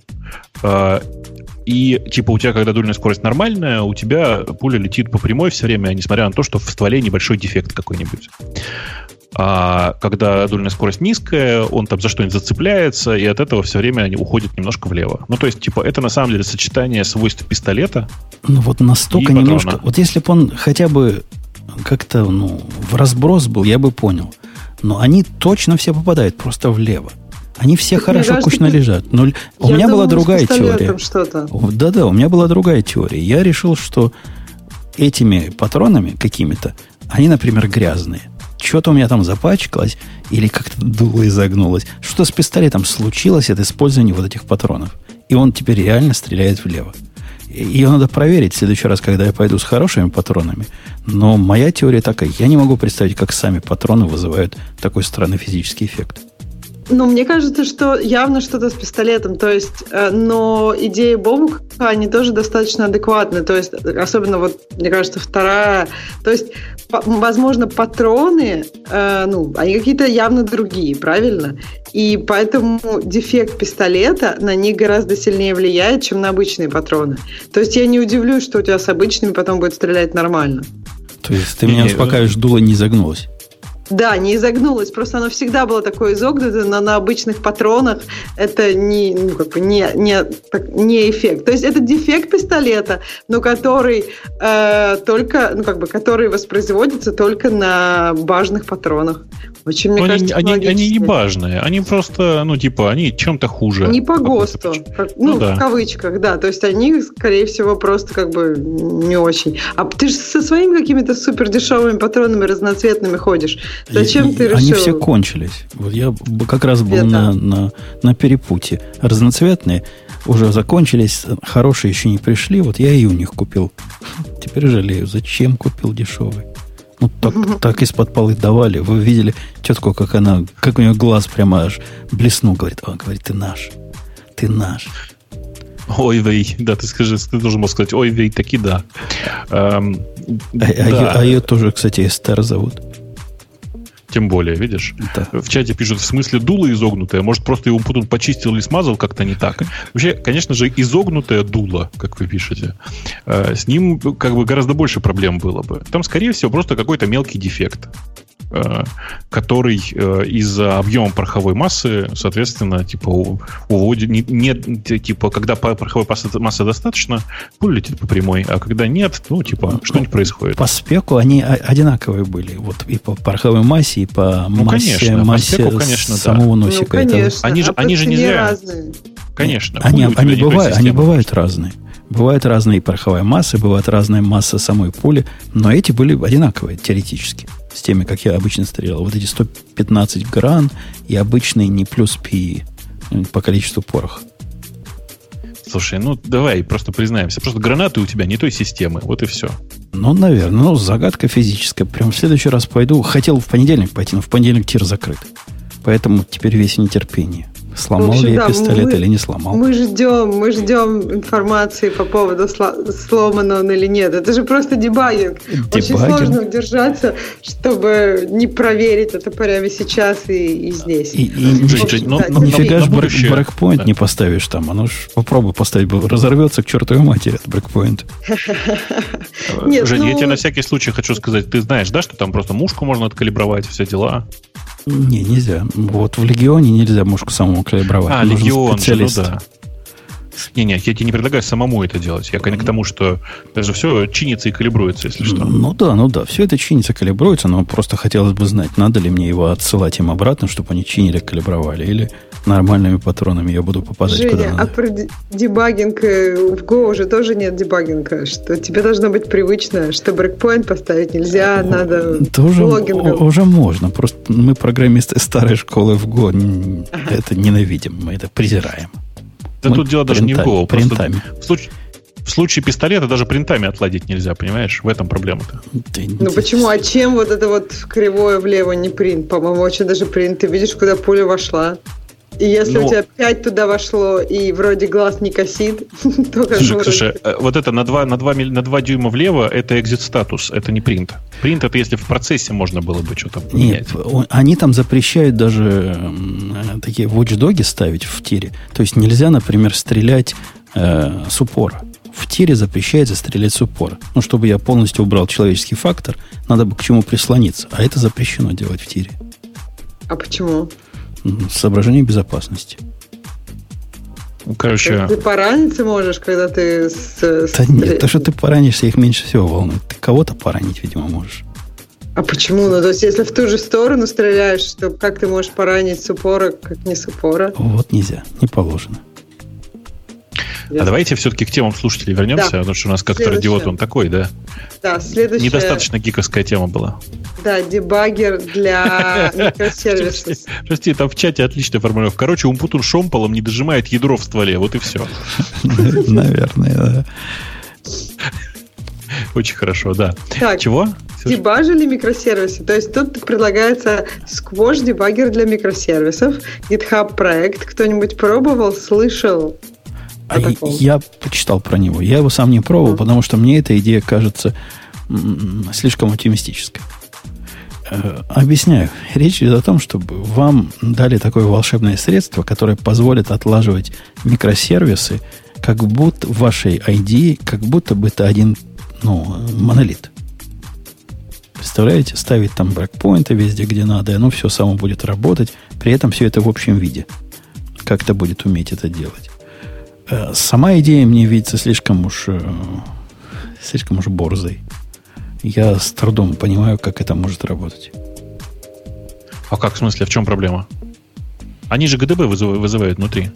Speaker 2: и у тебя, когда дульная скорость нормальная, у тебя пуля летит по прямой все время, несмотря на то, что в стволе небольшой дефект какой-нибудь. А когда дульная скорость низкая, он там за что-нибудь зацепляется, и от этого все время уходит немножко влево. Это на самом деле сочетание свойств пистолета.
Speaker 1: Настолько немножко. Вот если бы он хотя бы как-то в разброс был, я бы понял. Но они точно все попадают просто влево. Они все хорошо, кучно лежат. Но у меня была другая теория. Да-да, у меня была другая теория. Я решил, что этими патронами какими-то, они, например, грязные. Что-то у меня там запачкалось, или как-то дуло изогнулось. Что с пистолетом случилось от использования вот этих патронов. И он теперь реально стреляет влево. Ее надо проверить в следующий раз, когда я пойду с хорошими патронами. Но моя теория такая. Я не могу представить, как сами патроны вызывают такой странный физический эффект.
Speaker 4: Мне кажется, что явно что-то с пистолетом. То есть, но идеи Бобука, они тоже достаточно адекватны. То есть, особенно, мне кажется, вторая. То есть, возможно, патроны, они какие-то явно другие, правильно? И поэтому дефект пистолета на них гораздо сильнее влияет, чем на обычные патроны. То есть, я не удивлюсь, что у тебя с обычными потом будет стрелять нормально.
Speaker 1: То есть, ты меня успокаиваешь, дуло не загнулось?
Speaker 4: Да, не изогнулось. Просто оно всегда было такое изогнутое, но на обычных патронах это не эффект. То есть это дефект пистолета, но который который воспроизводится только на бажных патронах. Очень, мне кажется,
Speaker 2: они не бажные, они просто, они чем-то хуже.
Speaker 4: Они по ГОСТу, в кавычках, да. То есть они, скорее всего, просто не очень. А ты же со своими какими-то супер дешевыми патронами разноцветными ходишь. Зачем ты решил?
Speaker 1: Они все кончились. Я как раз был на перепутье. Разноцветные уже закончились, хорошие еще не пришли. Я и у них купил. Теперь жалею. Зачем купил дешевый? Так из-под полы давали. Вы видели тетку, как у нее глаз прямо аж блеснул. Говорит, ты наш. Ты наш.
Speaker 2: Ой, вей, да, ты должен был сказать, ой, вей, таки да.
Speaker 1: Ее тоже, кстати, Эстер зовут.
Speaker 2: Тем более, видишь?
Speaker 1: Да.
Speaker 2: В чате пишут, в смысле дуло изогнутое. Может, просто его потом почистил или смазал как-то не так. Вообще, конечно же, изогнутое дуло, как вы пишете, с ним гораздо больше проблем было бы. Там, скорее всего, просто какой-то мелкий дефект, который из-за объема пороховой массы, соответственно, уводит... когда пороховой массы достаточно, пуля летит по прямой, а когда нет, что-нибудь происходит.
Speaker 1: По спеку они одинаковые были. И по пороховой массе, и по массе
Speaker 2: спеку, конечно,
Speaker 1: самого носика.
Speaker 4: Конечно.
Speaker 2: Они же не зря.
Speaker 4: Разные.
Speaker 2: Конечно.
Speaker 1: Они бывают разные. Бывают разные пороховые массы, бывает разная масса самой пули, но эти были одинаковые теоретически с теми, как я обычно стрелял. Вот эти 115 гран и обычные не плюс пи по количеству пороха.
Speaker 2: Слушай, давай просто признаемся. Просто гранаты у тебя не той системы. Вот и все.
Speaker 1: Наверное. Загадка физическая. Прям в следующий раз пойду. Хотел в понедельник пойти, но в понедельник тир закрыт. Поэтому теперь весь в нетерпении. Сломал ли я пистолет или не сломал?
Speaker 4: Мы ждем информации по поводу, сломан он или нет. Это же просто дебагинг. Очень сложно удержаться, чтобы не проверить это прямо сейчас и здесь.
Speaker 1: Нифига ж брейкпоинт не поставишь там. Оно ж попробуй поставить, разорвется к чертовой матери этот брейкпоинт.
Speaker 2: Жень, я тебе на всякий случай хочу сказать, ты знаешь, да, что там просто мушку можно откалибровать, все дела?
Speaker 1: Не, нельзя. Вот в Легионе нельзя мушку самому калибровать.
Speaker 2: Легион, да. Не, я тебе не предлагаю самому это делать. Я к тому, что даже все чинится и калибруется, если что.
Speaker 1: Ну да. Все это чинится, калибруется, но просто хотелось бы знать, надо ли мне его отсылать им обратно, чтобы они чинили, калибровали, или нормальными патронами я буду попадать
Speaker 4: Женя,
Speaker 1: куда надо.
Speaker 4: А про дебагинг в Go уже тоже нет дебагинга, что тебе должно быть привычно, что брейкпоинт поставить нельзя, надо логингом.
Speaker 1: Уже можно, просто мы, программисты старой школы в Go, это ненавидим, мы это презираем.
Speaker 2: Да тут дело даже не в Go.
Speaker 1: Принтами.
Speaker 2: В случае пистолета даже принтами отладить нельзя, понимаешь? В этом проблема-то.
Speaker 4: Почему? А чем вот это вот кривое влево не принт? По-моему, очень даже принт. Ты видишь, куда пуля вошла. И если у тебя 5 туда вошло, и вроде глаз не косит, то как бы...
Speaker 2: Слушай, вот это на 2 дюйма влево, это exit статус, это не принт. Принт — это если в процессе можно было бы что-то поменять.
Speaker 1: Нет, они там запрещают даже такие watchdoги ставить в тире. То есть нельзя, например, стрелять с упора. В тире запрещается стрелять с упора. Ну, чтобы я полностью убрал человеческий фактор, надо бы к чему прислониться. А это запрещено делать в тире.
Speaker 4: А почему?
Speaker 1: Соображение безопасности.
Speaker 2: Короче...
Speaker 4: Ты пораниться можешь, когда ты...
Speaker 1: Да нет, то, что ты поранишься, их меньше всего волнует. Ты кого-то поранить, видимо, можешь.
Speaker 4: А почему? Ну, то есть, если в ту же сторону стреляешь, то как ты можешь поранить с упора, как не с упора?
Speaker 1: Вот нельзя, не положено.
Speaker 2: А давайте все-таки к темам слушателей вернемся, потому что у нас как-то радиот он такой, да?
Speaker 4: Да, следующая...
Speaker 2: Недостаточно гиковская тема была.
Speaker 4: Да, дебаггер для микросервисов.
Speaker 2: Прости, там в чате отличная формулировка. Короче, Умпутун шомполом не дожимает ядро в стволе, вот и все.
Speaker 1: Наверное, да.
Speaker 2: Очень хорошо, да.
Speaker 4: Так,
Speaker 2: чего?
Speaker 4: Дебажили микросервисы. То есть тут предлагается Squash дебаггер для микросервисов. GitHub проект. Кто-нибудь пробовал, слышал?
Speaker 1: Я почитал про него. Я его сам не пробовал, потому что мне эта идея кажется слишком оптимистической. Объясняю. Речь идет о том, чтобы вам дали такое волшебное средство, которое позволит отлаживать микросервисы, как будто в вашей IDE, как будто бы это один монолит. Представляете? Ставить там брейкпоинты везде, где надо, и оно все само будет работать. При этом все это в общем виде. Как это будет уметь это делать. Сама идея мне видится слишком уж борзой. Я с трудом понимаю, как это может работать.
Speaker 2: А как, в смысле, в чем проблема? Они же GDB вызывают внутри.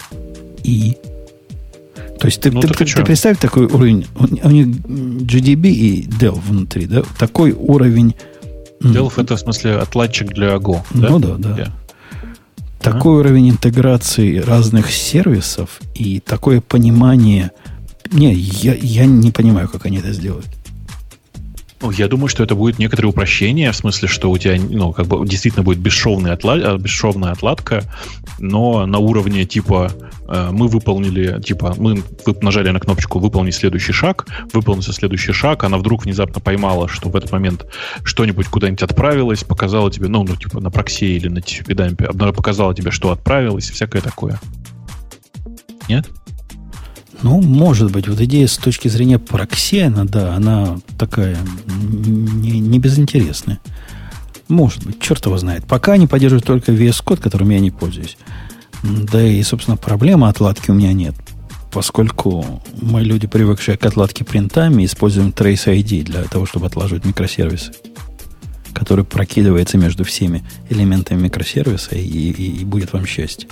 Speaker 1: То есть ты представь такой уровень. У них GDB и Delve внутри, да? Такой уровень...
Speaker 2: Delve это, в смысле, отладчик для Go, да?
Speaker 1: Ну да. Такой уровень интеграции разных сервисов и такое понимание... Я не понимаю, как они это сделают.
Speaker 2: Я думаю, что это будет некоторое упрощение, в смысле, что у тебя действительно будет бесшовная отладка, но на уровне типа мы нажали на кнопочку «Выполнить следующий шаг», выполнился следующий шаг, она вдруг внезапно поймала, что в этот момент что-нибудь куда-нибудь отправилось, показала тебе, на прокси или на TCP-дампе, показала тебе, что отправилось, всякое такое. Нет?
Speaker 1: Может быть. Вот идея с точки зрения прокси, она такая не безинтересная. Может быть, черт его знает. Пока они поддерживают только VS Code, которым я не пользуюсь. Да и, собственно, проблемы отладки у меня нет. Поскольку мы люди, привыкшие к отладке принтами, используем Trace ID для того, чтобы отлаживать микросервисы, который прокидывается между всеми элементами микросервиса и будет вам счастье.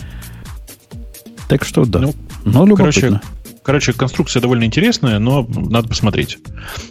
Speaker 1: Так что да. Но любопытно.
Speaker 2: Короче, конструкция довольно интересная, но надо посмотреть.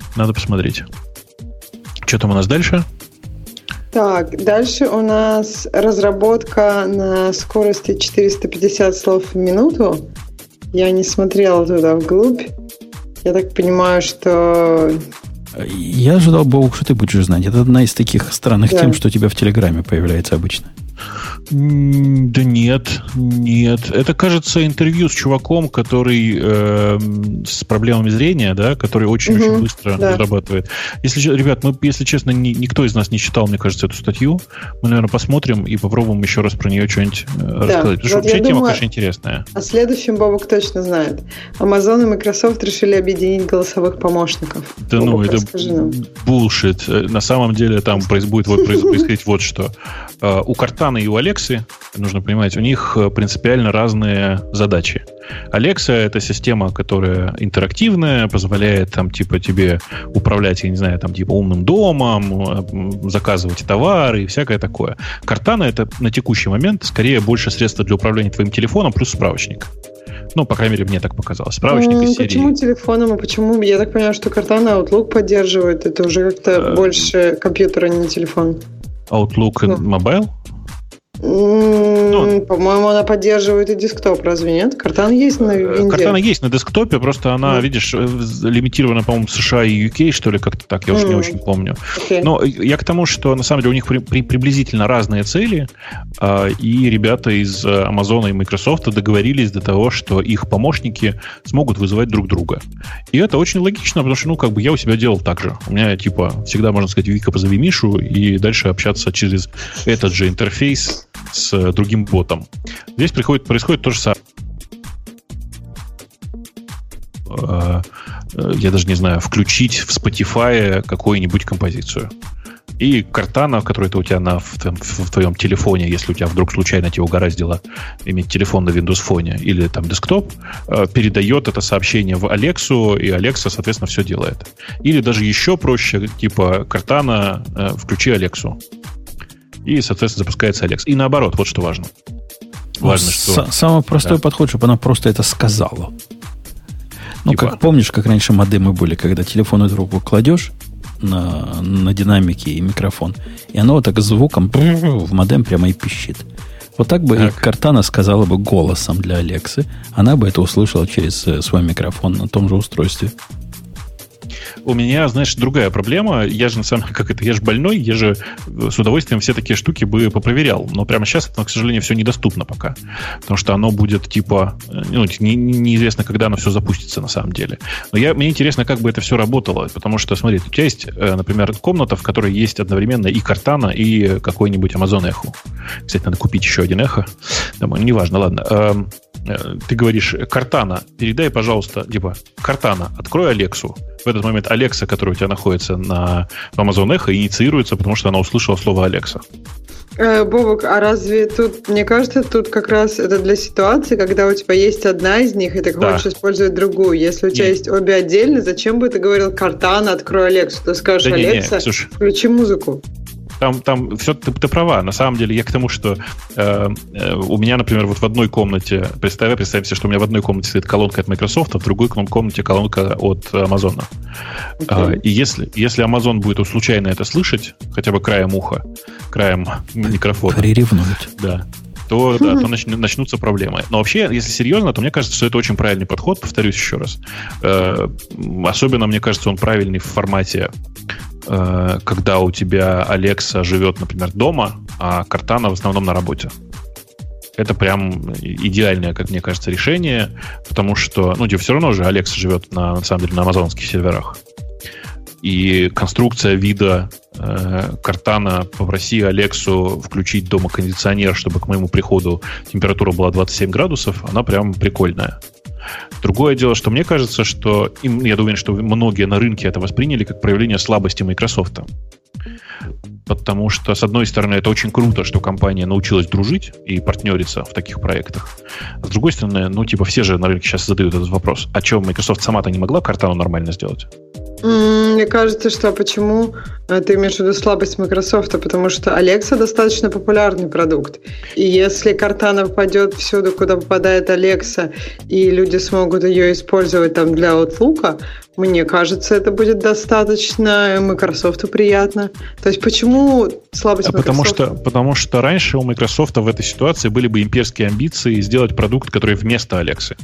Speaker 2: Что там у нас дальше?
Speaker 4: Так, дальше у нас разработка на скорости 450 слов в минуту. Я не смотрела туда вглубь. Я так понимаю, что...
Speaker 1: Я ожидал, Бог, что ты будешь знать. Это одна из таких странных тем, что у тебя в Телеграме появляется обычно.
Speaker 2: Да нет. Это, кажется, интервью с чуваком, который с проблемами зрения, да, который очень-очень быстро разрабатывает. Ребят, если честно, никто из нас не читал, мне кажется, эту статью. Мы, наверное, посмотрим и попробуем еще раз про нее что-нибудь рассказать. Потому что вообще тема, конечно, интересная.
Speaker 4: О следующем Бобок точно знает. Amazon и Microsoft решили объединить голосовых помощников.
Speaker 2: Да Бобок, это булшит. На самом деле там будет происходить вот что. У Картана и у Алексы, нужно понимать, у них принципиально разные задачи. Алекса — это система, которая интерактивная, позволяет тебе управлять, я не знаю, умным домом, заказывать товары и всякое такое. Картана — это на текущий момент скорее больше средства для управления твоим телефоном плюс справочник. По крайней мере, мне так показалось. Справочник из серии...
Speaker 4: Почему телефоном, а почему? Я так понимаю, что Cortana Outlook поддерживает. Это уже как-то больше компьютер, а не телефон.
Speaker 2: Outlook Mobile?
Speaker 4: По-моему, она поддерживает и десктоп, разве нет? Картана есть на винде?
Speaker 2: Картана есть на десктопе, просто она, видишь, лимитирована, по-моему, США и UK, что ли, как-то так, я уже не очень помню. Но я к тому, что, на самом деле, у них приблизительно разные цели, и ребята из Amazon и Microsoft договорились до того, что их помощники смогут вызывать друг друга. И это очень логично, потому что, я у себя делал так же. У меня, всегда, можно сказать, Вика, позови Мишу, и дальше общаться через этот же интерфейс с другим ботом. Здесь происходит то же самое. Я даже не знаю, включить в Spotify какую-нибудь композицию. И Картана, которая у тебя в твоем телефоне, если у тебя вдруг случайно тебя угораздило иметь телефон на Windows Phone или там десктоп, передает это сообщение в Алексу, и Алекса, соответственно, все делает. Или даже еще проще, Картана, включи Алексу. И, соответственно, запускается Алекс. И наоборот, вот что важно. Важно, что...
Speaker 1: Самый простой подход, чтобы она просто это сказала. Как помнишь, как раньше модемы были, когда телефонную трубку кладешь на динамике и микрофон, и оно вот так звуком в модем прямо и пищит. Вот так бы и Картана сказала бы голосом для Алексы. Она бы это услышала через свой микрофон на том же устройстве.
Speaker 2: У меня, знаешь, другая проблема. Я же, на самом деле, я же больной, я же с удовольствием все такие штуки бы попроверял. Но прямо сейчас это, к сожалению, все недоступно пока. Потому что оно будет, неизвестно, когда оно все запустится на самом деле. Но мне интересно, как бы это все работало. Потому что, смотри, у тебя есть, например, комната, в которой есть одновременно и Картана, и какой-нибудь Amazon Echo. Кстати, надо купить еще один Echo. Неважно, ладно. Ты говоришь, Картана, передай, пожалуйста, Картана, открой Алексу. В этот момент Алекса, которая у тебя находится в Amazon Echo, инициируется, потому что она услышала слово Алекса.
Speaker 4: Бобок, а разве тут, мне кажется, тут как раз это для ситуации, когда у тебя есть одна из них, и ты хочешь использовать другую. Если у тебя есть обе отдельно, зачем бы ты говорил Картана, открой Алексу? Ты скажешь, Алекса, включи музыку.
Speaker 2: Там все ты права. На самом деле, я к тому, что у меня, например, вот в одной комнате, представим себе, что у меня в одной комнате стоит колонка от Microsoft, а в другой комнате колонка от Amazon. И если Amazon будет случайно это слышать, хотя бы краем уха, краем микрофона,
Speaker 1: приревнует.
Speaker 2: То начнутся проблемы. Но вообще, если серьезно, то мне кажется, что это очень правильный подход, повторюсь еще раз. Особенно, мне кажется, он правильный в формате, когда у тебя Алекса живет, например, дома, а Картана в основном на работе. Это прям идеальное, как мне кажется, решение, потому что, все равно же Алекса живет на самом деле на амазонских серверах. И конструкция вида Картана «Попроси Алексу включить дома кондиционер, чтобы к моему приходу температура была 27 градусов», она прям прикольная. Другое дело, что мне кажется, что я уверен, что многие на рынке это восприняли как проявление слабости Microsoft. Потому что, с одной стороны, это очень круто, что компания научилась дружить и партнериться в таких проектах. А с другой стороны, все же на рынке сейчас задают этот вопрос. А что, Microsoft сама-то не могла Картану нормально сделать?
Speaker 4: Мне кажется, что почему ты имеешь в виду слабость Microsoft, потому что Alexa достаточно популярный продукт. И если Картана попадет всюду, куда попадает Alexa, и люди смогут ее использовать там для Outlook, мне кажется, это будет достаточно Microsoft приятно. То есть почему слабость Microsoft?
Speaker 2: Потому что раньше у Microsoft в этой ситуации были бы имперские амбиции сделать продукт, который вместо Alexa.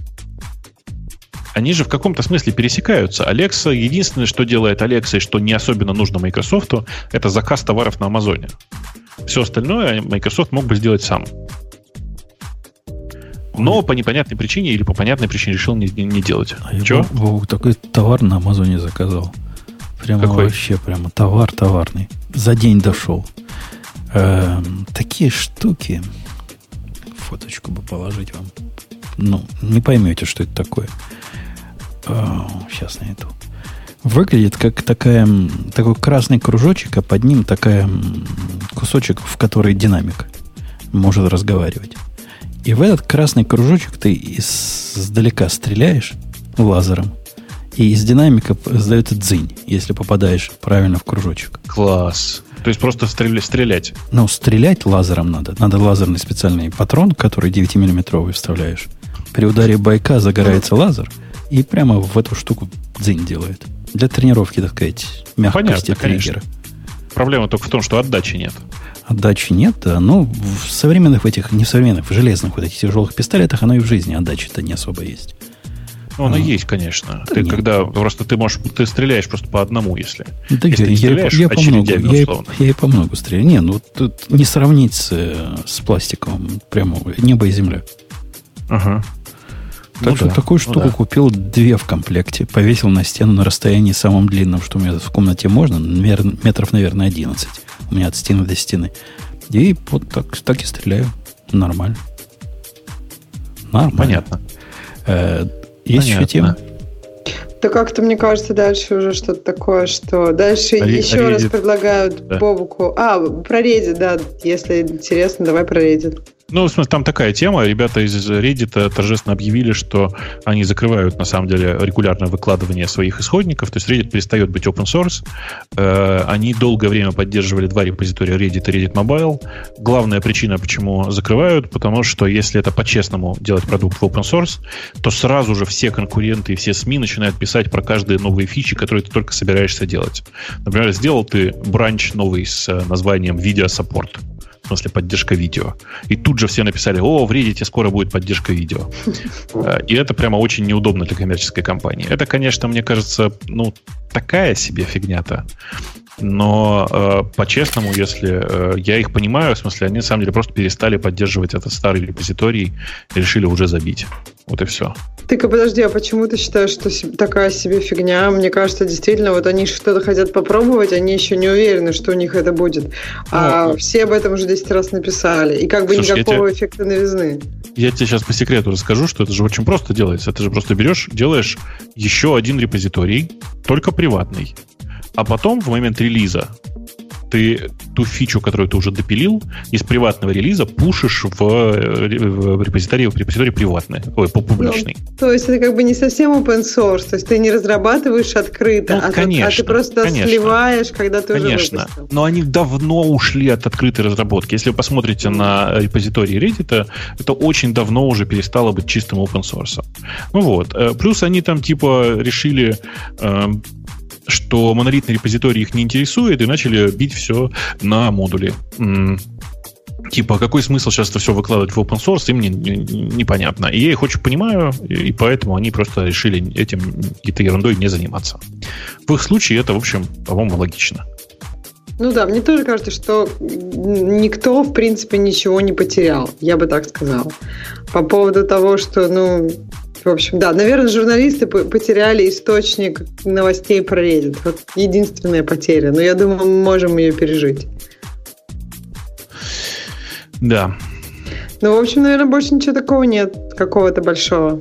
Speaker 2: Они же в каком-то смысле пересекаются. Alexa, единственное, что делает Alexa и что не особенно нужно Microsoft, это заказ товаров на Амазоне. Все остальное Microsoft мог бы сделать сам. Но по непонятной причине или по понятной причине решил не делать.
Speaker 1: Я такой товар на Амазоне заказал. Прямо какой? Вообще прямо товарный. За день дошел. Такие штуки. Фоточку бы положить вам. Не поймете, что это такое. Сейчас найду. Выглядит как такой красный кружочек, а под ним такой кусочек, в который динамик может разговаривать. И в этот красный кружочек ты издалека стреляешь лазером, и из динамика сдается дзынь, если попадаешь правильно в кружочек.
Speaker 2: Класс. То есть просто стрелять.
Speaker 1: Стрелять лазером надо. Надо лазерный специальный патрон, который 9-миллиметровый вставляешь. При ударе байка загорается лазер, и прямо в эту штуку дзынь делает. Для тренировки, так сказать, мягкости триггера.
Speaker 2: проблема только в том, что отдачи нет.
Speaker 1: Отдачи нет, да. Ну, в современных этих, не в современных, в железных вот этих тяжелых пистолетах оно и в жизни отдачи-то не особо есть.
Speaker 2: Ну, оно есть, конечно.
Speaker 1: Да
Speaker 2: ты
Speaker 1: нет.
Speaker 2: когда просто ты стреляешь просто по одному, если.
Speaker 1: Да
Speaker 2: если не стреляешь
Speaker 1: я по много,
Speaker 2: условно.
Speaker 1: я и по много стреляю. Не, ну тут не сравнить с пластиковым прямо небо и земля.
Speaker 2: Ага.
Speaker 1: Так что такую штуку купил 2 в комплекте, повесил на стену на расстоянии самым длинным, что у меня в комнате можно, метров, наверное, 11. У меня от стены до стены. И вот так и стреляю. Нормально.
Speaker 2: Понятно.
Speaker 1: Есть еще тема?
Speaker 4: Да как-то, мне кажется, дальше уже что-то такое, что дальше еще раз предлагают Бобуку. Про Reddit, да, если интересно, давай про Reddit.
Speaker 2: Ну, в смысле, там такая тема. Ребята из Reddit торжественно объявили, что они закрывают, на самом деле, регулярное выкладывание своих исходников. То есть Reddit перестает быть open source. Они долгое время поддерживали 2 репозитория Reddit и Reddit Mobile. Главная причина, почему закрывают, потому что если это по-честному делать продукт в open source, то сразу же все конкуренты и все СМИ начинают писать про каждые новые фичи, которые ты только собираешься делать. Например, сделал ты бранч новый с названием Video Support. В смысле, поддержка видео. И тут же все написали: в Reddit скоро будет поддержка видео. И это прямо очень неудобно для коммерческой компании. Это, конечно, мне кажется, такая себе фигня-то. Но по-честному, если я их понимаю, в смысле, они на самом деле просто перестали поддерживать этот старый репозиторий и решили уже забить. Вот и все.
Speaker 4: Ты-ка подожди, а почему ты считаешь, что такая себе фигня? Мне кажется, действительно, вот они что-то хотят попробовать, они еще не уверены, что у них это будет. А все об этом уже 10 раз написали. И как бы никакого эффекта новизны.
Speaker 2: Я тебе сейчас по секрету расскажу, что это же очень просто делается. Это же просто делаешь еще один репозиторий, только приватный. А потом, в момент релиза, ты ту фичу, которую ты уже допилил, из приватного релиза пушишь в репозиторий приватный, публичный.
Speaker 4: То есть это как бы не совсем open source, то есть ты не разрабатываешь открыто, а ты просто сливаешь, когда ты уже выпустил.
Speaker 2: Но они давно ушли от открытой разработки. Если вы посмотрите на репозиторий Reddit, это очень давно уже перестало быть чистым open source. Ну вот. Плюс они там типа решили... что монолитный репозиторий их не интересует, и начали бить все на модули. Типа, какой смысл сейчас это все выкладывать в open source, им непонятно. И я их очень понимаю, и поэтому они просто решили этой ерундой не заниматься. В их случае это, в общем, по-моему, логично.
Speaker 4: Ну да, мне тоже кажется, что никто, в принципе, ничего не потерял, я бы так сказала. По поводу того, что, в общем, да, наверное, журналисты потеряли источник новостей про Reddit. Вот единственная потеря. Но я думаю, мы можем ее пережить.
Speaker 2: Да.
Speaker 4: В общем, наверное, больше ничего такого нет, какого-то большого.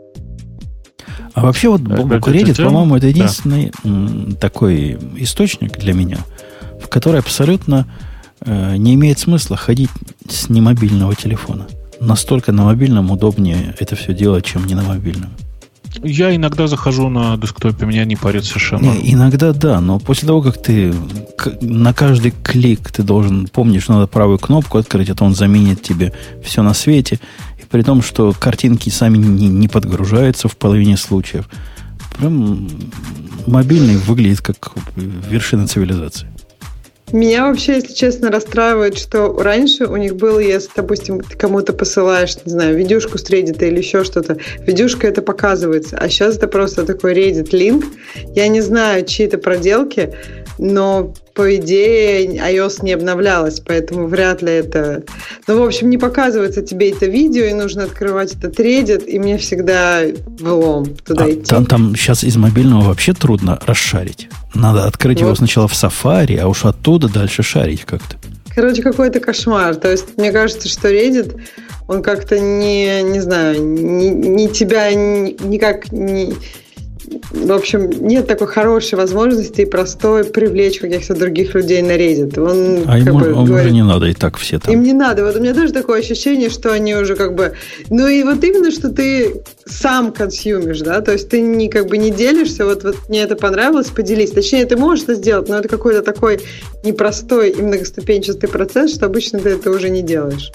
Speaker 1: А вообще вот Reddit, по-моему, это единственный такой источник для меня, в который абсолютно не имеет смысла ходить с немобильного телефона. Настолько на мобильном удобнее это все делать, чем не на мобильном.
Speaker 2: Я иногда захожу на десктопе, меня не парит совершенно.
Speaker 1: Иногда да, но после того, как ты на каждый клик ты должен помнить, что надо правую кнопку открыть, а то он заменит тебе все на свете, и при том, что картинки сами не подгружаются в половине случаев. Прям мобильный выглядит как вершина цивилизации.
Speaker 4: Меня вообще, если честно, расстраивает, что раньше у них было, если, допустим, ты кому-то посылаешь, не знаю, видюшку с Reddit или еще что-то, видюшка это показывается, а сейчас это просто такой Reddit-линк. Я не знаю, чьи это проделки, но, по идее, iOS не обновлялась, поэтому вряд ли это... в общем, не показывается тебе это видео, и нужно открывать этот Reddit, и мне всегда влом туда идти.
Speaker 1: Там сейчас из мобильного вообще трудно расшарить. Надо открыть его сначала в Safari, а уж оттуда дальше шарить как-то.
Speaker 4: Короче, какой-то кошмар. То есть, мне кажется, что Reddit, он как-то не знаю, не тебя никак не... В общем, нет такой хорошей возможности и простой привлечь каких-то других людей на Reddit. Он
Speaker 1: уже не надо, и так все там.
Speaker 4: Им не надо. Вот у меня тоже такое ощущение, что они уже как бы... и вот именно, что ты сам консюмишь, да, то есть ты не делишься, вот мне это понравилось, поделись. Точнее, ты можешь это сделать, но это какой-то такой непростой и многоступенчатый процесс, что обычно ты это уже не делаешь.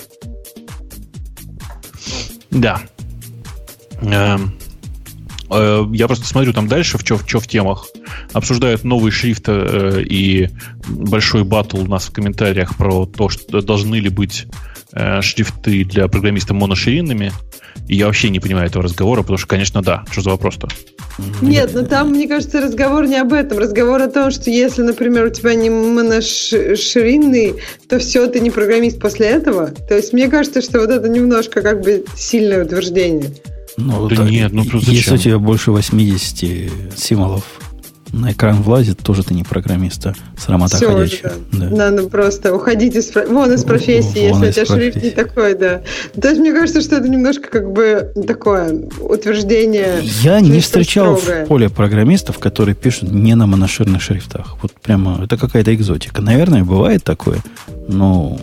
Speaker 2: Да. Я просто смотрю там дальше, в темах. обсуждают новый шрифт и большой баттл у нас в комментариях про то, что должны ли быть шрифты для программистов моноширинными. И я вообще не понимаю этого разговора, потому что, конечно, да. Что за вопрос-то?
Speaker 4: Нет, но там, мне кажется, разговор не об этом. Разговор о том, что если, например, у тебя не моноширинный, то все, ты не программист после этого. То есть мне кажется, что вот это немножко как бы сильное утверждение.
Speaker 1: Ну,
Speaker 2: да нет, просто
Speaker 1: если
Speaker 2: зачем?
Speaker 1: у тебя больше 80 символов на экран влазит, тоже ты не программист, а срамота
Speaker 4: Все
Speaker 1: ходячая.
Speaker 4: Да. Надо просто уходить из профессии, если у тебя шрифт не такой, да. То есть мне кажется, что это немножко как бы такое утверждение.
Speaker 1: Я не встречал в поле программистов, которые пишут не на моноширных шрифтах. Вот прямо это какая-то экзотика. Наверное, бывает такое, но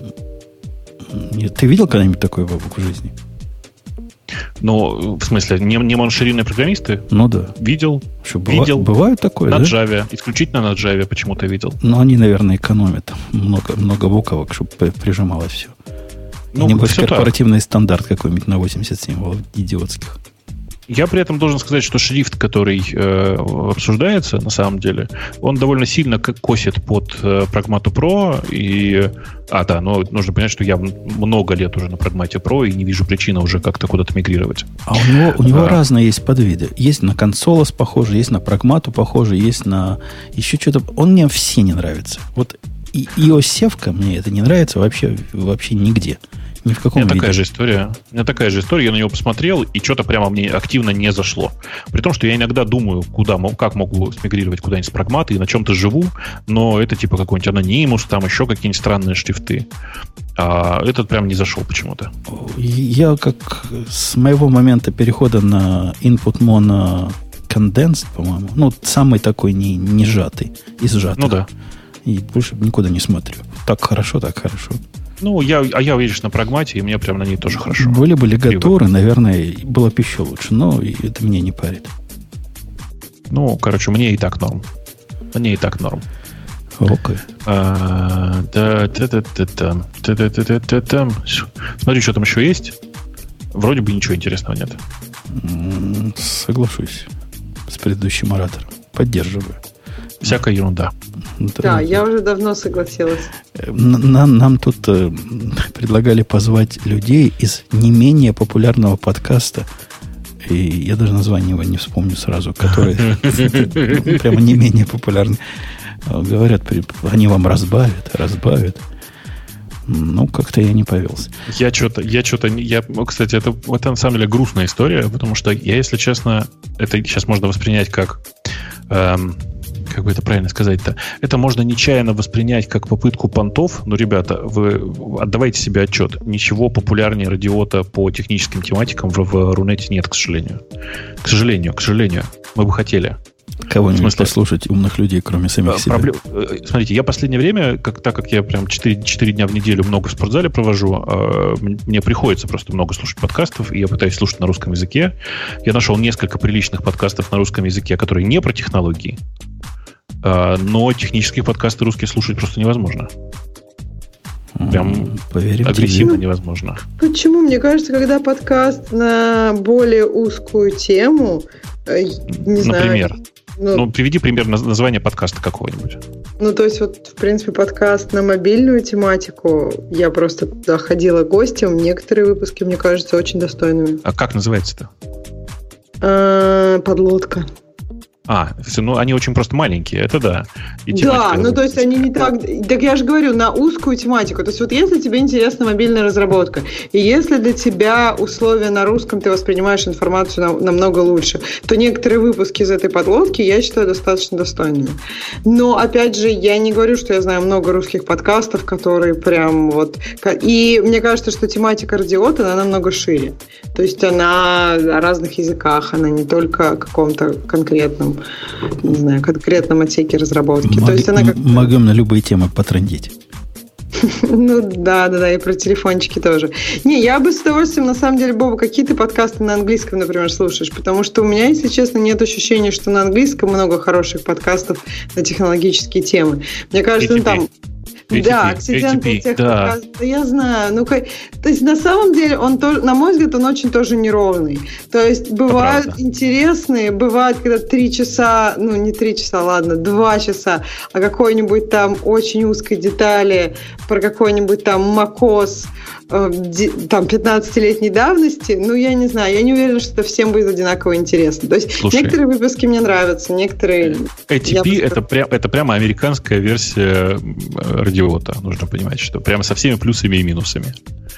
Speaker 1: ты видел когда-нибудь такое в жизни?
Speaker 2: Ну, в смысле, не моноширинные программисты?
Speaker 1: Ну да.
Speaker 2: Видел.
Speaker 1: Что,
Speaker 2: видел.
Speaker 1: Бывает такое,
Speaker 2: на
Speaker 1: да?
Speaker 2: Java. Исключительно на Java почему-то видел.
Speaker 1: Но они, наверное, экономят. Много буквок, чтобы прижималось все. Ну, небось, корпоративный стандарт какой-нибудь на 80 символов идиотских.
Speaker 2: Я при этом должен сказать, что шрифт, который обсуждается, на самом деле, он довольно сильно косит под Pragmato Pro. Но нужно понять, что я много лет уже на Pragmato Pro и не вижу причины уже как-то куда-то мигрировать.
Speaker 1: А у него разные есть подвиды. Есть на Consoles похоже, есть на Pragmato похоже, есть на еще что-то. Он мне все не нравится. Вот и iOS-севка мне это не нравится вообще нигде. Ни в каком виде.
Speaker 2: Такая же история. У меня такая же история. Я на него посмотрел, и что-то прямо мне активно не зашло. При том, что я иногда думаю, как могу смигрировать куда-нибудь с Pragmato и на чем-то живу, но это типа какой-нибудь Anonymous, там еще какие-нибудь странные шрифты. А этот прям не зашел почему-то.
Speaker 1: Я как с моего момента перехода на Input Mono Condensed, по-моему, ну, самый такой не сжатый, из сжатых.
Speaker 2: Ну да.
Speaker 1: И больше никуда не смотрю. Так хорошо, так хорошо.
Speaker 2: Ну, я, видишь, на Pragmato, и мне прям на ней тоже хорошо.
Speaker 1: Были бы лигаторы, наверное, было бы еще лучше, но это меня не парит.
Speaker 2: Ну, короче, мне и так норм. Окей. Смотри, что там еще есть. Вроде бы ничего интересного нет.
Speaker 1: Соглашусь с предыдущим оратором. Поддерживаю.
Speaker 2: Всякая ерунда.
Speaker 4: Да, я уже давно согласилась.
Speaker 1: Нам тут предлагали позвать людей из не менее популярного подкаста, и я даже название его не вспомню сразу, который прямо не менее популярный. Говорят, они вам разбавят. Ну, как-то я не повелся. Кстати, это на самом деле грустная история, потому что я, если честно, это сейчас можно воспринять как бы это правильно сказать-то? Это можно нечаянно воспринять как попытку понтов. Но, ребята, вы отдавайте себе отчет. Ничего популярнее радиота по техническим тематикам в Рунете нет, к сожалению. К сожалению. Мы бы хотели. Кого-нибудь послушать умных людей, кроме самих себя.
Speaker 2: Смотрите, я в последнее время, так как я прям 4 дня в неделю много в спортзале провожу, мне приходится просто много слушать подкастов, и я пытаюсь слушать на русском языке. Я нашел несколько приличных подкастов на русском языке, которые не про технологии, но технические подкасты русские слушать просто невозможно. Прям агрессивно невозможно.
Speaker 4: Почему? Мне кажется, когда подкаст на более узкую тему, не знаю...
Speaker 2: Например? Приведи пример названия подкаста какого-нибудь.
Speaker 4: Ну, то есть, вот, в принципе, подкаст на мобильную тематику. Я просто туда ходила гостем. Некоторые выпуски, мне кажется, очень достойными.
Speaker 2: А как называется-то?
Speaker 4: Подлодка.
Speaker 2: Они очень просто маленькие, это да.
Speaker 4: То есть они не так... Так я же говорю, на узкую тематику. То есть вот если тебе интересна мобильная разработка, и если для тебя условия на русском, ты воспринимаешь информацию намного лучше, то некоторые выпуски из этой подлодки я считаю достаточно достойными. Но, опять же, я не говорю, что я знаю много русских подкастов, которые прям вот... И мне кажется, что тематика радиота, она намного шире. То есть она о разных языках, она не только о каком-то конкретном, не знаю, конкретном отсеке разработки. То есть она
Speaker 1: могем на любые темы потрындеть.
Speaker 4: Ну да, и про телефончики тоже. Не, я бы с удовольствием, на самом деле, Боба, какие ты подкасты на английском, например, слушаешь? Потому что у меня, если честно, нет ощущения, что на английском много хороших подкастов на технологические темы. Мне кажется, там...
Speaker 2: ATP,
Speaker 4: да, акциденты тех,
Speaker 2: да.
Speaker 4: Я знаю. Ну, то есть, на самом деле, он тоже, на мой взгляд, он очень тоже неровный. То есть, бывают интересные, бывают, когда 3 часа, ну, не 3 часа, ладно, 2 часа о какой-нибудь там очень узкой детали, про какой-нибудь там macOS, там 15-летней давности, ну, я не знаю, я не уверена, что это всем будет одинаково интересно. То есть, слушай, некоторые выпуски мне нравятся, некоторые...
Speaker 2: ATP это прямо американская версия радиота, нужно понимать, что прямо со всеми плюсами и минусами.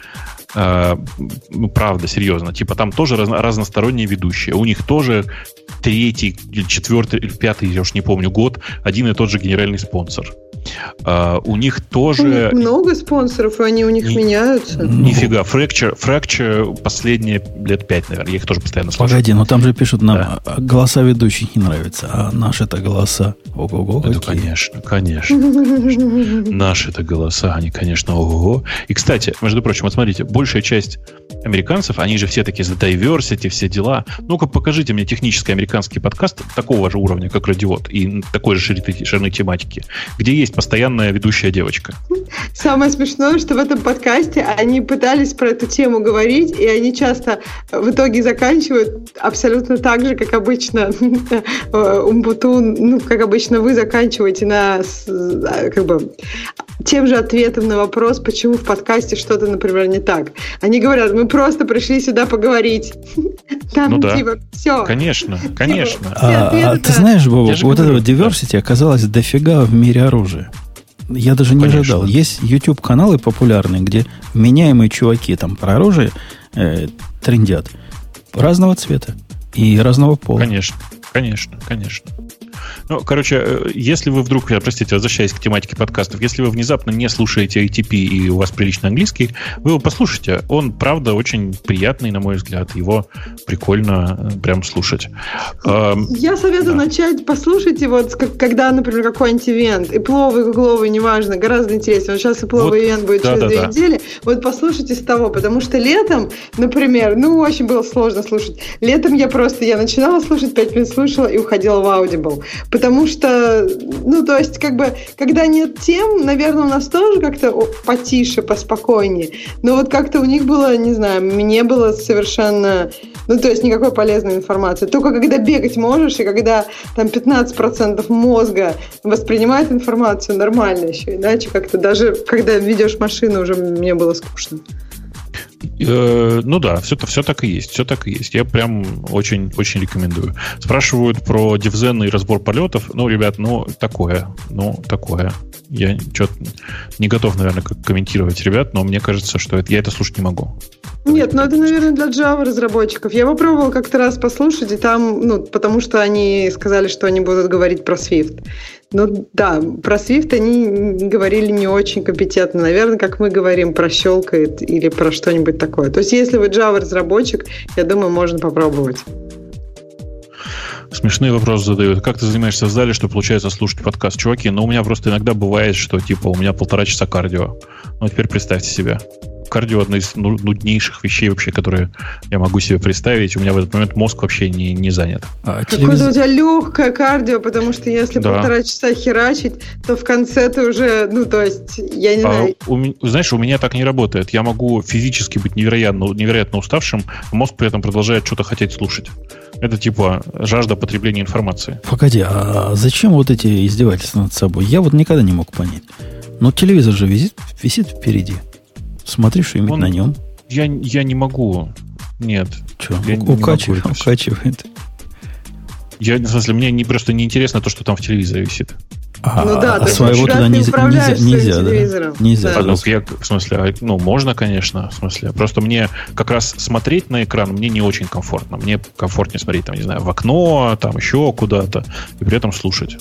Speaker 2: Ну, правда, серьезно. Типа там тоже разносторонние ведущие. У них тоже 3-й, 4-й или 5-й, я уж не помню, год один и тот же генеральный спонсор. У них тоже... У них
Speaker 4: много спонсоров, и они у них меняются.
Speaker 2: Нифига. Fracture последние лет 5, наверное. Я их тоже постоянно слушаю.
Speaker 1: Погоди, но там же пишут нам, голоса ведущих не нравятся, а наши-то голоса. Ого-го,
Speaker 2: это
Speaker 1: какие.
Speaker 2: Конечно. Наши-то голоса, они, конечно, ого-го. И, кстати, между прочим, вот смотрите, большая часть американцев, они же все такие за diversity, все дела. Ну-ка, покажите мне технический американский подкаст такого же уровня, как Радиот, и такой же ширины тематики, где есть постоянная ведущая девочка.
Speaker 4: Самое смешное, что в этом подкасте они пытались про эту тему говорить, и они часто в итоге заканчивают абсолютно так же, как обычно Умпутун, ну, как обычно вы заканчиваете на как бы тем же ответом на вопрос, почему в подкасте что-то, например, не так. Они говорят, мы просто пришли сюда поговорить. Там,
Speaker 2: ну да,
Speaker 4: типа, все.
Speaker 2: Конечно.
Speaker 1: Ты знаешь, Бобок, вот этого diversity оказалось дофига в мире оружия. Я даже не ожидал. Есть YouTube-каналы популярные, где вменяемые чуваки там про оружие трендят разного цвета и разного пола.
Speaker 2: Конечно. Ну, короче, если вы вдруг, простите, возвращаясь к тематике подкастов, если вы внезапно не слушаете ATP и у вас приличный английский, вы его послушайте. Он, правда, очень приятный, на мой взгляд. Его прикольно прям слушать.
Speaker 4: Я советую начать, послушайте, вот, когда, например, какой-нибудь ивент, Apple, гугловый, неважно, гораздо интереснее. Вот сейчас Apple ивент будет через 2 недели. Вот послушайте с того, потому что летом, например, очень было сложно слушать. Летом я начинала слушать, 5 минут слушала и уходила в Audible. Потому что, то есть, как бы, когда нет тем, наверное, у нас тоже как-то потише, поспокойнее. Но вот как-то у них было, не знаю, мне было совершенно, то есть, никакой полезной информации. Только когда бегать можешь, и когда там 15% мозга воспринимает информацию нормально еще. Иначе как-то даже, когда ведешь машину, уже мне было скучно.
Speaker 2: Ну да, все так и есть. Я прям очень рекомендую. Спрашивают про DevZen и разбор полетов. Ребят, такое. Я что-то не готов, наверное, комментировать, ребят, но мне кажется, что я это слушать не могу.
Speaker 4: Нет, это, наверное, для Java разработчиков. Я попробовала как-то раз послушать, и там, потому что они сказали, что они будут говорить про Swift. Да, про Swift они говорили не очень компетентно. Наверное, как мы говорим, про щелкает или про что-нибудь такое. То есть, если вы Java разработчик, я думаю, можно попробовать.
Speaker 2: Смешные вопросы задают. Как ты занимаешься в зале, что получается слушать подкаст? Чуваки, у меня просто иногда бывает, что у меня 1,5 часа кардио. Теперь представьте себе. Кардио – одна из нуднейших вещей вообще, которые я могу себе представить. У меня в этот момент мозг вообще не занят.
Speaker 4: Какое-то у тебя легкое кардио, потому что если 1,5 часа херачить, то в конце ты уже, я не знаю.
Speaker 2: Знаешь, у меня так не работает. Я могу физически быть невероятно уставшим, а мозг при этом продолжает что-то хотеть слушать. Это жажда потребления информации.
Speaker 1: Погоди, а зачем вот эти издевательства над собой? Я никогда не мог понять. Телевизор же висит впереди. Смотри, что-нибудь на нем.
Speaker 2: Я не могу. Нет.
Speaker 1: Что? Укачивает.
Speaker 2: В смысле, мне просто неинтересно то, что там в телевизоре висит.
Speaker 1: Своего туда нельзя, да? Нельзя.
Speaker 2: В смысле, можно, конечно. В смысле, просто мне как раз смотреть на экран мне не очень комфортно. Мне комфортнее смотреть, в окно, еще куда-то, и при этом слушать.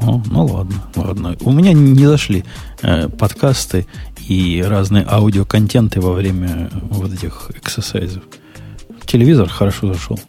Speaker 1: Ладно. У меня не зашли подкасты и разные аудиоконтенты во время вот этих эксерсайзов. Телевизор хорошо зашел.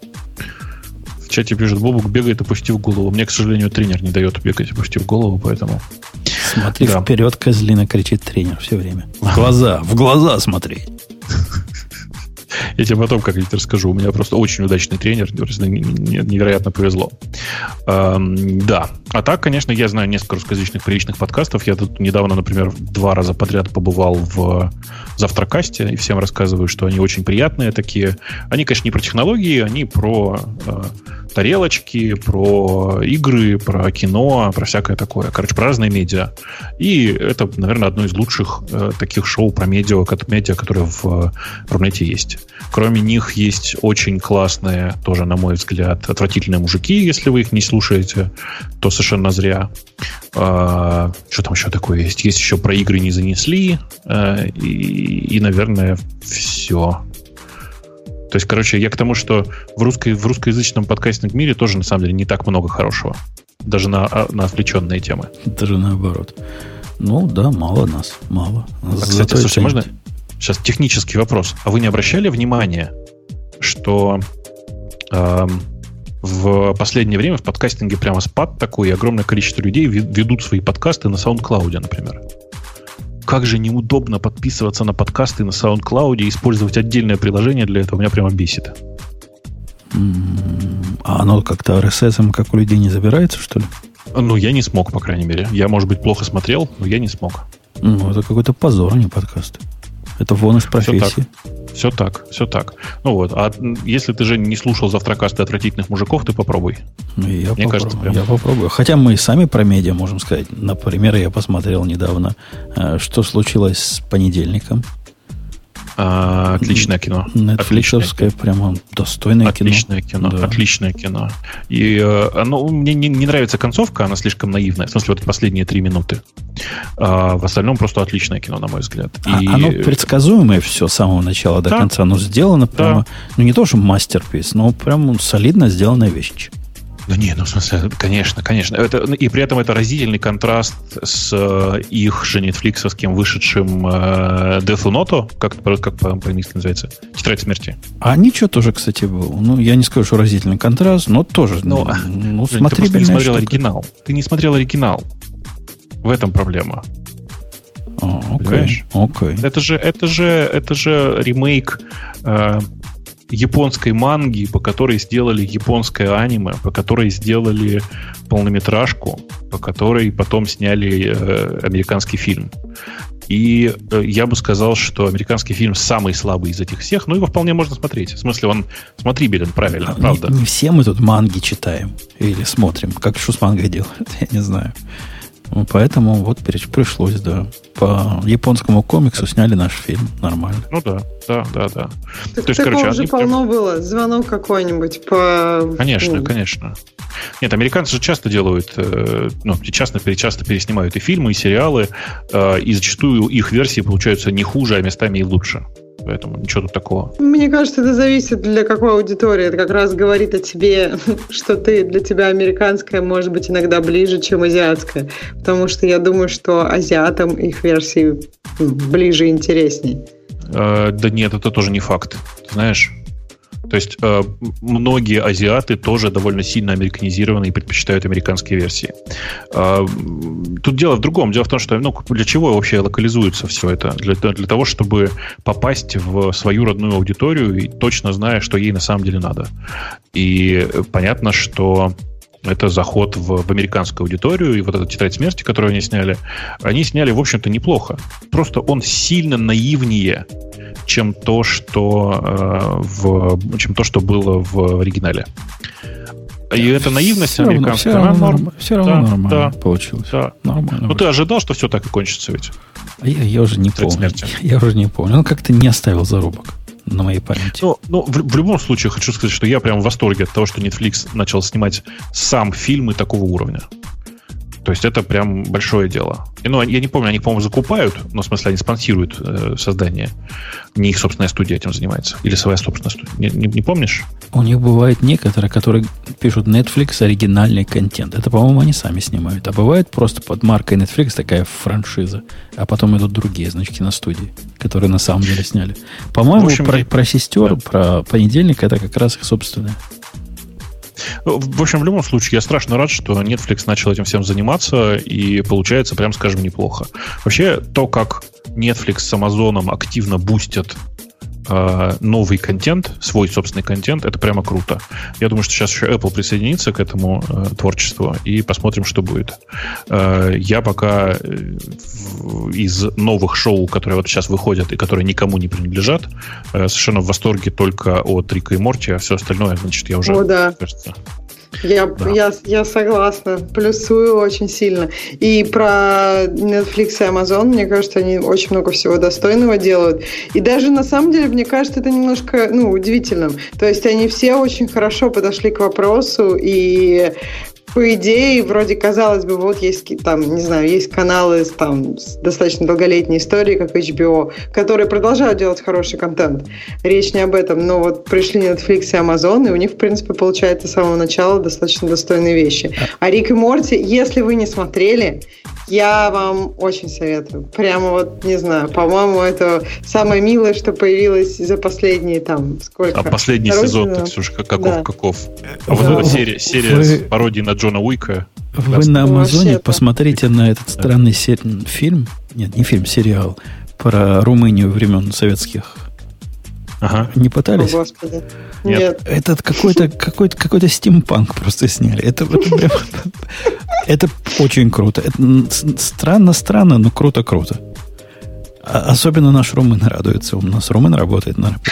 Speaker 2: В чате пишет: Бобук бегает, опустив голову. Мне, к сожалению, тренер не дает бегать, опустив голову, поэтому...
Speaker 1: Смотри вперед, козлина, кричит тренер все время. В глаза смотреть.
Speaker 2: Я тебе потом как-нибудь расскажу. У меня просто очень удачный тренер, невероятно повезло. Да. А так, конечно, я знаю несколько русскоязычных приличных подкастов. Я тут недавно, например, 2 раза подряд побывал в Завтракасте и всем рассказываю, что они очень приятные такие. Они, конечно, не про технологии, они про тарелочки, про игры, про кино, про всякое такое. Короче, про разные медиа. И это, наверное, одно из лучших таких шоу про медиа, которые в Рунете есть. Кроме них есть очень классные, тоже, на мой взгляд, отвратительные мужики. Если вы их не слушаете, то совершенно зря. Что там еще такое есть? Есть еще про игры не занесли. И, наверное, все. То есть, короче, я к тому, что в русскоязычном подкастинг мире тоже, на самом деле, не так много хорошего. Даже на отвлеченные темы.
Speaker 1: Даже наоборот. Ну, да, мало нас. Мало.
Speaker 2: Кстати, слушайте, можно сейчас технический вопрос. А вы не обращали внимания, что в последнее время в подкастинге прямо спад такой, и огромное количество людей ведут свои подкасты на SoundCloud, например? Как же неудобно подписываться на подкасты на SoundCloud и использовать отдельное приложение для этого. Меня прямо бесит.
Speaker 1: А оно как-то RSS, как у людей, не забирается, что ли?
Speaker 2: Ну, я не смог, по крайней мере. Я, может быть, плохо смотрел, но я не смог.
Speaker 1: Ну, это какой-то позор, не подкаст. Это вон из профессии.
Speaker 2: Все так. Ну вот, а если ты же не слушал Завтракасты отвратительных мужиков, ты попробуй.
Speaker 1: Мне кажется, я попробую. Хотя мы и сами про медиа можем сказать. Например, я посмотрел недавно, что случилось с понедельником.
Speaker 2: Отличное кино.
Speaker 1: Netflix-овское, прямо достойное кино.
Speaker 2: Отличное кино. И мне не нравится концовка, она слишком наивная. В смысле, вот последние 3 минуты. В остальном просто отличное кино, на мой взгляд.
Speaker 1: Оно предсказуемое все с самого начала до конца. Оно сделано прямо, ну не то, что мастерпис, но прям солидно сделанная вещь.
Speaker 2: Ну, в смысле, конечно. И при этом это разительный контраст с их же нетфликсовским вышедшим Death Note, как по-английски называется, «Тетрадь смерти». А
Speaker 1: ничего тоже, кстати, был. Ну, я не скажу, что разительный контраст, но тоже.
Speaker 2: Смотрибельная штука. Ты просто не смотрел оригинал. Ты не смотрел оригинал. В этом проблема.
Speaker 1: Окей.
Speaker 2: Это же ремейк японской манги, по которой сделали японское аниме, по которой сделали полнометражку, по которой потом сняли американский фильм. И я бы сказал, что американский фильм самый слабый из этих всех, но его вполне можно смотреть. В смысле, он смотрибелен, правильно, правда.
Speaker 1: Не все мы тут манги читаем или смотрим. Как что с мангой делают, я не знаю. Поэтому вот пришлось, да. По японскому комиксу сняли наш фильм. Нормально.
Speaker 2: Ну да.
Speaker 4: Так, то есть, такого же полно было. Звонок какой-нибудь по...
Speaker 2: Конечно. Нет, американцы же часто делают, часто переснимают и фильмы, и сериалы, и зачастую их версии получаются не хуже, а местами и лучше. Поэтому ничего тут такого.
Speaker 4: Мне кажется, это зависит для какой аудитории. Это как раз говорит о тебе, что для тебя американская может быть иногда ближе, чем азиатская. Потому что я думаю, что азиатам их версии ближе и интереснее.
Speaker 2: Да нет, это тоже не факт. Знаешь? То есть многие азиаты тоже довольно сильно американизированы и предпочитают американские версии. Тут дело в другом. Дело в том, что для чего вообще локализуется все это? Для того, чтобы попасть в свою родную аудиторию и точно зная, что ей на самом деле надо. И понятно, что это заход в американскую аудиторию, и вот эту «Тетрадь смерти», которую они сняли, в общем-то, неплохо. Просто он сильно наивнее, чем то, что было в оригинале. И эта наивность американская...
Speaker 1: Все равно нормально получилось.
Speaker 2: Да.
Speaker 1: Нормально.
Speaker 2: Ты ожидал, что все так и кончится ведь?
Speaker 1: Я уже не помню. Он как-то не оставил зарубок на моей памяти.
Speaker 2: В любом случае хочу сказать, что я прям в восторге от того, что Netflix начал снимать сам фильмы такого уровня. То есть это прям большое дело. Я не помню, они, по-моему, закупают, но в смысле они спонсируют создание. Не их собственная студия этим занимается. Или своя собственная студия. Не помнишь?
Speaker 1: У них бывает некоторые, которые пишут Netflix оригинальный контент. Это, по-моему, они сами снимают. А бывает просто под маркой Netflix такая франшиза. А потом идут другие значки на студии, которые на самом деле сняли. По-моему, про сестер, про понедельник, это как раз их собственное.
Speaker 2: В общем, в любом случае, я страшно рад, что Netflix начал этим всем заниматься, и получается, прям скажем, неплохо. Вообще, то, как Netflix с Amazon активно бустят новый контент, свой собственный контент, это прямо круто. Я думаю, что сейчас еще Apple присоединится к этому творчеству, и посмотрим, что будет. Я пока из новых шоу, которые вот сейчас выходят и которые никому не принадлежат, совершенно в восторге только от Рика и Морти, а все остальное, значит, я уже...
Speaker 4: О, да.
Speaker 2: Кажется,
Speaker 4: Я согласна, плюсую очень сильно. И про Netflix и Amazon, мне кажется, они очень много всего достойного делают. И даже на самом деле, мне кажется, это немножко удивительным. То есть они все очень хорошо подошли к вопросу, и по идее, вроде казалось бы, вот есть там, не знаю, есть каналы там, с достаточно долголетней историей, как HBO, которые продолжают делать хороший контент. Речь не об этом, но вот пришли Netflix и Amazon, и у них, в принципе, получается с самого начала достаточно достойные вещи. А Рик и Морти, если вы не смотрели, я вам очень советую. Прямо вот, не знаю, по-моему, это самое милое, что появилось за последние там сколько.
Speaker 2: А последний сезон, так, Ксюша, каков? А вот эта серия с пародией на Джона Уика.
Speaker 1: Вы на Амазоне посмотрите на этот странный фильм, нет, не фильм, сериал про Румынию времен советских.
Speaker 2: Ага.
Speaker 1: Не пытались?
Speaker 4: О, Господи.
Speaker 2: Нет.
Speaker 1: Этот какой-то стимпанк просто сняли. Это очень круто. Это странно, но круто. Особенно наш румын радуется. У нас румын работает на работе.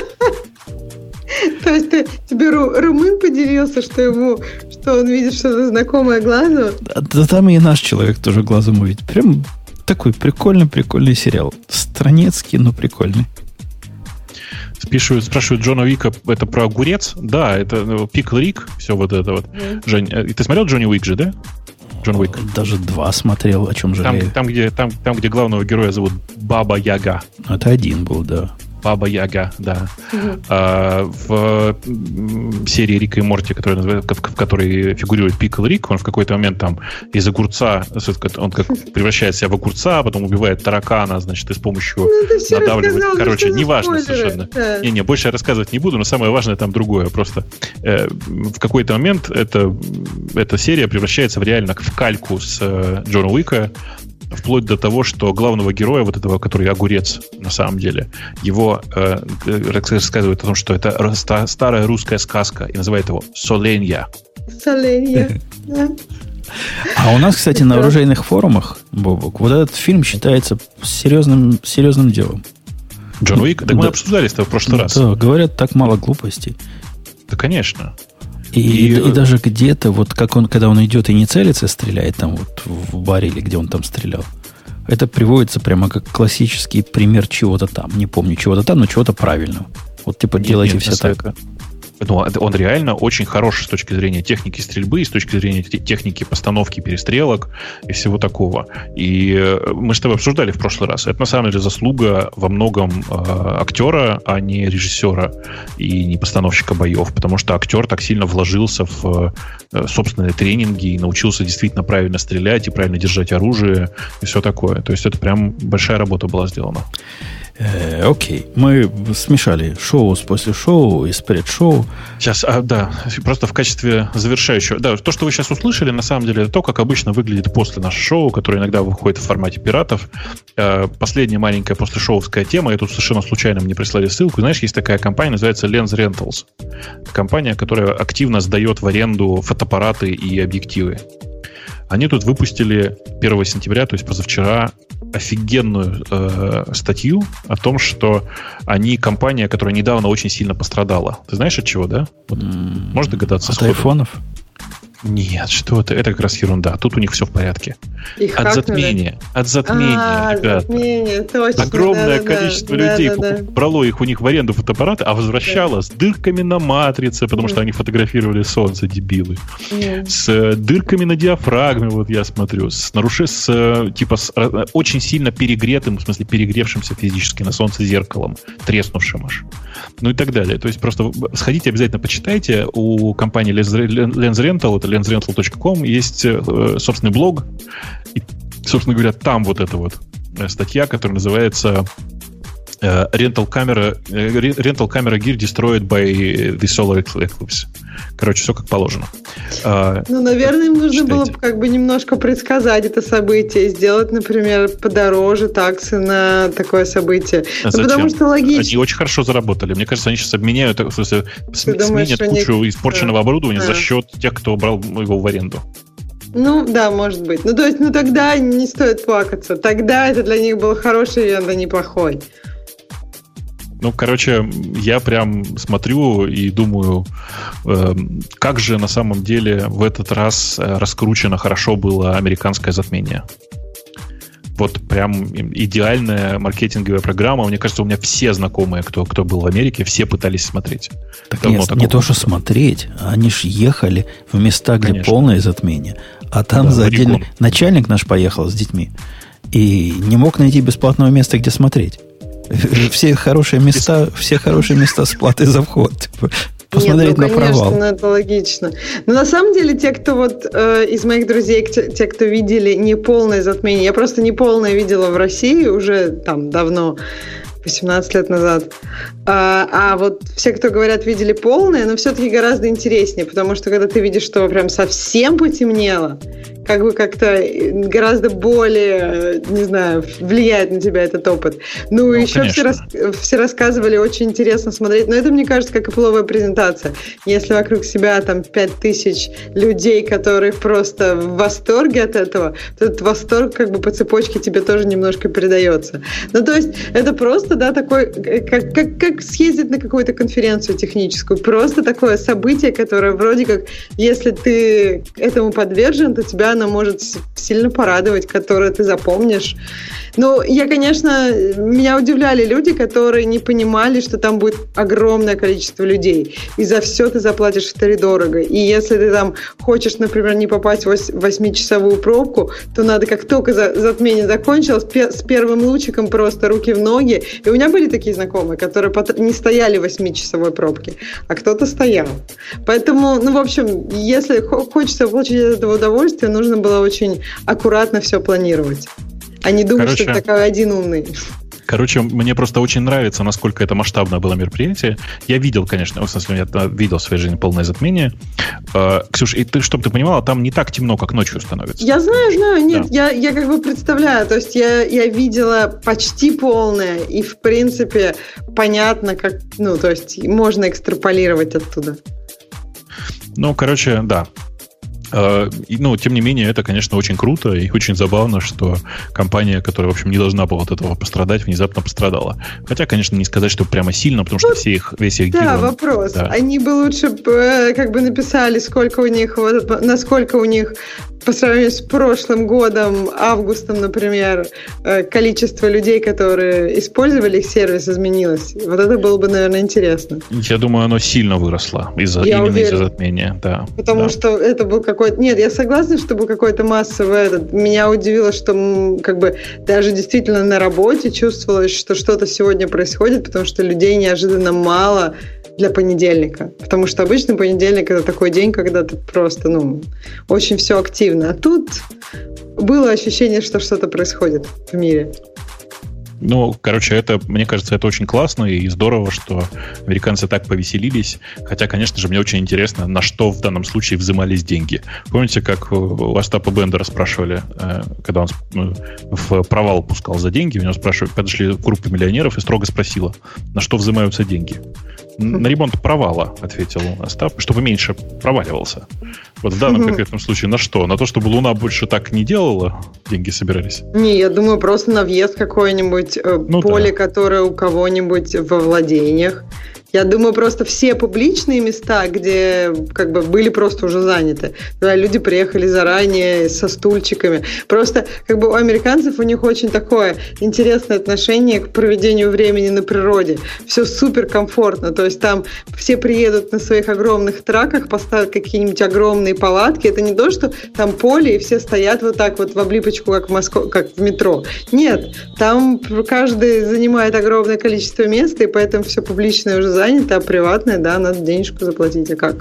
Speaker 4: То есть тебе румын поделился, что он видит что-то знакомое глазу?
Speaker 1: Да там и наш человек тоже глазом увидит. Прям такой прикольный сериал. Странецкий, но прикольный.
Speaker 2: Спрашивают Джона Уика, это про огурец? Да, это Пикл Рик, все вот это вот. Жень, ты смотрел Джонни Уик же, да? Джон Уик.
Speaker 1: Даже 2 смотрел, о чем жалею.
Speaker 2: Там, где главного героя зовут Баба Яга.
Speaker 1: Это 1 был, да.
Speaker 2: Баба Яга, да. В серии Рика и Морти, в которой фигурирует Пикл Рик, он в какой-то момент там из огурца, он как превращает себя в огурца, а потом убивает таракана, значит, и с помощью надавливает. Короче, неважно совершенно. Не, больше я рассказывать не буду, но самое важное там другое. Просто в какой-то момент эта серия превращается реально в кальку с Джона Уика, вплоть до того, что главного героя, вот этого, который огурец на самом деле, его рассказывают о том, что это старая русская сказка, и называют его «Соленья».
Speaker 4: Соленья, да.
Speaker 1: А у нас, кстати, на оружейных форумах, Бобок, вот этот фильм считается серьезным делом.
Speaker 2: Джон Уик? Так мы обсуждали это в прошлый раз.
Speaker 1: Да, говорят, так мало глупостей.
Speaker 2: Да, конечно.
Speaker 1: И даже где-то, вот как когда он идет и не целится, стреляет там вот в баре или где он там стрелял, это приводится прямо как классический пример чего-то там. Не помню чего-то там, но чего-то правильного. Вот типа делайте все так.
Speaker 2: Он реально очень хорош с точки зрения техники стрельбы, с точки зрения техники постановки перестрелок и всего такого. И мы с тобой обсуждали в прошлый раз. Это на самом деле заслуга во многом актера, а не режиссера и не постановщика боев, потому что актер так сильно вложился в собственные тренинги и научился действительно правильно стрелять и правильно держать оружие и все такое. То есть это прям большая работа была сделана.
Speaker 1: Окей, мы смешали шоу после шоу и спред-шоу.
Speaker 2: Сейчас, да, просто в качестве завершающего. Да, то, что вы сейчас услышали, на самом деле, это то, как обычно выглядит после нашего шоу, которое иногда выходит в формате пиратов. Последняя маленькая послешоувская тема, я тут совершенно случайно мне прислали ссылку. Знаешь, есть такая компания, называется Lens Rentals. Компания, которая активно сдает в аренду фотоаппараты и объективы. Они тут выпустили 1 сентября, то есть позавчера, офигенную статью о том, что они компания, которая недавно очень сильно пострадала. Ты знаешь от чего, да? Вот, можешь догадаться?
Speaker 1: От айфонов?
Speaker 2: Нет, что это? Это как раз ерунда. Тут у них все в порядке. От затмения, ребята.
Speaker 4: Затмение, точно.
Speaker 2: Огромное количество людей брало их у них в аренду фотоаппараты, а возвращало с дырками на матрице, потому что они фотографировали солнце, дебилы. С дырками на диафрагме, вот я смотрю. С очень сильно перегретым, в смысле перегревшимся физически на солнце зеркалом, треснувшим аж. Ну и так далее. То есть просто сходите, обязательно почитайте. У компании Lens Rental, это lensrental.com, есть собственный блог. И, собственно говоря, там вот эта вот статья, которая называется Rental camera gear destroyed by the solar eclipse. Короче, все как положено.
Speaker 4: Наверное, им нужно было как бы немножко предсказать это событие, сделать, например, подороже таксы на такое событие. Потому что логично.
Speaker 2: Они очень хорошо заработали. Мне кажется, они сейчас обменяют, в смысле, сменят кучу испорченного оборудования за счет тех, кто брал его в аренду.
Speaker 4: Да, может быть. То есть, тогда не стоит плакаться. Тогда это для них был хороший ивент, а не плохой.
Speaker 2: Короче, я прям смотрю и думаю, как же на самом деле в этот раз раскручено хорошо было американское затмение. Вот прям идеальная маркетинговая программа. Мне кажется, у меня все знакомые, кто был в Америке, все пытались смотреть.
Speaker 1: Так не то, что смотреть, они ж ехали в места, где Конечно. Полное затмение. А там за отдельный... Начальник наш поехал с детьми и не мог найти бесплатного места, где смотреть. Все хорошие места с платой за вход. Посмотреть на провал.
Speaker 4: Конечно, это логично. Но на самом деле, те, кто из моих друзей, те, кто видели неполное затмение, я просто неполное видела в России уже там давно, 18 лет назад. А вот все, кто говорят, видели полное, но все-таки гораздо интереснее, потому что когда ты видишь, что прям совсем потемнело, как бы как-то гораздо более, не знаю, влияет на тебя этот опыт. Еще все рассказывали, очень интересно смотреть. Но это, мне кажется, как Apple'овая презентация. Если вокруг себя там 5000 людей, которые просто в восторге от этого, то этот восторг как бы по цепочке тебе тоже немножко передается. То есть это просто, такой, как съездить на какую-то конференцию техническую. Просто такое событие, которое вроде как, если ты этому подвержен, то тебя оно может сильно порадовать, которое ты запомнишь. Меня удивляли люди, которые не понимали, что там будет огромное количество людей. И за все ты заплатишь втридорого. И если ты там хочешь, например, не попасть в 8-часовую пробку, то надо, как только затмение закончилось, с первым лучиком просто руки в ноги. И у меня были такие знакомые, которые не стояли в 8-часовой пробке, а кто-то стоял. Поэтому, в общем, если хочется получить от этого удовольствие, нужно было очень аккуратно все планировать. А не думать, что ты такой один умный.
Speaker 2: Мне просто очень нравится, насколько это масштабное было мероприятие. Я видел, конечно, в смысле, я видел в своей жизни полное затмение. Ксюш, и чтобы ты понимала, там не так темно, как ночью становится.
Speaker 4: Я знаю, нет, да. я как бы представляю. То есть я видела почти полное, и в принципе понятно, как, то есть можно экстраполировать оттуда.
Speaker 2: Да. Тем не менее, это, конечно, очень круто и очень забавно, что компания, которая, в общем, не должна была от этого пострадать, внезапно пострадала. Хотя, конечно, не сказать, что прямо сильно, потому что весь их
Speaker 4: гиган... Да, вопрос. Да. Они бы лучше как бы написали, насколько у них по сравнению с прошлым годом, августом, например, количество людей, которые использовали их сервис, изменилось. Вот это было бы, наверное, интересно.
Speaker 2: Я думаю, оно сильно выросло из-за затмения. Да.
Speaker 4: Потому что это был какой-то... Нет, я согласна, что был какой-то массовый Меня удивило, что как бы даже действительно на работе чувствовалось, что что-то сегодня происходит, потому что людей неожиданно мало для понедельника. Потому что обычно понедельник — это такой день, когда ты просто, очень все активно. А тут было ощущение, что что-то происходит в мире.
Speaker 2: Мне кажется, это очень классно и здорово, что американцы так повеселились. Хотя, конечно же, мне очень интересно, на что в данном случае взимались деньги. Помните, как у Остапа Бендера спрашивали, когда он в провал пускал за деньги, у него подошли группа миллионеров и строго спросила, на что взимаются деньги. На ремонт провала, ответил Остап, чтобы меньше проваливался. Вот в данном конкретном случае на что? На то, чтобы Луна больше так не делала, деньги собирались?
Speaker 4: Не, я думаю, просто на въезд какое-нибудь поле, которое у кого-нибудь во владениях. Я думаю, просто все публичные места, где как бы были просто уже заняты. Да, люди приехали заранее со стульчиками. Просто как бы у американцев у них очень такое интересное отношение к проведению времени на природе. Все супер комфортно. То есть там все приедут на своих огромных траках, поставят какие-нибудь огромные палатки. Это не то, что там поле, и все стоят вот так вот в облипочку, как в метро. Нет, там каждый занимает огромное количество места, и поэтому все публичное уже занято, а приватное, да, надо денежку заплатить. А как?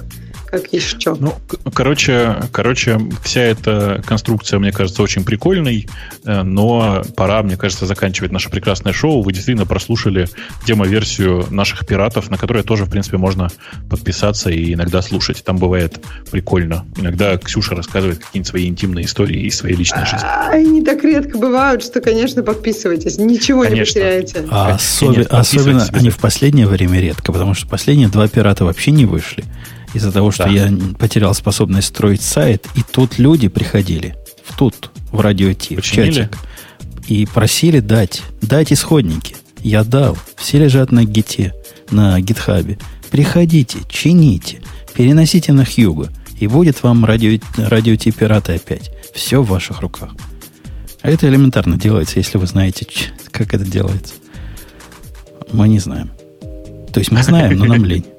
Speaker 4: как еще.
Speaker 2: Ну, короче, вся эта конструкция, мне кажется, очень прикольной, но пора, мне кажется, заканчивать наше прекрасное шоу. Вы действительно прослушали демо-версию наших пиратов, на которую тоже, в принципе, можно подписаться и иногда слушать. Там бывает прикольно. Иногда Ксюша рассказывает какие-нибудь свои интимные истории из своей личной жизни.
Speaker 4: Они так редко бывают, что, конечно, подписывайтесь. Ничего не потеряете.
Speaker 1: Особенно они в последнее время редко, потому что последние 2 пирата вообще не вышли. Из-за того, что я потерял способность строить сайт, и тут люди приходили в Радио Ти, в чатик, и просили дать исходники. Я дал. Все лежат на гите, на гитхабе. Приходите, чините, переносите на Хьюго, и будет вам Радио Ти пираты опять. Все в ваших руках. А это элементарно делается, если вы знаете, как это делается. Мы не знаем. То есть мы знаем, но нам лень.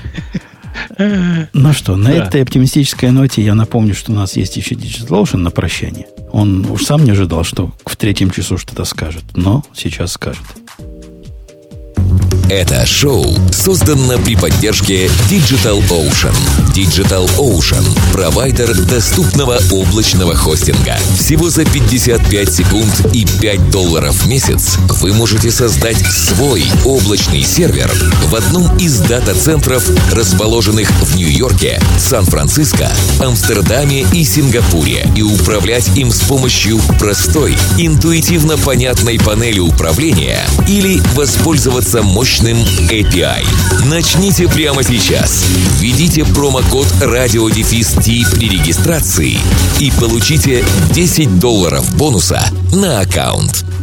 Speaker 1: Ну что, на этой оптимистической ноте я напомню, что у нас есть еще DigitalOcean на прощание. Он уж сам не ожидал, что в 3 часу что-то скажет, но сейчас скажет.
Speaker 3: Это шоу создано при поддержке DigitalOcean. DigitalOcean – провайдер доступного облачного хостинга. Всего за 55 секунд и $5 в месяц вы можете создать свой облачный сервер в одном из дата-центров, расположенных в Нью-Йорке, Сан-Франциско, Амстердаме и Сингапуре, и управлять им с помощью простой, интуитивно понятной панели управления или воспользоваться мощным API. Начните прямо сейчас. Введите промокод RadioDefist при регистрации и получите $10 бонуса на аккаунт.